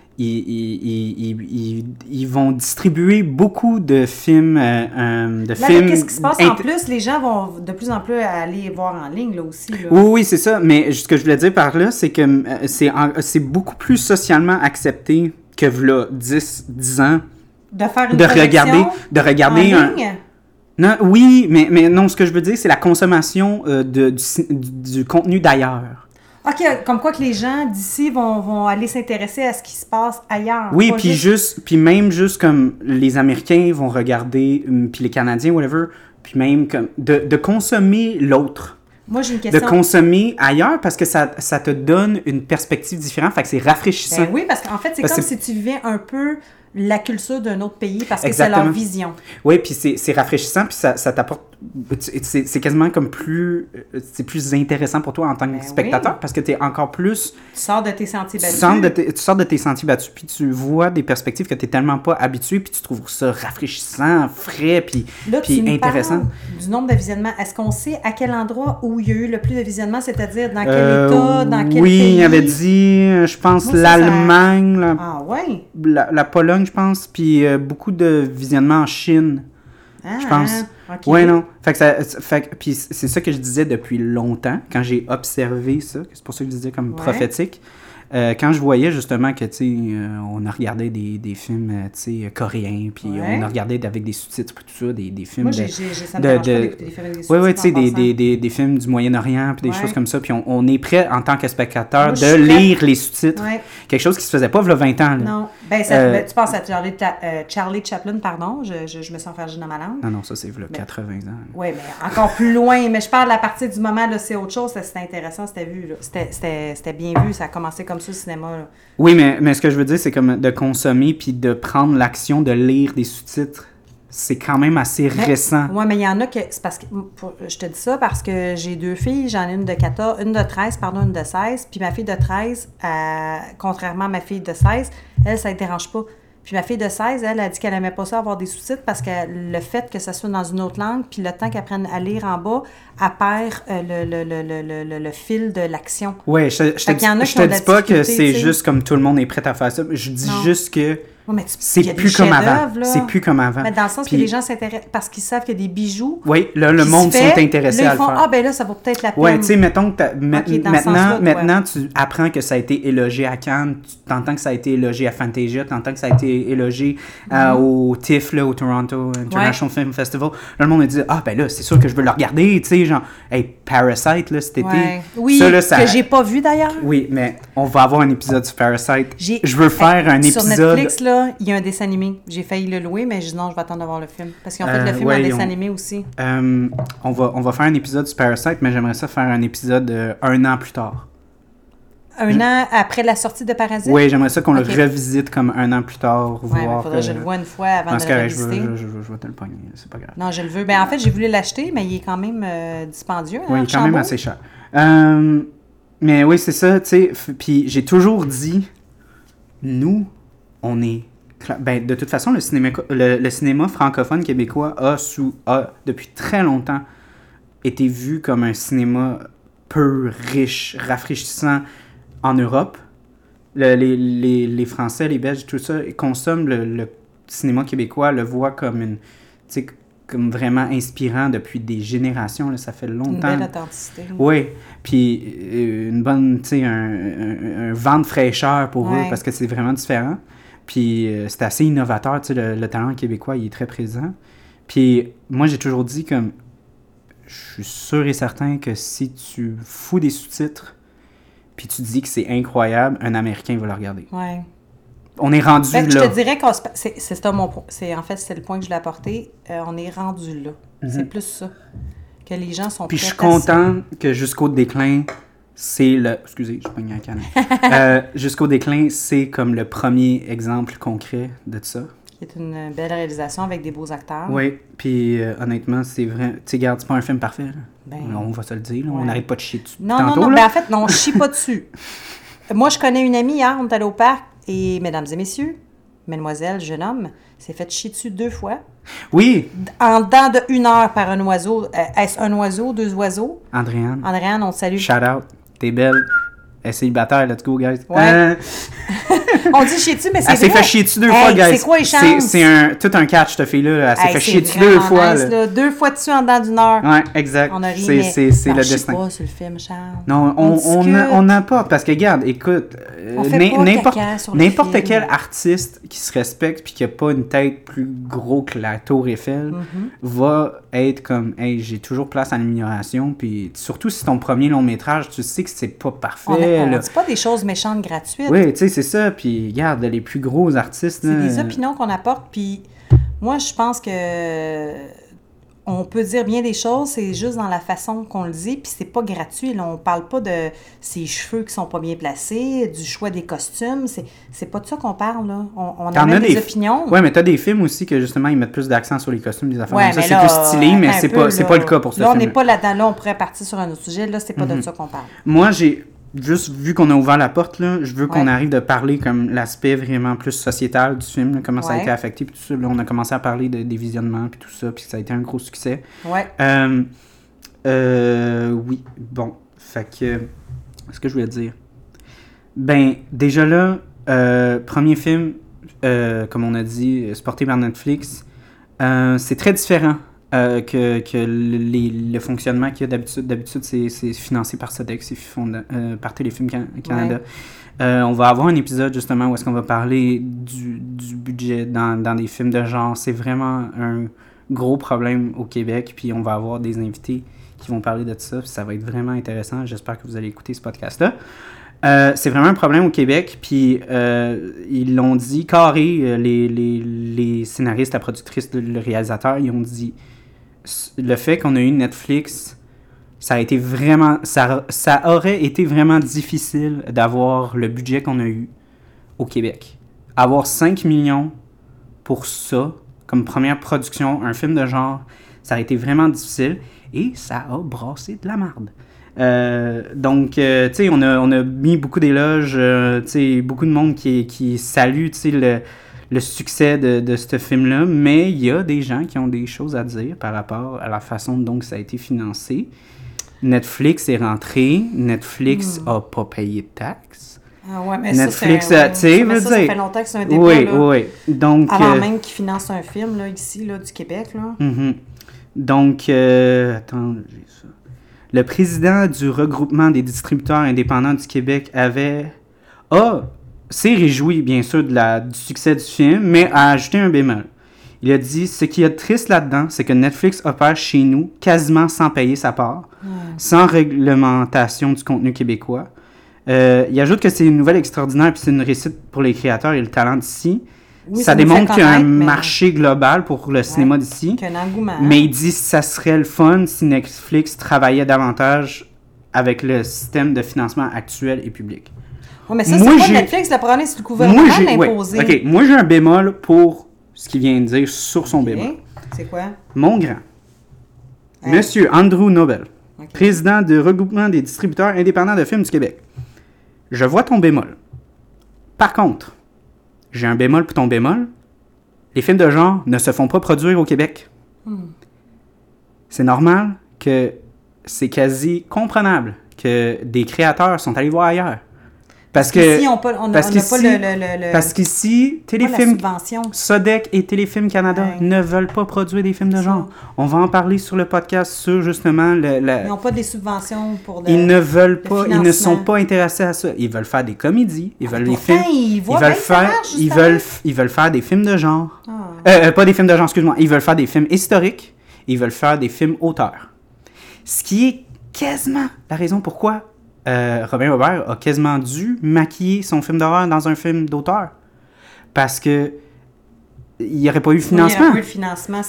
ils vont distribuer beaucoup de films, qu'est-ce qui se passe en plus? Les gens vont de plus en plus aller voir en ligne, là, aussi. Là. Oui, c'est ça, mais ce que je voulais dire par là, c'est que c'est beaucoup plus socialement accepté que, là, 10 ans, de faire une de regarder en ligne? Non, oui, mais non, ce que je veux dire, c'est la consommation du contenu d'ailleurs. OK, comme quoi que les gens d'ici vont aller s'intéresser à ce qui se passe ailleurs. Oui, puis même juste comme les Américains vont regarder, puis les Canadiens, whatever, puis même comme de consommer l'autre. Moi, j'ai une question. De consommer ailleurs parce que ça te donne une perspective différente, fait que c'est rafraîchissant. Ben oui, parce qu'en fait, c'est comme si tu vivais un peu la culture d'un autre pays parce que c'est leur vision. Oui, puis c'est rafraîchissant, puis ça t'apporte... C'est quasiment comme plus... C'est plus intéressant pour toi en tant que spectateur parce que t'es encore plus... Tu sors de tes sentiers battus. Tu sors de tes sentiers battus, puis tu vois des perspectives que t'es tellement pas habitué, puis tu trouves ça rafraîchissant, frais, puis intéressant. Du nombre de visionnements. Est-ce qu'on sait à quel endroit où il y a eu le plus de visionnements, c'est-à-dire dans quel État, dans quel pays? Oui, il avait dit, je pense, l'Allemagne, Ah ouais? la Pologne, je pense, puis beaucoup de visionnements en Chine. je pense. OK. Ouais, non. Puis c'est ça que je disais depuis longtemps, quand j'ai observé ça, c'est pour ça que je disais comme prophétique. Quand je voyais justement que, tu sais, on a regardé des films, tu sais, coréens, puis on a regardé avec des sous-titres, tout ça, des films... Moi, ça me dérange pas d'écouter des films avec des sous-titres. Oui, tu sais, des films du Moyen-Orient, puis des choses comme ça, puis on est prêt, en tant que spectateur, Moi, de lire les sous-titres. Ouais. Quelque chose qui se faisait pas il y a 20 ans. Là. Non. Tu penses à Charlie Chaplin, pardon, je me sens enfargée dans ma langue. Non, ça, c'est il y a 80 ans. Oui, mais encore plus loin. Mais je parle à partir du moment, là, c'est autre chose, c'était intéressant, c'était vu, là. C'était bien vu, ça a commencé comme ça, le cinéma, là. Oui, mais ce que je veux dire, c'est comme de consommer puis de prendre l'action de lire des sous-titres. C'est quand même assez récent. Oui, mais il y en a que... C'est parce que... je te dis ça parce que j'ai 2 filles. J'en ai une de 14... Une de 13, pardon, une de 16. Puis ma fille de 13, contrairement à ma fille de 16, elle, ça ne dérange pas. Puis ma fille de 16, elle a dit qu'elle n'aimait pas ça avoir des sous-titres parce que le fait que ça soit dans une autre langue, puis le temps qu'elle prenne à lire en bas, elle perd le fil de l'action. Oui, je te dis pas que c'est juste comme tout le monde est prêt à faire ça. Je dis juste que c'est plus comme avant. C'est plus comme avant. Mais dans le sens que les gens s'intéressent parce qu'ils savent qu'il y a des bijoux. Oui, là, le monde sont intéressés à le faire. Ah, ben là, ça vaut peut-être la peine. Oui, tu sais, mettons que maintenant, tu apprends que ça a été élogé à Cannes, tu entends que ça a été élogé à Fantasia, tu entends que ça a été élogé au TIFF, là, au Toronto International Film Festival. Là, le monde a dit, ah, ben là, c'est sûr que je veux le regarder, tu sais, genre, hey, Parasite, là, cet été. Oui, ça, là, que j'ai pas vu d'ailleurs. Oui, mais on va avoir un épisode sur Parasite. Je veux faire un épisode. Sur Netflix, là, il y a un dessin animé. J'ai failli le louer, mais je dis non, je vais attendre de voir le film. Parce qu'ils ont fait le film en dessin animé aussi. On va faire un épisode sur Parasite, mais j'aimerais ça faire un épisode 1 an plus tard. Un an après la sortie de Parasite? Oui, j'aimerais ça qu'on le revisite comme 1 an plus tard. Oui, il faudrait que je le vois une fois avant de le revisiter. Je vais te le pogner, c'est pas grave. Non, je le veux. Ben, en fait, j'ai voulu l'acheter, mais il est quand même dispendieux. Oui, il est quand même assez cher. Mais oui, c'est ça, tu sais. Puis j'ai toujours dit, nous, on est... Ben, de toute façon, le cinéma francophone québécois a, depuis très longtemps, été vu comme un cinéma peu riche, rafraîchissant en Europe. Les Français, les Belges, tout ça, consomment le cinéma québécois, le voient comme comme vraiment inspirant depuis des générations. Là, ça fait longtemps. Une belle authenticité. Oui. Puis une bonne, tu sais, un vent de fraîcheur pour eux, parce que c'est vraiment différent. Puis c'est assez innovateur, tu sais, le talent québécois, il est très présent. Puis moi, j'ai toujours dit comme, je suis sûr et certain que si tu fous des sous-titres, puis tu dis que c'est incroyable, un Américain va le regarder. Ouais. On est rendu là. Je te dirais que c'est ça mon point. En fait, c'est le point que je l'ai apporté. On est rendu là. C'est plus ça. Que les gens sont prêts. Puis je suis content que Jusqu'au déclin, c'est le... Excusez, je pogne un canon. Jusqu'au déclin, c'est comme le premier exemple concret de ça. C'est une belle réalisation avec des beaux acteurs. Oui, puis honnêtement, c'est vrai. Tu sais, regarde, c'est pas un film parfait. Là. Ben, on va se le dire. Là. On n'arrête pas de chier dessus. Non, ben en fait, non, on chie pas dessus. Moi, je connais une amie hier, on est allé au parc, et mesdames et messieurs, mademoiselle, jeune homme, s'est fait chier dessus 2 fois. Oui! En dedans de 1 heure par un oiseau. Est-ce un oiseau, 2 oiseaux? Andréane, on te salue. Shout out. T'es belle. Elle est célibataire, let's go, guys. Ouais. On dit chier dessus, mais c'est vrai. Elle s'est fait chier dessus 2 fois, guys. C'est quoi les chances? C'est tout un catch, cette fille-là. Elle s'est fait chier dessus 2 fois. Nice, là. 2 fois dessus en dedans d'1 heure. Ouais, exact. On a ri, c'est le destin. Je sais pas sur le film, Charles. Non, on n'a pas. Parce que, regarde, écoute, n'importe quel artiste qui se respecte puis qui n'a pas une tête plus gros que la Tour Eiffel va être comme, hey, j'ai toujours place à l'amélioration. Puis surtout si c'est ton premier long métrage, tu sais que c'est pas parfait. On ne dit pas des choses méchantes gratuites. Oui, tu sais, c'est ça. Puis, regarde, les plus gros artistes... C'est des opinions qu'on apporte. Puis, moi, je pense que on peut dire bien des choses, c'est juste dans la façon qu'on le dit. Puis, c'est pas gratuit. Là. On parle pas de ses cheveux qui sont pas bien placés, du choix des costumes. C'est pas de ça qu'on parle, là. On a des opinions. Oui, mais t'as des films aussi que, justement, ils mettent plus d'accent sur les costumes, des affaires comme ça. C'est plus stylé, mais c'est pas le cas pour ce film. Là, on n'est pas là-dedans. Là, on pourrait partir sur un autre sujet. Là, c'est pas de ça qu'on parle. Moi, juste vu qu'on a ouvert la porte, là, je veux qu'on arrive de parler comme l'aspect vraiment plus sociétal du film, là, comment ça a été affecté, puis tout ça. Là, on a commencé à parler des visionnements, puis tout ça, puis ça a été un gros succès. Ouais. Oui, bon. Fait que... Ce que je voulais dire? Ben, déjà là, premier film, comme on a dit, supporté par Netflix, C'est très différent que le fonctionnement qu'il y a d'habitude. D'habitude, c'est financé par SODEC, c'est par Téléfilm Canada. Ouais. On va avoir un épisode, justement, où est-ce qu'on va parler du budget dans des films de genre. C'est vraiment un gros problème au Québec, puis on va avoir des invités qui vont parler de ça, puis ça va être vraiment intéressant. J'espère que vous allez écouter ce podcast-là. C'est vraiment un problème au Québec, puis ils l'ont dit carré, les scénaristes, la productrice, le réalisateur, ils ont dit le fait qu'on a eu Netflix, ça aurait été vraiment difficile d'avoir le budget qu'on a eu au Québec. Avoir 5 millions pour ça, comme première production, un film de genre, ça a été vraiment difficile, et ça a brassé de la merde. Donc, tu sais, on a mis beaucoup d'éloges, tu sais, beaucoup de monde qui salue, tu sais, le succès de ce film-là, mais il y a des gens qui ont des choses à dire par rapport à la façon dont ça a été financé. Netflix est rentré, Netflix a pas payé de taxes. Ah ouais, mais Netflix, ça fait longtemps que c'est un débat, oui, là. Oui, donc... Avant même qu'ils financent un film, là, ici, là, du Québec, là. Mm-hmm. Donc, attends, j'ai ça. Le président du regroupement des distributeurs indépendants du Québec s'est réjoui, bien sûr, du succès du film, mais a ajouté un bémol. Il a dit « Ce qui est triste là-dedans, c'est que Netflix opère chez nous quasiment sans payer sa part, sans réglementation du contenu québécois. Il ajoute que c'est une nouvelle extraordinaire puis c'est une réussite pour les créateurs et le talent d'ici. Oui, ça démontre qu'il y a un marché global pour le cinéma d'ici. Qu'il y a un engouement. Mais il dit que ça serait le fun si Netflix travaillait davantage avec le système de financement actuel et public. Oui, mais ça, c'est pas Netflix de prendre sur le gouvernement d'imposer. OK, moi, j'ai un bémol pour ce qu'il vient de dire sur son bémol. C'est quoi? Mon grand. Monsieur Andrew Nobel, président du regroupement des distributeurs indépendants de films du Québec. Je vois ton bémol. Par contre, j'ai un bémol pour ton bémol. Les films de genre ne se font pas produire au Québec. C'est normal que c'est quasi comprenable que des créateurs sont allés voir ailleurs. Parce qu'ici, parce qu'ici, Téléfilm, SODEC et Téléfilm Canada ne veulent pas produire des films de genre. On va en parler sur le podcast sur justement Ils n'ont pas des subventions pour Ils ne veulent pas, ils ne sont pas intéressés à ça. Ils veulent faire des comédies, ils veulent des films. Ils veulent faire des films de genre. Pas des films de genre, excuse-moi. Ils veulent faire des films historiques, ils veulent faire des films auteurs. Ce qui est quasiment la raison pourquoi Robin Robert a quasiment dû maquiller son film d'horreur dans un film d'auteur. Parce que il n'y aurait pas eu de financement. Il n'y aurait pas eu de financement.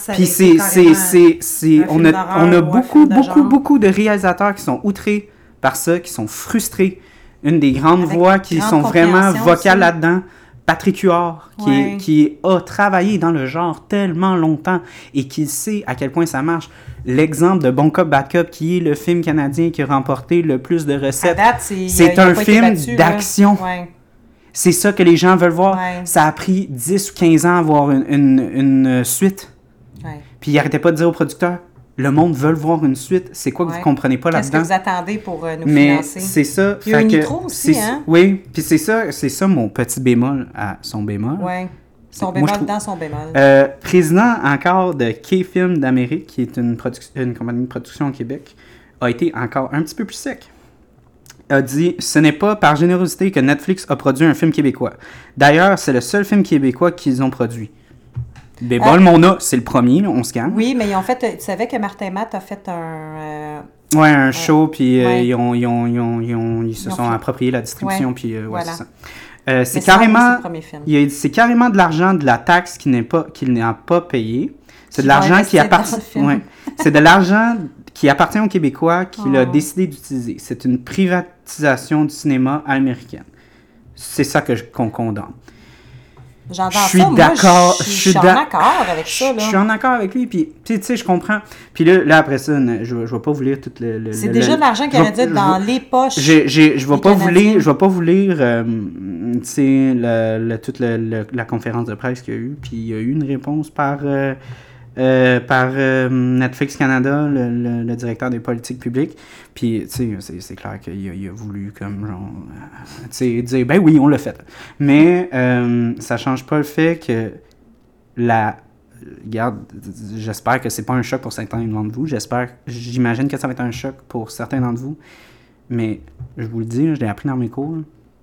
Puis on a beaucoup de réalisateurs qui sont outrés par ça, qui sont frustrés. Une des grandes voix qui sont vraiment vocales là-dedans, Patrick Huard, qui a travaillé dans le genre tellement longtemps et qui sait à quel point ça marche. L'exemple de Bon Cop, Bad Cop, qui est le film canadien qui a remporté le plus de recettes, c'est un film d'action. C'est ça que les gens veulent voir. Ça a pris 10 ou 15 ans à avoir une suite. Puis il n'arrêtait pas de dire aux producteurs, le monde veut voir une suite. C'est quoi que vous ne comprenez pas là-dedans? Qu'est-ce que vous attendez pour nous financer? Mais c'est ça. Il y a eu Nitro aussi, hein? Oui, puis c'est ça mon petit bémol à son bémol. Oui, son bémol dans son bémol. Président encore de K-Film d'Amérique, qui est une compagnie de production au Québec, a été encore un petit peu plus sec. A dit « Ce n'est pas par générosité que Netflix a produit un film québécois. D'ailleurs, c'est le seul film québécois qu'ils ont produit. » Bémol, c'est le premier, là, on se calme. Oui, mais ils ont fait... Tu savais que Martin Matt a fait un show, puis ils se sont appropriés la distribution, puis voilà. C'est ça. C'est carrément de l'argent de la taxe qu'il n'a pas payé. C'est de l'argent qui appartient... c'est de l'argent qui appartient aux Québécois qu'il a décidé d'utiliser. C'est une privatisation du cinéma américaine. C'est ça qu'on condamne. J'entends ça, moi, je suis en accord avec ça. Je suis en accord avec lui, puis tu sais, je comprends. Puis là après ça, je vais pas vous lire tout le c'est déjà de l'argent canadien dans les poches. Je vais pas vous lire, tu sais, toute la conférence de presse qu'il y a eu, puis il y a eu une réponse par Netflix Canada, le directeur des politiques publiques. Puis, tu sais, c'est clair qu'il a voulu, comme, genre, tu sais, dire, ben oui, on l'a fait. Mais ça change pas le fait que regarde, j'espère que c'est pas un choc pour certains d'entre vous. J'imagine que ça va être un choc pour certains d'entre vous. Mais je vous le dis, je l'ai appris dans mes cours.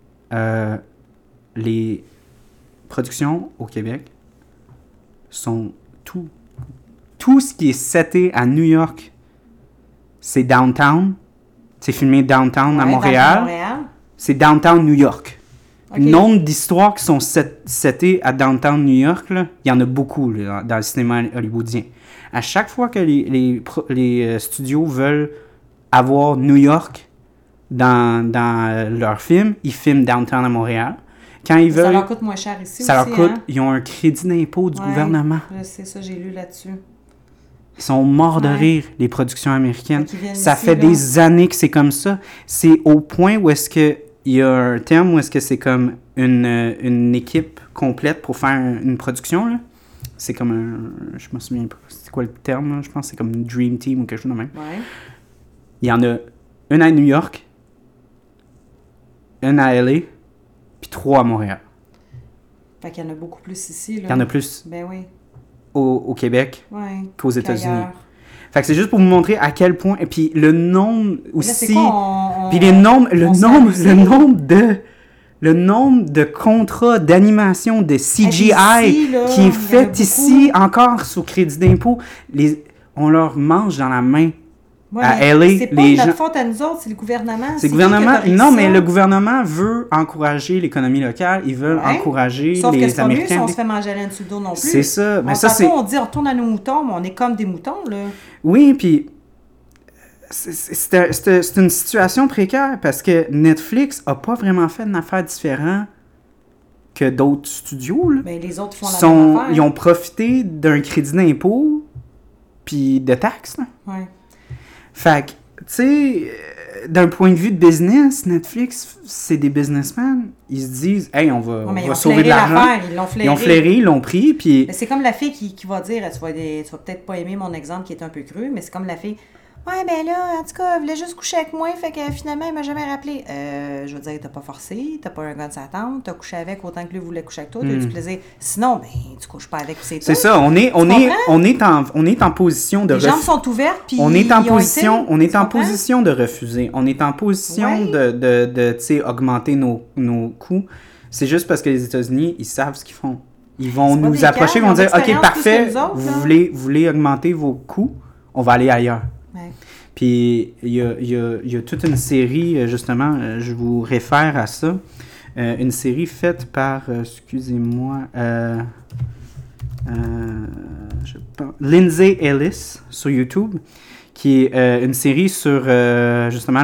Les productions au Québec sont tout ce qui est seté à New York, c'est downtown. C'est filmé downtown à Montréal. C'est downtown New York. Okay. Le nombre d'histoires qui sont setées à downtown New York, là, il y en a beaucoup là, dans le cinéma hollywoodien. À chaque fois que les studios veulent avoir New York dans leur film, ils filment downtown à Montréal. Quand ils veulent, ça leur coûte moins cher ici ça aussi. Leur coûte, hein? Ils ont un crédit d'impôt du gouvernement. Je sais ça, j'ai lu là-dessus. Ils sont morts de rire, les productions américaines. Ça ici, fait des années que c'est comme ça. C'est au point où est-ce que il y a un terme où est-ce que c'est comme une équipe complète pour faire une production, là. C'est comme un... Je me souviens pas. C'est quoi le terme, là? Je pense que c'est comme une Dream Team ou quelque chose de même. Ouais. Il y en a une à New York, une à LA, puis 3 à Montréal. Fait qu'il y en a beaucoup plus ici, là. Il y en a plus au Québec qu'aux États-Unis. Fait que c'est juste pour vous montrer à quel point... Et puis le nombre aussi... Puis le nombre de contrats d'animation, de CGI ici, là, qui est fait ici, encore sous crédit d'impôt, on leur mange dans la main. Ouais, à LA, c'est pas notre faute à nous autres, c'est le gouvernement. C'est le gouvernement. Non, mais le gouvernement veut encourager l'économie locale. Ils veulent encourager Sauf les que c'est pas Américains. mieux si on se fait manger à l'aine sur le dos non plus. C'est ça. Mais on dit on retourne à nos moutons, mais on est comme des moutons, là. Oui, puis c'est une situation précaire parce que Netflix a pas vraiment fait une affaire différente que d'autres studios, là. Mais les autres font la même affaire. Ils ont profité d'un crédit d'impôt puis de taxes, là. Ouais. Fait que, tu sais, d'un point de vue de business, Netflix, c'est des businessmen. Ils se disent, hey, on va sauver de l'argent. Ils l'ont flairé, ils l'ont pris, puis... Mais c'est comme la fille qui va dire, tu vas peut-être pas aimer mon exemple qui est un peu cru, mais c'est comme la fille, ouais, ben là, en tout cas, elle voulait juste coucher avec moi, fait que finalement, elle m'a jamais rappelé. Je veux dire, t'as pas forcé, t'as pas un gars de sa tante, t'as couché avec autant que lui voulait coucher avec toi, t'as eu du plaisir. Sinon, ben, tu couches pas avec, c'est tout. C'est ça, on est en position de... Les jambes sont ouvertes, puis on est en position de refuser. On est en position de tu sais, augmenter nos coûts. C'est juste parce que les États-Unis, ils savent ce qu'ils font. Ils vont nous approcher, ils vont dire, OK, parfait, vous voulez augmenter vos coûts, on va aller ailleurs. Ouais. Puis il y a toute une série, justement, je vous réfère à ça, une série faite par, excusez-moi, Lindsay Ellis sur YouTube, qui est une série sur, justement,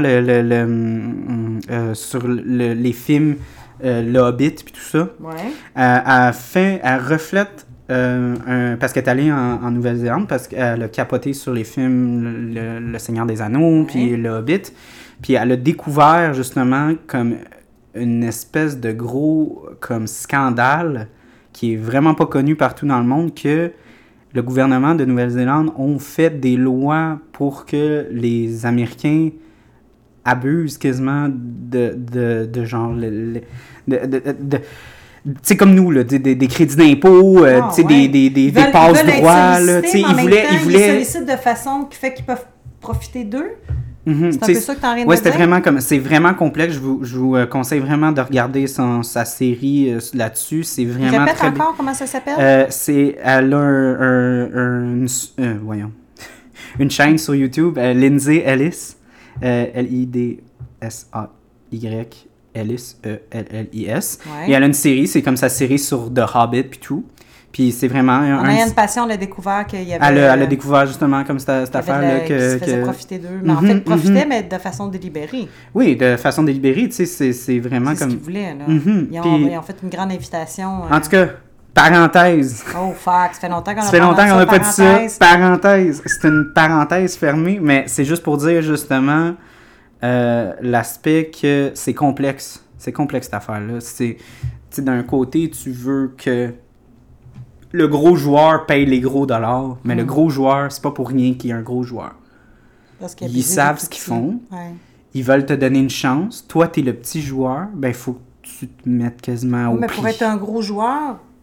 sur les films Le Hobbit puis tout ça. Ouais. Elle reflète parce qu'elle est allée en Nouvelle-Zélande, parce qu'elle a capoté sur les films Le Seigneur des Anneaux, puis Le Hobbit. Puis elle a découvert, justement, comme une espèce de gros comme scandale qui est vraiment pas connu partout dans le monde, que le gouvernement de Nouvelle-Zélande ont fait des lois pour que les Américains abusent quasiment de genre... tu sais, comme nous, là, des crédits d'impôt, des passe-droits. Ils voulaient sollicitent de façon qui fait qu'ils peuvent profiter d'eux. Mm-hmm. C'est un peu ça que tu en train de dire? Oui, c'est vraiment complexe. Je vous conseille vraiment de regarder sa série là-dessus. C'est vraiment Répète très encore comment ça s'appelle? Elle a voyons. Une chaîne sur YouTube, Lindsay Ellis. Lidsay. Ellis, E-L-L-I-S. Ouais. Et elle a une série, c'est comme sa série sur The Hobbit puis tout. Puis c'est vraiment... En ayant une passion, elle a découvert qu'il y avait... Elle a découvert justement comme cette affaire-là qui se faisait profiter d'eux. Mais en fait, profiter, mais de façon délibérée. Oui, de façon délibérée, tu sais, c'est vraiment comme... C'est ce qu'ils voulaient, là. Puis... Ils ont fait une grande invitation. En tout cas, parenthèse. Oh, fuck, ça fait longtemps qu'on n'a pas dit ça. Parenthèse. C'est une parenthèse fermée, mais c'est juste pour dire, justement... l'aspect que c'est complexe. C'est complexe cette affaire-là. D'un côté, tu veux que le gros joueur paye les gros dollars, mais le gros joueur, c'est pas pour rien qu'il y a un gros joueur. Ils savent ce qu'ils font. Ouais. Ils veulent te donner une chance. Toi, t'es le petit joueur. Ben, il faut que tu te mettes quasiment au prix. Mais pour être un gros joueur,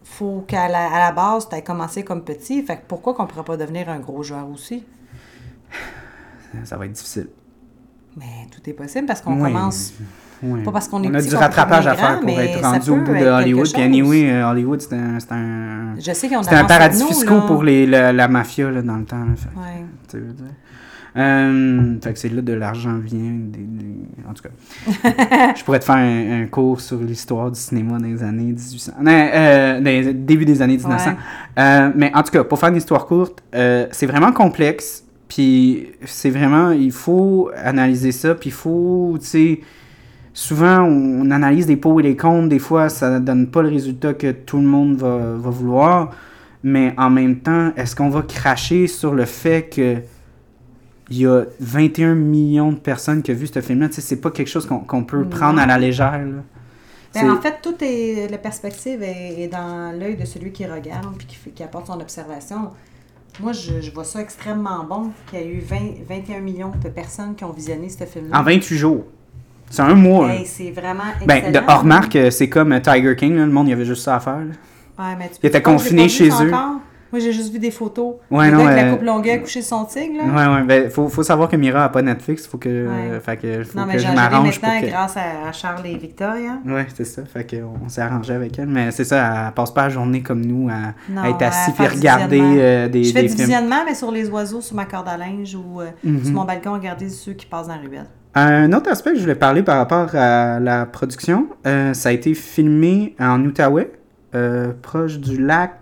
faut qu'à la base, tu aies commencé comme petit. Fait que pourquoi qu'on ne pourrait pas devenir un gros joueur aussi? Ça va être difficile. Mais tout est possible parce qu'on commence... Oui. Pas parce qu'on est On a petit du qu'on rattrapage peut à faire devenir pour grand, être mais rendu ça au peut bout de être Hollywood. quelque Puis anyway, Hollywood, c'est un Je sais qu'on c'était un paradis fiscaux pour la mafia là, dans le temps. Là, fait, Ouais. tu veux dire. Fait que c'est là de l'argent vient. En tout cas, je pourrais te faire un cours sur l'histoire du cinéma dans les années 1800. Début des années 1900. Ouais. Mais en tout cas, pour faire une histoire courte, c'est vraiment complexe. Puis c'est vraiment, il faut analyser ça. Puis il faut, tu sais, souvent on analyse les pour et les contre. Des fois, ça donne pas le résultat que tout le monde va vouloir. Mais en même temps, est-ce qu'on va cracher sur le fait que il y a 21 millions de personnes qui ont vu ce film-là? Tu sais, c'est pas quelque chose qu'on peut prendre à la légère, là. Ben, en fait, la perspective est dans l'œil de celui qui regarde puis qui apporte son observation. Moi, je vois ça extrêmement bon qu'il y a eu 21 millions de personnes qui ont visionné ce film-là. En 28 jours. C'est un mois. Hey, c'est vraiment excellent. Ben, remarque, c'est comme Tiger King, là, le monde, il y avait juste ça à faire. Là. Ouais, mais Ils étaient confinés chez eux. Moi, j'ai juste vu des photos. Ouais, le non, gars avec la coupe longueuil couché son tigre, là. Ouais. Ben, faut savoir que Mira n'a pas Netflix. Faut que, faut que je m'arrange maintenant grâce à Charles et Victoria. Ouais, c'est ça. Fait qu'on s'est arrangé avec elle. Mais c'est ça, elle passe pas la journée comme nous à être assis et regarder des films. Je fais du visionnement, mais sur les oiseaux, sur ma corde à linge ou sur mon balcon, regarder ceux qui passent dans la ruelle. Un autre aspect que je voulais parler par rapport à la production, ça a été filmé en Outaouais. Proche du lac...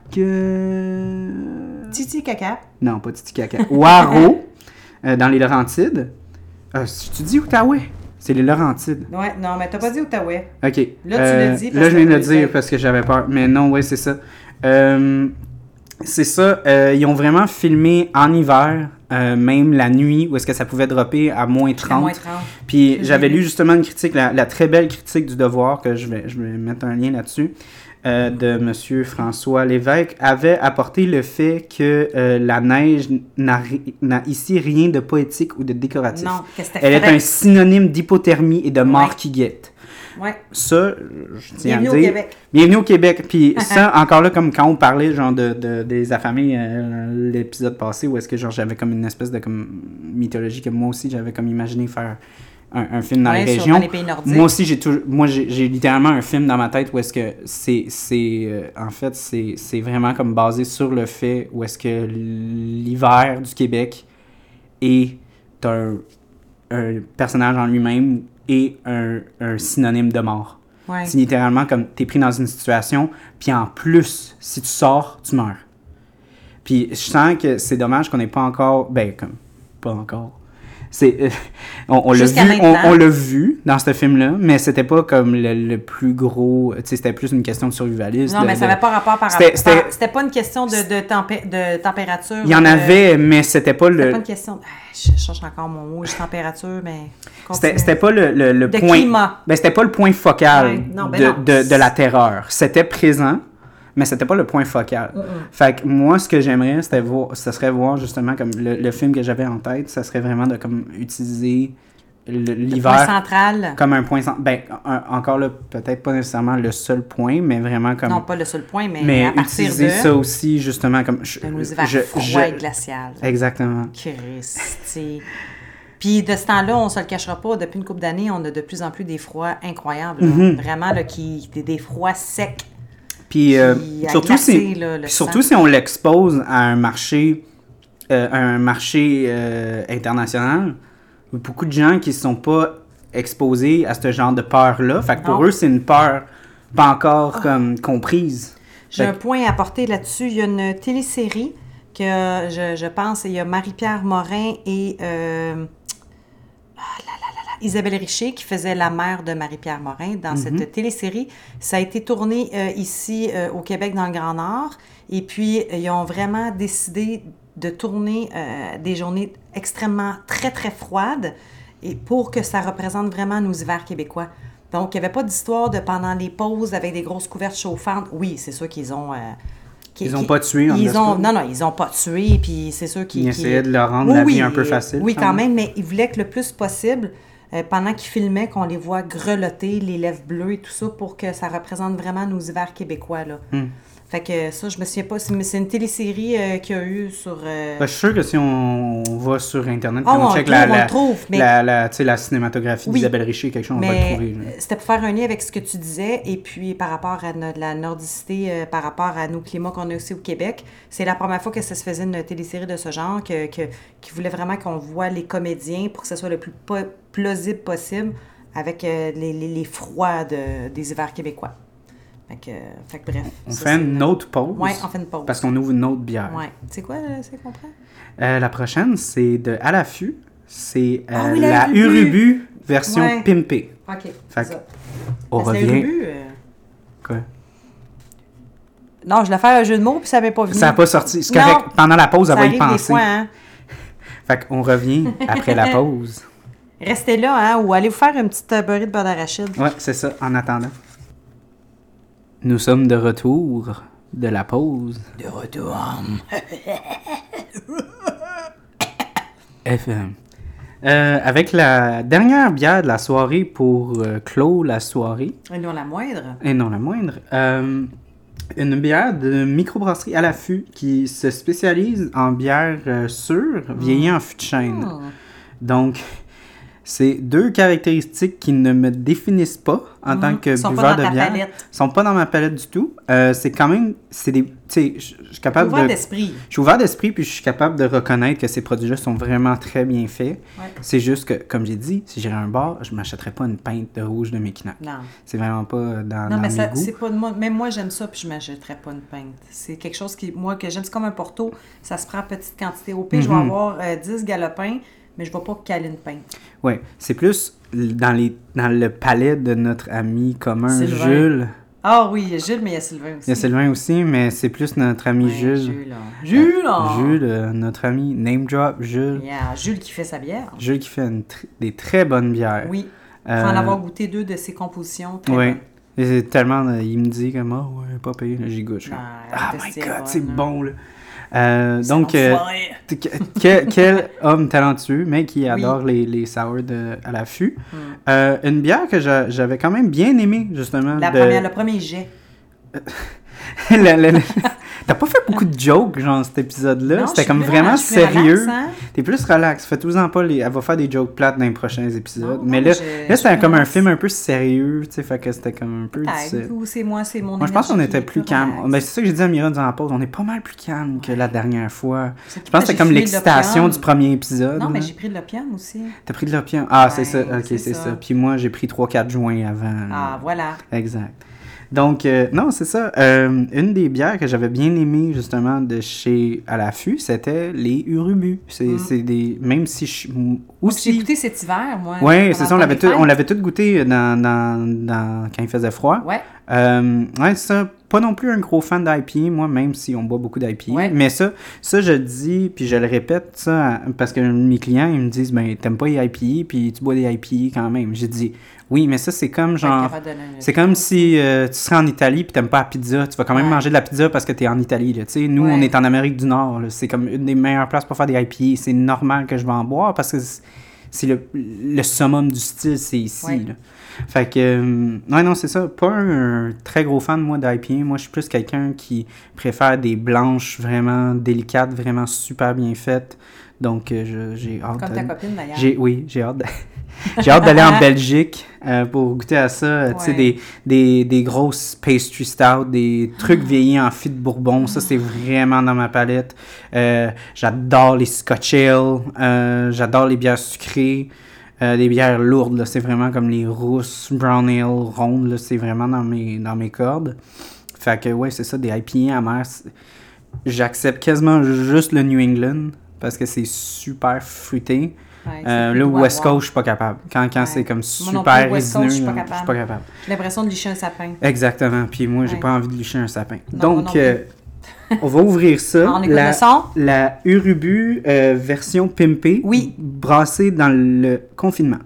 Titicaca. Non, pas Titicaca. Waro, dans les Laurentides. Tu dis Outaouais? C'est les Laurentides. Ouais, non, mais t'as pas dit Outaouais. OK. Là, tu l'as dit. Là, je viens de le dire parce que j'avais peur. Mais non, ouais, c'est ça. C'est ça. Ils ont vraiment filmé en hiver, même la nuit, où est-ce que ça pouvait dropper à moins 30. À moins 30. Puis j'avais lu justement une critique, la très belle critique du Devoir, que je vais mettre un lien là-dessus, de M. François Lévesque, avait apporté le fait que la neige n'a ici rien de poétique ou de décoratif. Non, qu'est-ce que elle est un synonyme d'hypothermie et de mort qui guette. Ouais. Ça, je tiens à dire. Bienvenue au Québec. Bienvenue au Québec. Puis ça, encore là, comme quand on parlait genre des affamés l'épisode passé, où est-ce que genre j'avais comme une espèce de comme mythologie que moi aussi j'avais comme imaginé faire un film dans les régions. Dans les pays nordiques. Moi aussi, j'ai littéralement un film dans ma tête où est-ce que en fait, c'est vraiment comme basé sur le fait où est-ce que l'hiver du Québec est un personnage en lui-même et un synonyme de mort. Ouais. C'est littéralement comme t'es pris dans une situation, puis en plus, si tu sors, tu meurs. Puis je sens que c'est dommage qu'on n'ait pas encore... Ben, comme, pas encore. C'est, on l'a vu dans ce film-là, mais c'était pas comme le plus gros... Tu sais, c'était plus une question de survivalisme. Non, mais ça n'avait pas rapport par rapport... C'était pas une question de température. Il y en avait, mais c'était pas le... C'était pas une question... Je cherche encore mon mot, température, mais... C'était pas le de point... climat. Ben, c'était pas le point focal de la terreur. C'était présent, mais c'était pas le point focal. Fait que moi, ce que j'aimerais, ce serait voir justement comme le film que j'avais en tête, ça serait vraiment de comme utiliser l'hiver point central. Comme un point central. Ben, encore là, peut-être pas nécessairement le seul point, mais vraiment comme... Non, pas le seul point, mais à partir utiliser ça aussi, justement, comme... Un hiver froid et glacial. Exactement. Christy. Puis de ce temps-là, on se le cachera pas, depuis une couple d'années, on a de plus en plus des froids incroyables. Vraiment, là, des froids secs. Puis surtout si on l'expose à un marché international, beaucoup de gens qui ne sont pas exposés à ce genre de peur-là. Fait que pour eux, c'est une peur pas encore comme comprise. J'ai un point à apporter là-dessus. Il y a une télésérie que je pense, il y a Marie-Pierre Morin et Isabelle Richer qui faisait la mère de Marie-Pierre Morin dans cette télésérie. Ça a été tourné ici au Québec dans le Grand Nord. Et puis, ils ont vraiment décidé de tourner des journées extrêmement très, très froides et pour que ça représente vraiment nos hivers québécois. Donc, il n'y avait pas d'histoire de pendant les pauses avec des grosses couvertes chauffantes. Oui, c'est sûr qu'ils ont... ils n'ont pas tué, ils n'ont pas tué, puis c'est sûr qu'ils... Ils essayaient de leur rendre la vie un peu facile. Oui, quand même, mais ils voulaient que le plus possible, pendant qu'ils filmaient, qu'on les voit grelotter, les lèvres bleues et tout ça, pour que ça représente vraiment nos hivers québécois, là. Fait que ça, je me souviens pas. C'est une télésérie qu'il y a eu sur... Ben, je suis sûr que si on va sur Internet, Oh, on on check le trouve, mais... la cinématographie Oui. d'Isabelle Richer, quelque chose, on va le Mais trouver. Là. c'était pour faire un lien avec ce que tu disais, et puis par rapport à la nordicité, par rapport à nos climats qu'on a aussi au Québec. C'est la première fois que ça se faisait une télésérie de ce genre, qui voulait vraiment qu'on voit les comédiens pour que ce soit le plus plausible possible avec les froids des hivers québécois. Fait que bref. On fait une autre pause. Oui, on fait une pause. Parce qu'on ouvre une autre bière. Oui. C'est quoi, c'est qu'on prend? La prochaine, c'est de À l'affût. C'est oui, la Urubu version Ouais. pimpée. OK, Fait c'est que ça. on Parce que revient. Urubu, Quoi? non, je voulais faire un jeu de mots, puis ça m'est pas venu. Ça n'a pas sorti. C'est Non. correct. Pendant la pause, Ça elle va y arrive des penser. fois, hein? Fait qu'on revient après la pause. Restez là, hein, ou allez vous faire une petite beurrée de beurre d'arachide. Ouais, c'est ça, en attendant. Nous sommes de retour de la pause. De retour. FM. Avec la dernière bière de la soirée pour clore la soirée, Et non la moindre. et non la moindre, une bière de microbrasserie à l'affût qui se spécialise en bière sûre, vieillie en fût de chêne. Donc, c'est deux caractéristiques qui ne me définissent pas en tant que Ils sont buveur pas dans de ta bière. palette. Ils sont pas dans ma palette du tout. C'est quand même, c'est des, tu sais, je suis capable Ouvert de... d'esprit. Je suis ouvert d'esprit, puis je suis capable de reconnaître que ces produits-là sont vraiment très bien faits. Ouais. C'est juste que, comme j'ai dit, si j'irais à un bar, je m'achèterais pas une pinte de rouge de Mekina. Non. C'est vraiment pas dans Non, mais mes ça, goûts. c'est pas de moi. Même moi, j'aime ça, puis je m'achèterais pas une pinte. C'est quelque chose que j'aime. C'est comme un Porto. Ça se prend en petite quantité. Au pire, je vais avoir 10 galopins, mais je vais pas caler une pinte. Oui, c'est plus dans le palais de notre ami commun, Sylvain. Jules. Ah oui, il y a Jules, mais il y a Sylvain aussi. Il y a Sylvain aussi, mais c'est plus notre ami Ouais, Jules. Jules, là. Jules, là! Jules, notre ami, name drop, Jules. Yeah, Jules qui fait sa bière. Jules qui fait des très bonnes bières. Oui. Pour en avoir goûté 2 de ses compositions, très Oui. bonnes. Et c'est tellement, il me dit comme, oh, ouais, pas payé, j'y goûte. Je suis comme, Ah, oh my c'est god, bon, c'est là. bon, là. Donc, enfoiré. quel homme talentueux, mais qui adore les sours à l'affût. Une bière que j'avais quand même bien aimée, justement. Le premier jet. T'as pas fait beaucoup de jokes, genre, cet épisode-là. Non, C'était je comme suis vraiment relax, je suis sérieux. relax, hein? T'es plus relax. Fais-toi-en pas, elle va faire des jokes plates dans les prochains épisodes. Non, mais non, là, je c'était suis comme un relax. film un peu sérieux, tu sais, fait que c'était comme un peu difficile. Ou c'est moi, c'est mon Moi, je pense qu'on énergie était qui est plus calme. relax. Ben, c'est ça que j'ai dit à Mira durant la pause. On est pas mal plus calme que la dernière fois. C'est Je pense que j'ai c'était comme fumé de l'excitation l'opium. du premier épisode. Non, mais là. j'ai pris de l'opium aussi. T'as pris de l'opium? Ah, c'est Ouais, ça. Ok, c'est c'est ça. ça. Puis moi, j'ai pris 3-4 joints avant. là. Ah, voilà. Exact. Donc, non, c'est ça. Une des bières que j'avais bien aimées, justement, de chez À l'affût, c'était les Urubu. C'est des... Même si je... J'ai Aussi... goûté cet hiver, moi. Oui, c'est ça. pendant les On fêtes. l'avait tout goûté quand il faisait froid. Ouais. Ouais, ça, pas non plus un gros fan d'IPA, moi, même si on boit beaucoup d'IPA. Ouais. Mais ça, je le dis, puis je le répète, ça, parce que mes clients, ils me disent, ben, t'aimes pas les IPA, puis tu bois des IPA quand même. J'ai dit, oui, mais ça, c'est comme genre. C'est comme si tu serais en Italie, puis t'aimes pas la pizza. Tu vas quand même Ouais. manger de la pizza parce que t'es en Italie, là. Tu sais, nous, Ouais. on est en Amérique du Nord, là. C'est comme une des meilleures places pour faire des IPA. C'est normal que je vais en boire parce que c'est le summum du style, c'est ici, Ouais. là. Fait que, ouais, non, c'est ça. Pas un très gros fan, moi, d'IPA. Moi, je suis plus quelqu'un qui préfère des blanches vraiment délicates, vraiment super bien faites. Donc, j'ai hâte. Comme ta copine, d'ailleurs. Oui, j'ai hâte. J'ai hâte d'aller en Belgique pour goûter à ça. Tu sais, des grosses pastry stout, des trucs vieillis en fût de Bourbon. Ça, c'est vraiment dans ma palette. J'adore les Scotch Ale. J'adore les bières sucrées. Les bières lourdes, là, c'est vraiment comme les rousses, brown ale, rondes, là, c'est vraiment dans mes cordes. Fait que, ouais, c'est ça, des IPA amers. J'accepte quasiment juste le New England parce que c'est super fruité. Ouais, Là, West Coast, je suis pas capable. Quand c'est comme Moi non super plus, West Coast, résineux, je suis pas là, je suis pas capable. J'ai l'impression de licher un sapin. Exactement. Puis moi, j'ai Ouais. pas envie de licher un sapin. Non, moi Donc, non plus. on va ouvrir ça. On écoute le son? La Urubu version pimpée. Oui. Brassée dans le confinement.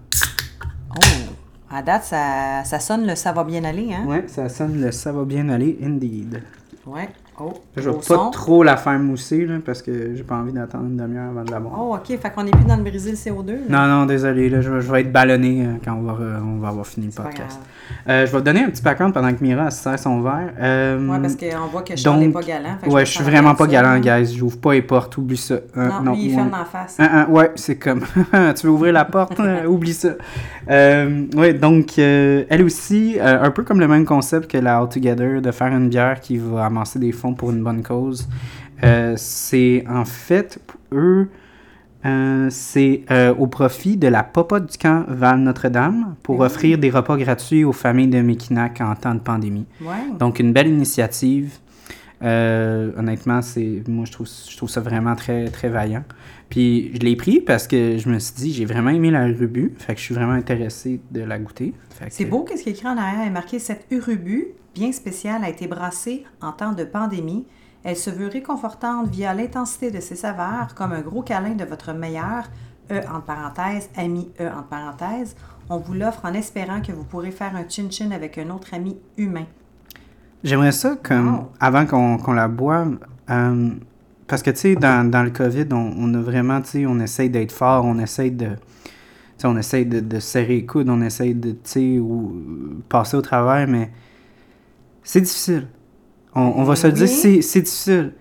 Oh! À date, ça sonne le ça va bien aller, hein? Ouais, ça sonne le ça va bien aller, indeed. Ouais. Oh, Je vais au pas son. trop la faire mousser, là, parce que j'ai pas envie d'attendre une demi-heure avant de la boire. Oh, OK. Fait qu'on est plus dans le briser le CO2. Là. Non, désolé, là, je vais être ballonné quand on va avoir fini le C'est pas podcast. grave. Je vais te donner un petit background pendant que Mira elle se sert son verre. Ouais, parce qu'on voit que Charles n'est pas galant. Fait que Ouais, je suis vraiment pas galant, gars. guys. J'ouvre pas les portes, oublie ça. Non, lui, il ferme en face. Ouais, c'est comme... tu veux ouvrir la porte? Oublie ça. Ouais, donc, elle aussi, un peu comme le même concept que la All Together, de faire une bière qui va amasser des fonds pour une bonne cause. C'est, en fait, pour eux... c'est au profit de la Popote du camp Val-Notre-Dame pour offrir des repas gratuits aux familles de Mekinac en temps de pandémie. Ouais. Donc, une belle initiative. Honnêtement, moi, je trouve ça vraiment très, très vaillant. Puis, je l'ai pris parce que je me suis dit, j'ai vraiment aimé la Urubu. Fait que je suis vraiment intéressé de la goûter. C'est beau qu'est-ce qui est écrit en arrière. Il est marqué « Cette Urubu, bien spéciale, a été brassée en temps de pandémie. Elle se veut réconfortante via l'intensité de ses saveurs, comme un gros câlin de votre meilleur, entre parenthèses, ami, entre parenthèses. On vous l'offre en espérant que vous pourrez faire un chin-chin avec un autre ami humain. » J'aimerais ça, comme, avant qu'on la boive, parce que, tu sais, dans le COVID, on a vraiment, tu sais, on essaye d'être fort, on essaye de serrer les coudes, on essaye de, tu sais, passer au travers, mais c'est difficile. On va se le dire, c'est difficile.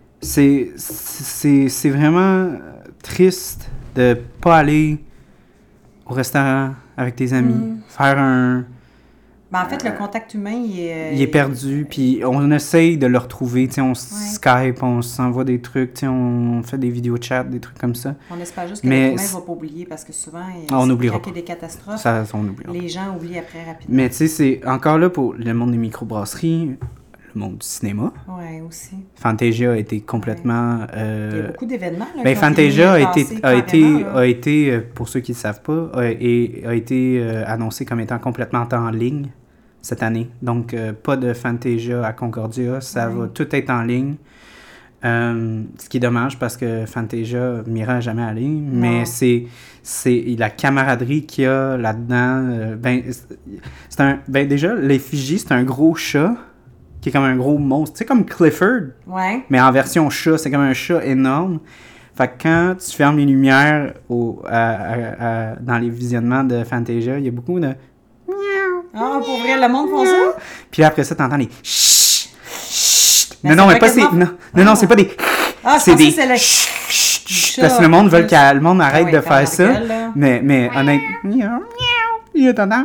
C'est vraiment triste de pas aller au restaurant avec tes amis, faire un... Ben, en fait, le contact humain, il est perdu, puis on essaye de le retrouver, tu sais, on Skype, on s'envoie des trucs, tu sais, on fait des vidéos chat, des trucs comme ça. On espère juste que l'être humain ne va pas oublier, parce que souvent, on n'oubliera pas. Il y a des catastrophes, on n'oubliera les gens oublient après rapidement. Mais tu sais, c'est encore là pour le monde des microbrasseries, le monde du cinéma. Oui, aussi. Fantasia a été complètement... Il y a beaucoup d'événements. Là, ben, Fantasia a été, pour ceux qui ne le savent pas, a été annoncé comme étant complètement en ligne cette année. Donc, pas de Fantasia à Concordia. Ça va tout être en ligne. Ce qui est dommage parce que Fantasia m'ira jamais aller. Mais c'est la camaraderie qu'il y a là-dedans. Déjà, l'effigie, c'est un gros chat qui est comme un gros monstre. Tu sais, comme Clifford, mais en version chat. C'est comme un chat énorme. Fait que quand tu fermes les lumières dans les visionnements de Fantasia, il y a beaucoup de... Ah, pour vrai, le monde font ça? Puis après ça, t'entends les... Chut, chut. Non, mais pas ces... Non, c'est pas des... C'est des... Parce que le monde veut que le monde arrête de faire ça. Mais honnêtement... Il t'entends?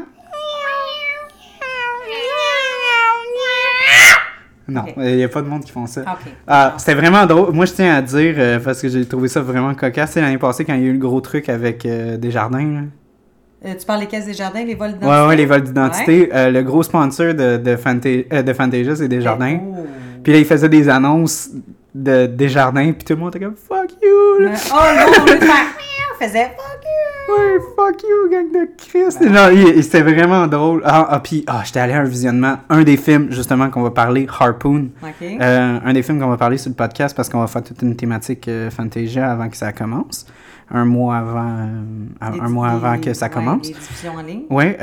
Non, il n'y a pas de monde qui font ça. C'était vraiment drôle. Moi, je tiens à dire, parce que j'ai trouvé ça vraiment cocasse, l'année passée, quand il y a eu le gros truc avec Desjardins. Tu parles des caisses Desjardins, les vols d'identité? Ouais, les vols d'identité. Le gros sponsor de Fantasia, c'est Desjardins. Puis là, il faisait des annonces de Desjardins, puis tout le monde était comme « Fuck you! » non, on faisait « Fuck you! » Ouais, « Fuck you, gang de Christ! » C'était vraiment drôle. Puis j'étais allé à un visionnement, un des films, justement, qu'on va parler, Harpoon. Un des films qu'on va parler sur le podcast, parce qu'on va faire toute une thématique Fantasia avant que ça commence. Un mois avant que ça commence. Les diffusions en ligne. Oui.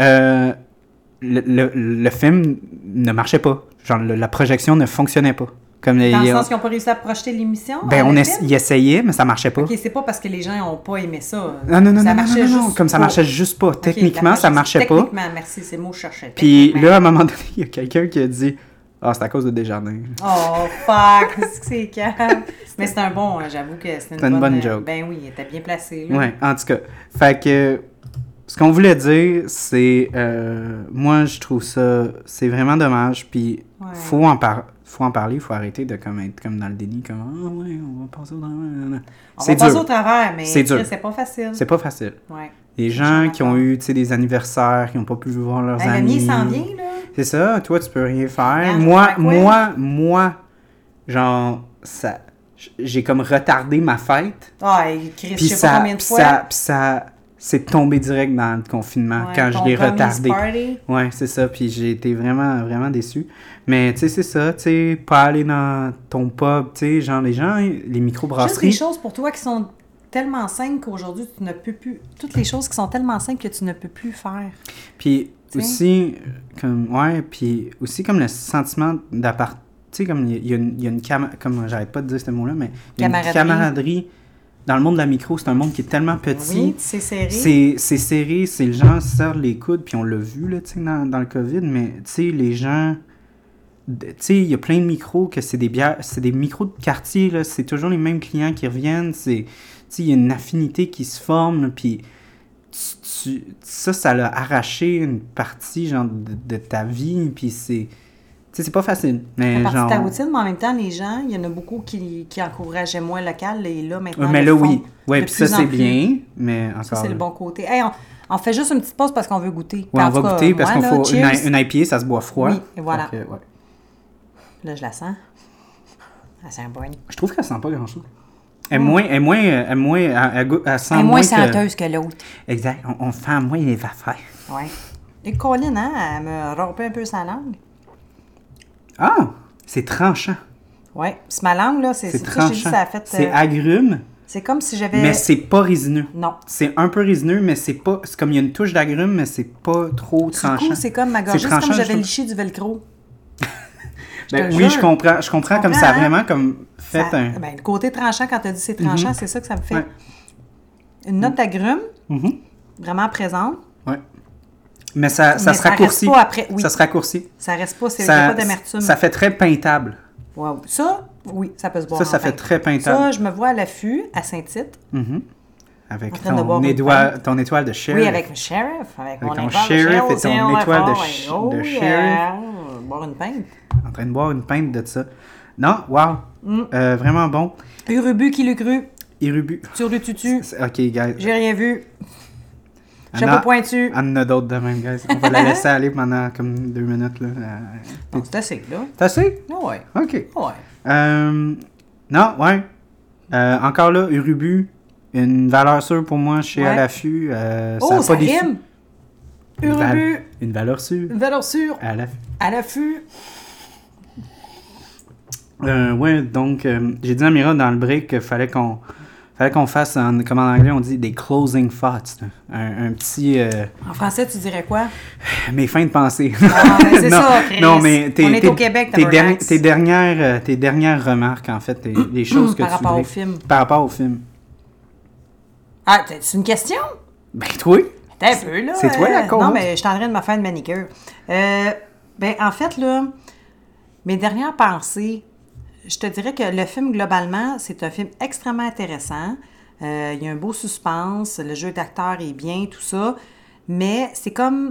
Le film ne marchait pas. Genre, la projection ne fonctionnait pas. Dans le sens qu'ils n'ont pas réussi à projeter l'émission? Ils essayaient, mais ça marchait pas. OK, c'est pas parce que les gens n'ont pas aimé ça. Non. Comme ça marchait juste pas. Techniquement, ça marchait pas. Techniquement, merci, c'est le mot que je cherchais. Puis là, à un moment donné, il y a quelqu'un qui a dit « c'est à cause de Desjardins. » Oh, fuck! C'est calme. Mais c'est un bon, j'avoue que c'était une bonne joke. Ben oui, il était bien placé. Oui, en tout cas. Fait que, ce qu'on voulait dire, c'est... moi, je trouve ça... C'est vraiment dommage, puis faut en parler, il faut arrêter de être comme dans le déni, comme « Ah ouais, on va passer au travers. » On va passer au travers, mais c'est dur. C'est pas facile. C'est pas facile. Ouais. Les gens qui ont eu des anniversaires, qui n'ont pas pu voir leurs amis. L'ami s'en vient, là. C'est ça, toi, tu peux rien faire. Moi, genre, ça... J'ai comme retardé ma fête. Chris, je sais pas combien de fois. Puis ça c'est tombé direct dans le confinement quand je l'ai retardé. Ouais, c'est ça. Puis j'ai été vraiment, vraiment déçu. Mais tu sais, c'est ça. Tu sais, pas aller dans ton pub. Tu sais, genre les gens, les microbrasseries. Juste des choses pour toi qui sont tellement simples qu'aujourd'hui, tu ne peux plus... Toutes les choses qui sont tellement simples que tu ne peux plus faire. Puis aussi, comme le sentiment d'appartenance. Tu sais, comme il y a une comme j'arrête pas de dire ce mot-là, mais il y a une Camaraderie. camaraderie. Dans le monde de la micro, c'est un monde qui est tellement petit. Oui, c'est serré. C'est serré, c'est les gens se serrent les coudes, puis on l'a vu, là, tu sais, dans le COVID, mais, tu sais, les gens... Tu sais, il y a plein de micros que c'est des bières, c'est des micros de quartier, là, c'est toujours les mêmes clients qui reviennent, tu sais, il y a une affinité qui se forme, là, puis ça l'a arraché une partie, genre, de ta vie, puis c'est... Tu sais, c'est pas facile, mais C'est partie genre... de ta routine, mais en même temps, les gens, il y en a beaucoup qui encourageaient moins le local, et là, maintenant, mais le là, font oui. Ouais, de puis ça, plus en c'est plus. bien, mais encore... Ça, c'est le là. bon côté. Hey, on fait juste une petite pause parce qu'on veut goûter. Ouais, En on tout va cas, goûter, parce moi, qu'on là, faut... cheers. Une IPA, ça se boit froid. Oui, et voilà. Fait que, ouais. Là, je la sens. Elle sent bonne. Je trouve qu'elle sent pas grand-chose. Elle sent Elle est moins moins que... senteuse que l'autre. Exact. On sent moins les affaires. Oui. Et Colin, hein, elle me rompait un peu sa langue. Ah! C'est tranchant. Oui. C'est ma langue, là, c'est C'est ça que je t'ai dit, tranchant. ça a fait... C'est agrume, c'est comme si j'avais... mais c'est pas résineux. Non. C'est un peu résineux, mais c'est pas... C'est comme il y a une touche d'agrume, mais c'est pas trop Du tranchant. coup, c'est comme ma gorgée, c'est tranchant, comme je j'avais trouve. liché du velcro. Ben, te oui, jure. je comprends. Je comprends comme ça a hein? vraiment comme fait Ça- un... ben, le côté tranchant, quand tu as dit c'est tranchant, c'est ça que ça me fait. Ouais. Une note d'agrumes, Mhm. vraiment présente. Ouais. Mais ça Mais se ça raccourcit. reste pas après, oui. Ça se raccourcit. Ça reste pas, il n'y a pas d'amertume. Ça fait très peintable. Wow. Ça, oui, ça peut se boire. Ça en fait pain. très peintable. Ça, je me vois à l'affût, à Saint-Tite. Mhm. Avec En train de boire ton étoile de sheriff. Oui, avec le sheriff. Avec mon ton étoile sheriff de et ton étoile de sheriff. Boire une pinte. En train de boire une pinte de ça. Non, wow. Vraiment bon. Urubu qui l'eût cru. Irubu. Sur le tutu. OK, guys. J'ai rien vu. Anna- Chapeau pointu. On en a d'autres de même, guys. On va la laisser aller pendant comme 2 minutes. Là. Bon, c'est assez, là. T'as assez? Ah ouais. OK. Ouais. Non, ouais. Encore là, Urubu, une valeur sûre pour moi chez Ouais. À l'affût. Oh, a ça pas déçu. rime. Urubu. Une valeur sûre. Une valeur sûre. À l'affût. À l'affût. Ouais, donc, j'ai dit à Mira dans le break qu'il fallait qu'on fasse, comme en anglais, on dit des closing thoughts. Là. Un petit... En français, tu dirais quoi? mes fins de pensée. Ah, ben c'est Non, ça, Chris. non, mais On est au Québec, t'as relax. tes dernières remarques, en fait, les choses que Par tu rapport voudrais- au film. Par rapport au film. Ah, c'est une question? Ben, toi, T'es un peu, là. c'est toi la cause. Non, mais je suis en train de me faire une manicure. Ben, en fait, là, mes dernières pensées, je te dirais que le film, globalement, c'est un film extrêmement intéressant. Il y a un beau suspense, le jeu d'acteur est bien, tout ça. Mais c'est comme...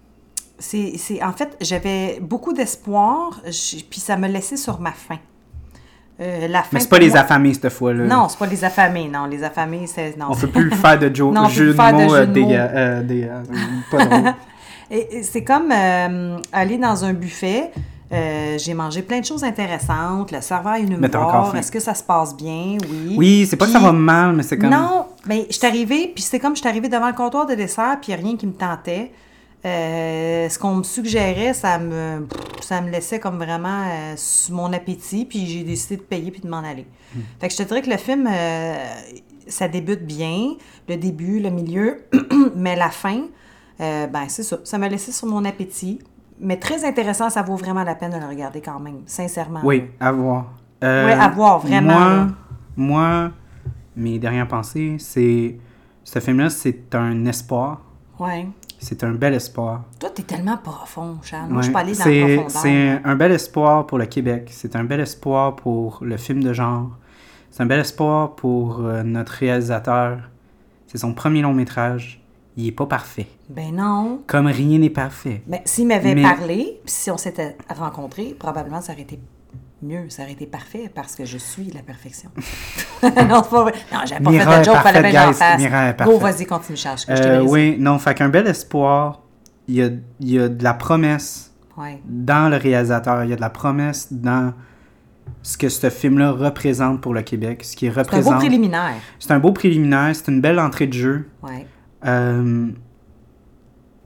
En fait, j'avais beaucoup d'espoir, puis ça me laissait sur ma faim. La fin, Mais c'est pas pour les moi- affamés, cette fois-là. Non, c'est pas les affamés, non. Les affamés, c'est... Non, On peut plus faire de Non, on peut jeu plus faire de de mots jeu de pas drôle. Et c'est comme aller dans un buffet. J'ai mangé plein de choses intéressantes. Le serveur est venu me Mais t'as encore voir. faim. Est-ce que ça se passe bien? Oui. Oui, c'est pas que ça Puis- va mal, mais c'est comme... Non, mais je suis arrivée, puis c'est comme je suis arrivée devant le comptoir de dessert, puis il n'y a rien qui me tentait. Ce qu'on me suggérait, ça me laissait comme vraiment sur mon appétit, puis j'ai décidé de payer puis de m'en aller. Fait que je te dirais que le film, ça débute bien, le début, le milieu, mais la fin, ben c'est ça. Ça m'a laissé sur mon appétit, mais très intéressant, ça vaut vraiment la peine de le regarder quand même, sincèrement. Oui, à voir. Oui, à voir, vraiment. là. Moi, mes dernières pensées, c'est... Ce film-là, c'est un espoir. Ouais. C'est un bel espoir. Toi, t'es tellement profond, Charles. Moi, Ouais. je suis pas allée dans C'est- la profondeur. C'est un bel espoir pour le Québec. C'est un bel espoir pour le film de genre. C'est un bel espoir pour notre réalisateur. C'est son premier long métrage. Il est pas parfait. Ben non. Comme rien n'est parfait. Mais s'il m'avait Mais- parlé, puis si on s'était rencontrés, probablement ça aurait été mieux, ça aurait été parfait parce que je suis la perfection. non, c'est pas vrai. Non, j'avais pas Mira fait est de joke, fallait parfaite, bien que j'en guys. fasse. Mira est Go, parfaite. vas-y, continue, Charles. Je t'ai brisé. Oui, non, fait qu'un bel espoir. Il y a de la promesse Ouais. dans le réalisateur. Il y a de la promesse dans ce que ce film-là représente pour le Québec. Ce qui C'est un beau représente. préliminaire. C'est un beau préliminaire. C'est une belle entrée de jeu. Ouais.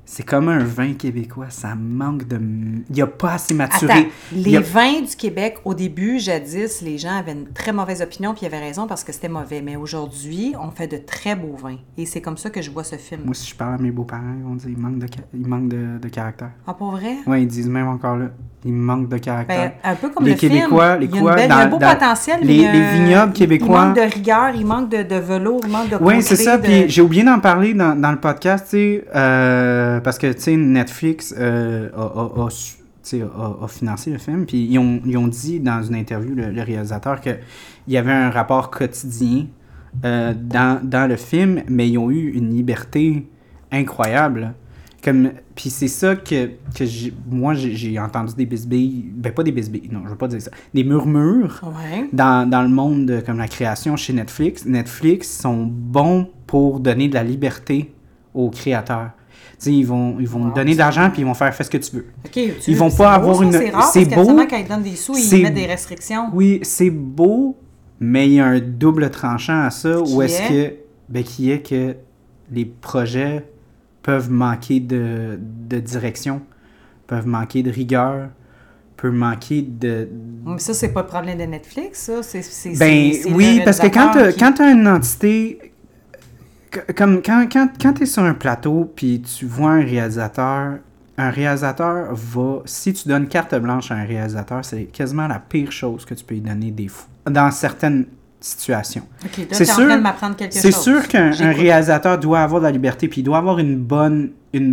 c'est comme un vin québécois, ça manque de... Il n'y a pas assez maturé. Attends, les vins du Québec, au début, jadis, les gens avaient une très mauvaise opinion, puis ils avaient raison parce que c'était mauvais. Mais aujourd'hui, on fait de très beaux vins. Et c'est comme ça que je vois ce film. Moi, si je parle à mes beaux-parents, on dit il manque de caractère. Ah, pour vrai? Oui, ils disent même encore là, il manque de caractère. Ben, un peu comme les le Québécois, film. Les quoi, il y a un beau potentiel, mais les vignobles québécois... Il manque de rigueur, il manque de velours, il manque de Oui, c'est ça. Puis j'ai oublié d'en parler dans le podcast, tu sais, parce que, tu sais, Netflix a financé le film. Puis ils ont dit dans une interview, le réalisateur, qu'il y avait un rapport quotidien dans le film, mais ils ont eu une liberté incroyable. Puis c'est ça que moi, j'ai entendu des bisbilles, ben pas des bisbilles, non, je veux pas dire ça, des murmures dans le monde comme la création chez Netflix. Netflix sont bons pour donner de la liberté aux créateurs. T'sais, ils vont donner de l'argent puis ils vont faire « fais ce que tu veux ». Ils vont pas avoir une... C'est rare parce qu'habituellement, quand ils donnent des sous, ils mettent des restrictions. Oui, c'est beau, mais il y a un double tranchant à ça qui est que les projets peuvent manquer de direction, peuvent manquer de rigueur, peuvent manquer de... Mais ça, c'est pas le problème de Netflix, ça. Oui, parce que quand tu as une entité... Comme quand tu es sur un plateau puis tu vois un réalisateur va... Si tu donnes carte blanche à un réalisateur, c'est quasiment la pire chose que tu peux lui donner dans certaines situations. OK, là, tu es en train de m'apprendre quelque chose. C'est sûr qu'un réalisateur doit avoir de la liberté, puis il doit avoir une bonne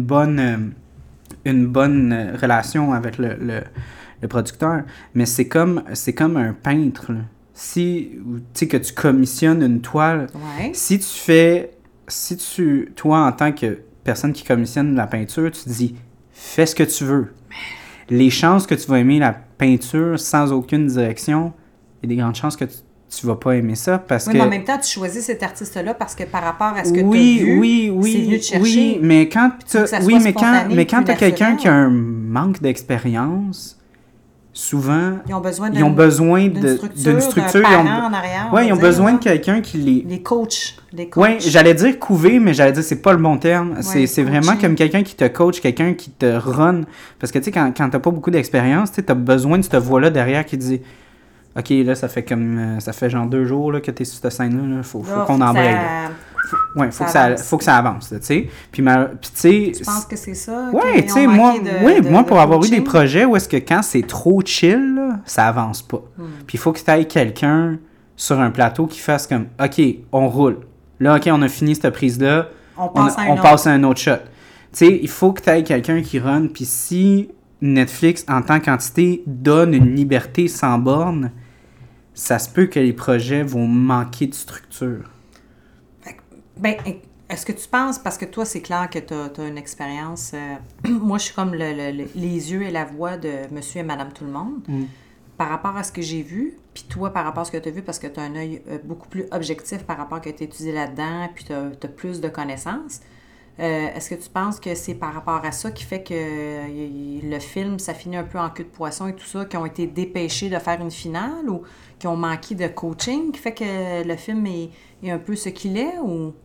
relation avec le producteur, mais c'est comme un peintre, là. Si que tu commissionnes une toile, toi, en tant que personne qui commissionne la peinture, tu te dis « fais ce que tu veux ». Les chances que tu vas aimer la peinture sans aucune direction, il y a des grandes chances que tu vas pas aimer ça parce que... mais en même temps, tu choisis cet artiste-là parce que par rapport à ce que tu as vu, c'est venu te chercher. Oui, mais quand tu as quelqu'un qui a un manque d'expérience, souvent, ils ont besoin d'une structure. En arrière, ils ont besoin de quelqu'un qui les coach. Oui, j'allais dire couver, mais j'allais dire c'est pas le bon terme. C'est vraiment comme quelqu'un qui te coach, quelqu'un qui te run. Parce que, tu sais, quand t'as pas beaucoup d'expérience, tu as besoin de cette voix-là derrière qui dit « OK, là, ça fait genre 2 jours là, que t'es sur cette scène-là. Faut qu'on embraye. » faut que ça avance, tu sais. Puis tu sais... Tu penses que c'est ça? Oui, tu sais, moi, pour avoir eu des projets où est-ce que quand c'est trop chill, là, ça avance pas. Puis il faut que tu aies quelqu'un sur un plateau qui fasse comme « OK, on roule. Là, OK, on a fini cette prise-là. On passe à un autre shot. » Tu sais, il faut que tu aies quelqu'un qui run. Puis si Netflix, en tant qu'entité, donne une liberté sans borne, ça se peut que les projets vont manquer de structure. Ben, est-ce que tu penses, parce que toi, c'est clair que tu as une expérience, moi, je suis comme les yeux et la voix de monsieur et madame tout le monde, par rapport à ce que j'ai vu, puis toi, par rapport à ce que tu as vu, parce que tu as un œil beaucoup plus objectif par rapport à ce que tu as étudié là-dedans, puis tu as plus de connaissances. Est-ce que tu penses que c'est par rapport à ça qui fait que le film, ça finit un peu en queue de poisson et tout ça, qui ont été dépêchés de faire une finale ou qui ont manqué de coaching, qui fait que le film est un peu ce qu'il est ou...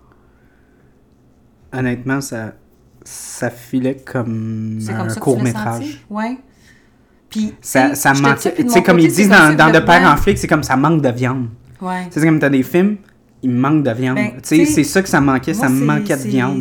Honnêtement, ça filait comme un court-métrage. Oui. Puis, ça manquait. Tu sais, comme ils disent dans De Père en flic, c'est comme ça manque de viande. Ouais. C'est comme t'as des films, il manque de viande. Tu sais, c'est ça que ça manquait, ça manquait de viande.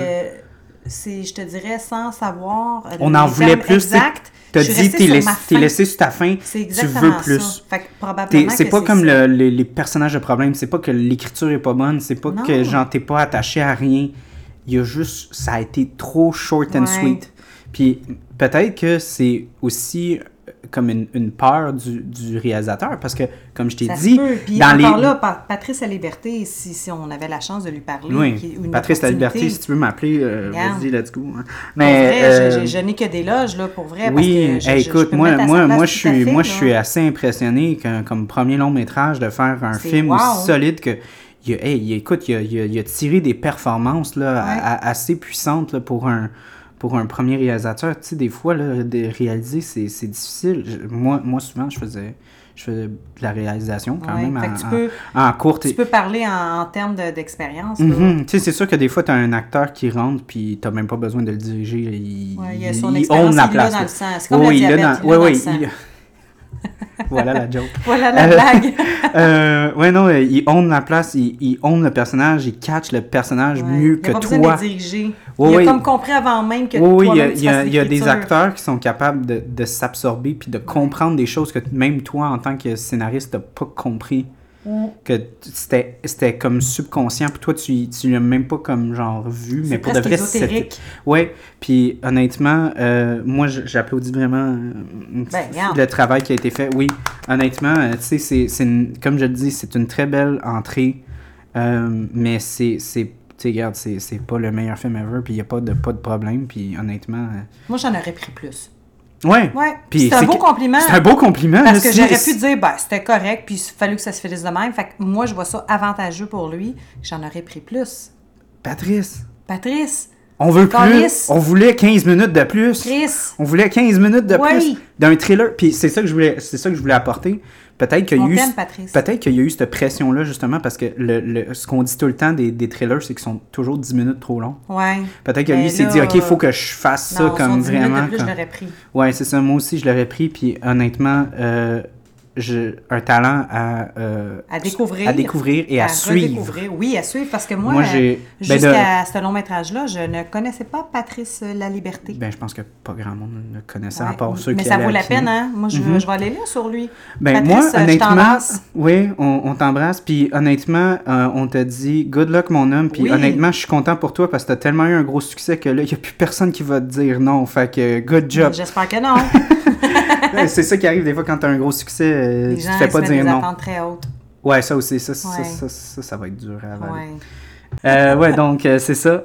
Je te dirais, sans savoir. On en voulait plus. Exact. T'as dit, t'es laissé sur ta faim, tu veux plus. Ça. Fait que probablement c'est pas comme les personnages de problème, c'est pas que l'écriture est pas bonne, c'est pas que genre t'es pas attaché à rien. Il y a juste, ça a été trop short and sweet. Puis peut-être que c'est aussi comme une peur du réalisateur, parce que, comme je t'ai dit... Puis encore là, Patrice à Liberté, si on avait la chance de lui parler... Oui, Patrice à Liberté, si tu veux m'appeler, vas-y, let's go. Hein. Mais je n'ai que des loges, là, pour vrai, oui, parce que écoute, moi, je suis assez impressionné comme premier long métrage de faire un film aussi solide que... Il a tiré des performances là, assez puissantes là, pour un premier réalisateur. Tu sais, des fois, là, de réaliser, c'est difficile. Moi, souvent, je je faisais de la réalisation quand même Fait que en courte. Tu peux parler en termes d'expérience. Tu sais, c'est sûr que des fois, tu as un acteur qui rentre, puis tu n'as même pas besoin de le diriger. Il y a son expérience, il l'a dans le sang. C'est comme le diabète, il l'a dans le sang. Voilà la joke. Voilà la blague. Ouais, non, il own la place, il own le personnage, il catch le personnage mieux que toi. Il n'a pas besoin de diriger. Il a comme compris avant même que toi-même tu fasses l'écriture. Il y a des acteurs qui sont capables de s'absorber puis de comprendre des choses que même toi, en tant que scénariste, tu n'as pas compris. Que c'était comme subconscient, puis toi, tu l'as même pas comme genre vu, mais pour de vrai, c'était... Ouais, puis honnêtement, moi, j'applaudis vraiment le travail qui a été fait. Oui, honnêtement, tu sais, comme je le dis, c'est une très belle entrée, mais tu sais, regarde, c'est pas le meilleur film ever, puis il n'y a pas de problème, puis honnêtement... Moi, j'en aurais pris plus. Ouais. C'est un beau compliment. C'est un beau compliment. Parce que j'aurais pu dire, c'était correct, puis il fallait que ça se finisse de même. Fait que moi, je vois ça avantageux pour lui. J'en aurais pris plus. Patrice. On veut plus. On voulait 15 minutes de plus. Chris. On voulait 15 minutes de plus d'un thriller. Puis c'est ça que je voulais apporter. Peut-être qu'il y a eu cette pression-là, justement, parce que ce qu'on dit tout le temps des trailers, c'est qu'ils sont toujours 10 minutes trop longs. Ouais. Peut-être que lui s'est dit, OK, il faut que je fasse ça comme 10 vraiment. De plus, je l'aurais pris. Ouais, c'est ça. Moi aussi, je l'aurais pris. Puis honnêtement, un talent à découvrir et à suivre. Oui, à suivre, parce que moi jusqu'à ce long-métrage-là, je ne connaissais pas Patrice Laliberté. Ben, je pense que pas grand monde le connaissait, à part ceux qui mais ça vaut la peine, hein? Moi, je vais aller lire sur lui. Ben, Patrice, moi, honnêtement, je t'embrasse. Oui, on t'embrasse, puis honnêtement, on t'a dit « Good luck, mon homme », puis honnêtement, je suis content pour toi, parce que t'as tellement eu un gros succès que là, il n'y a plus personne qui va te dire non, fait que good job. J'espère que non. C'est ça qui arrive des fois quand tu as un gros succès, tu te fais pas dire non. Les gens attentes très hautes. Ouais, ça aussi, ça va être dur à avaler. Ouais, donc c'est ça.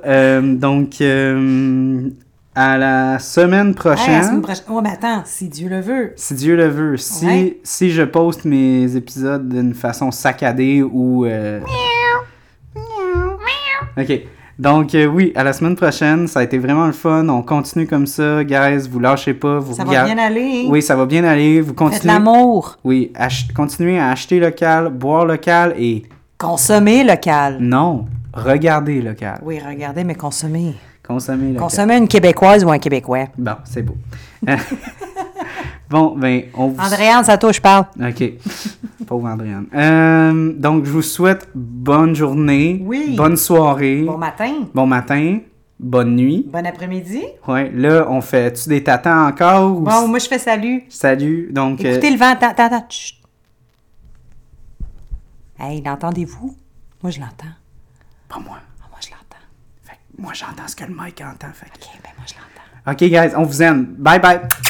À la semaine prochaine. Oh, mais attends, si Dieu le veut. Si Dieu le veut. Si je poste mes épisodes d'une façon saccadée ou... OK. Donc, oui, à la semaine prochaine. Ça a été vraiment le fun. On continue comme ça, guys. Vous lâchez pas. Ça va bien aller. Oui, ça va bien aller. Vous continuez. Faites l'amour. Oui, continuez à acheter local, boire local et... Consommer local. Non, regardez local. Oui, regardez, mais consommer. Consommer local. Consommer une Québécoise ou un Québécois. Bon, c'est beau. Bon, ben, Andréane, ça touche, parle. OK. Pauvre Andréane. Donc, je vous souhaite bonne journée. Oui. Bonne soirée. Bon matin. Bon matin. Bonne nuit. Bon après-midi. Ouais. Là, on fait-tu des tatans encore? Ou... Bon, moi, je fais salut. Salut. Donc... Écoutez le vent. Attends. Hey, l'entendez-vous? Moi, je l'entends. Pas moi. Moi, je l'entends. Fait que moi, j'entends ce que le Mike entend. Fait que... OK, ben moi, je l'entends. OK, guys, on vous aime. Bye, bye.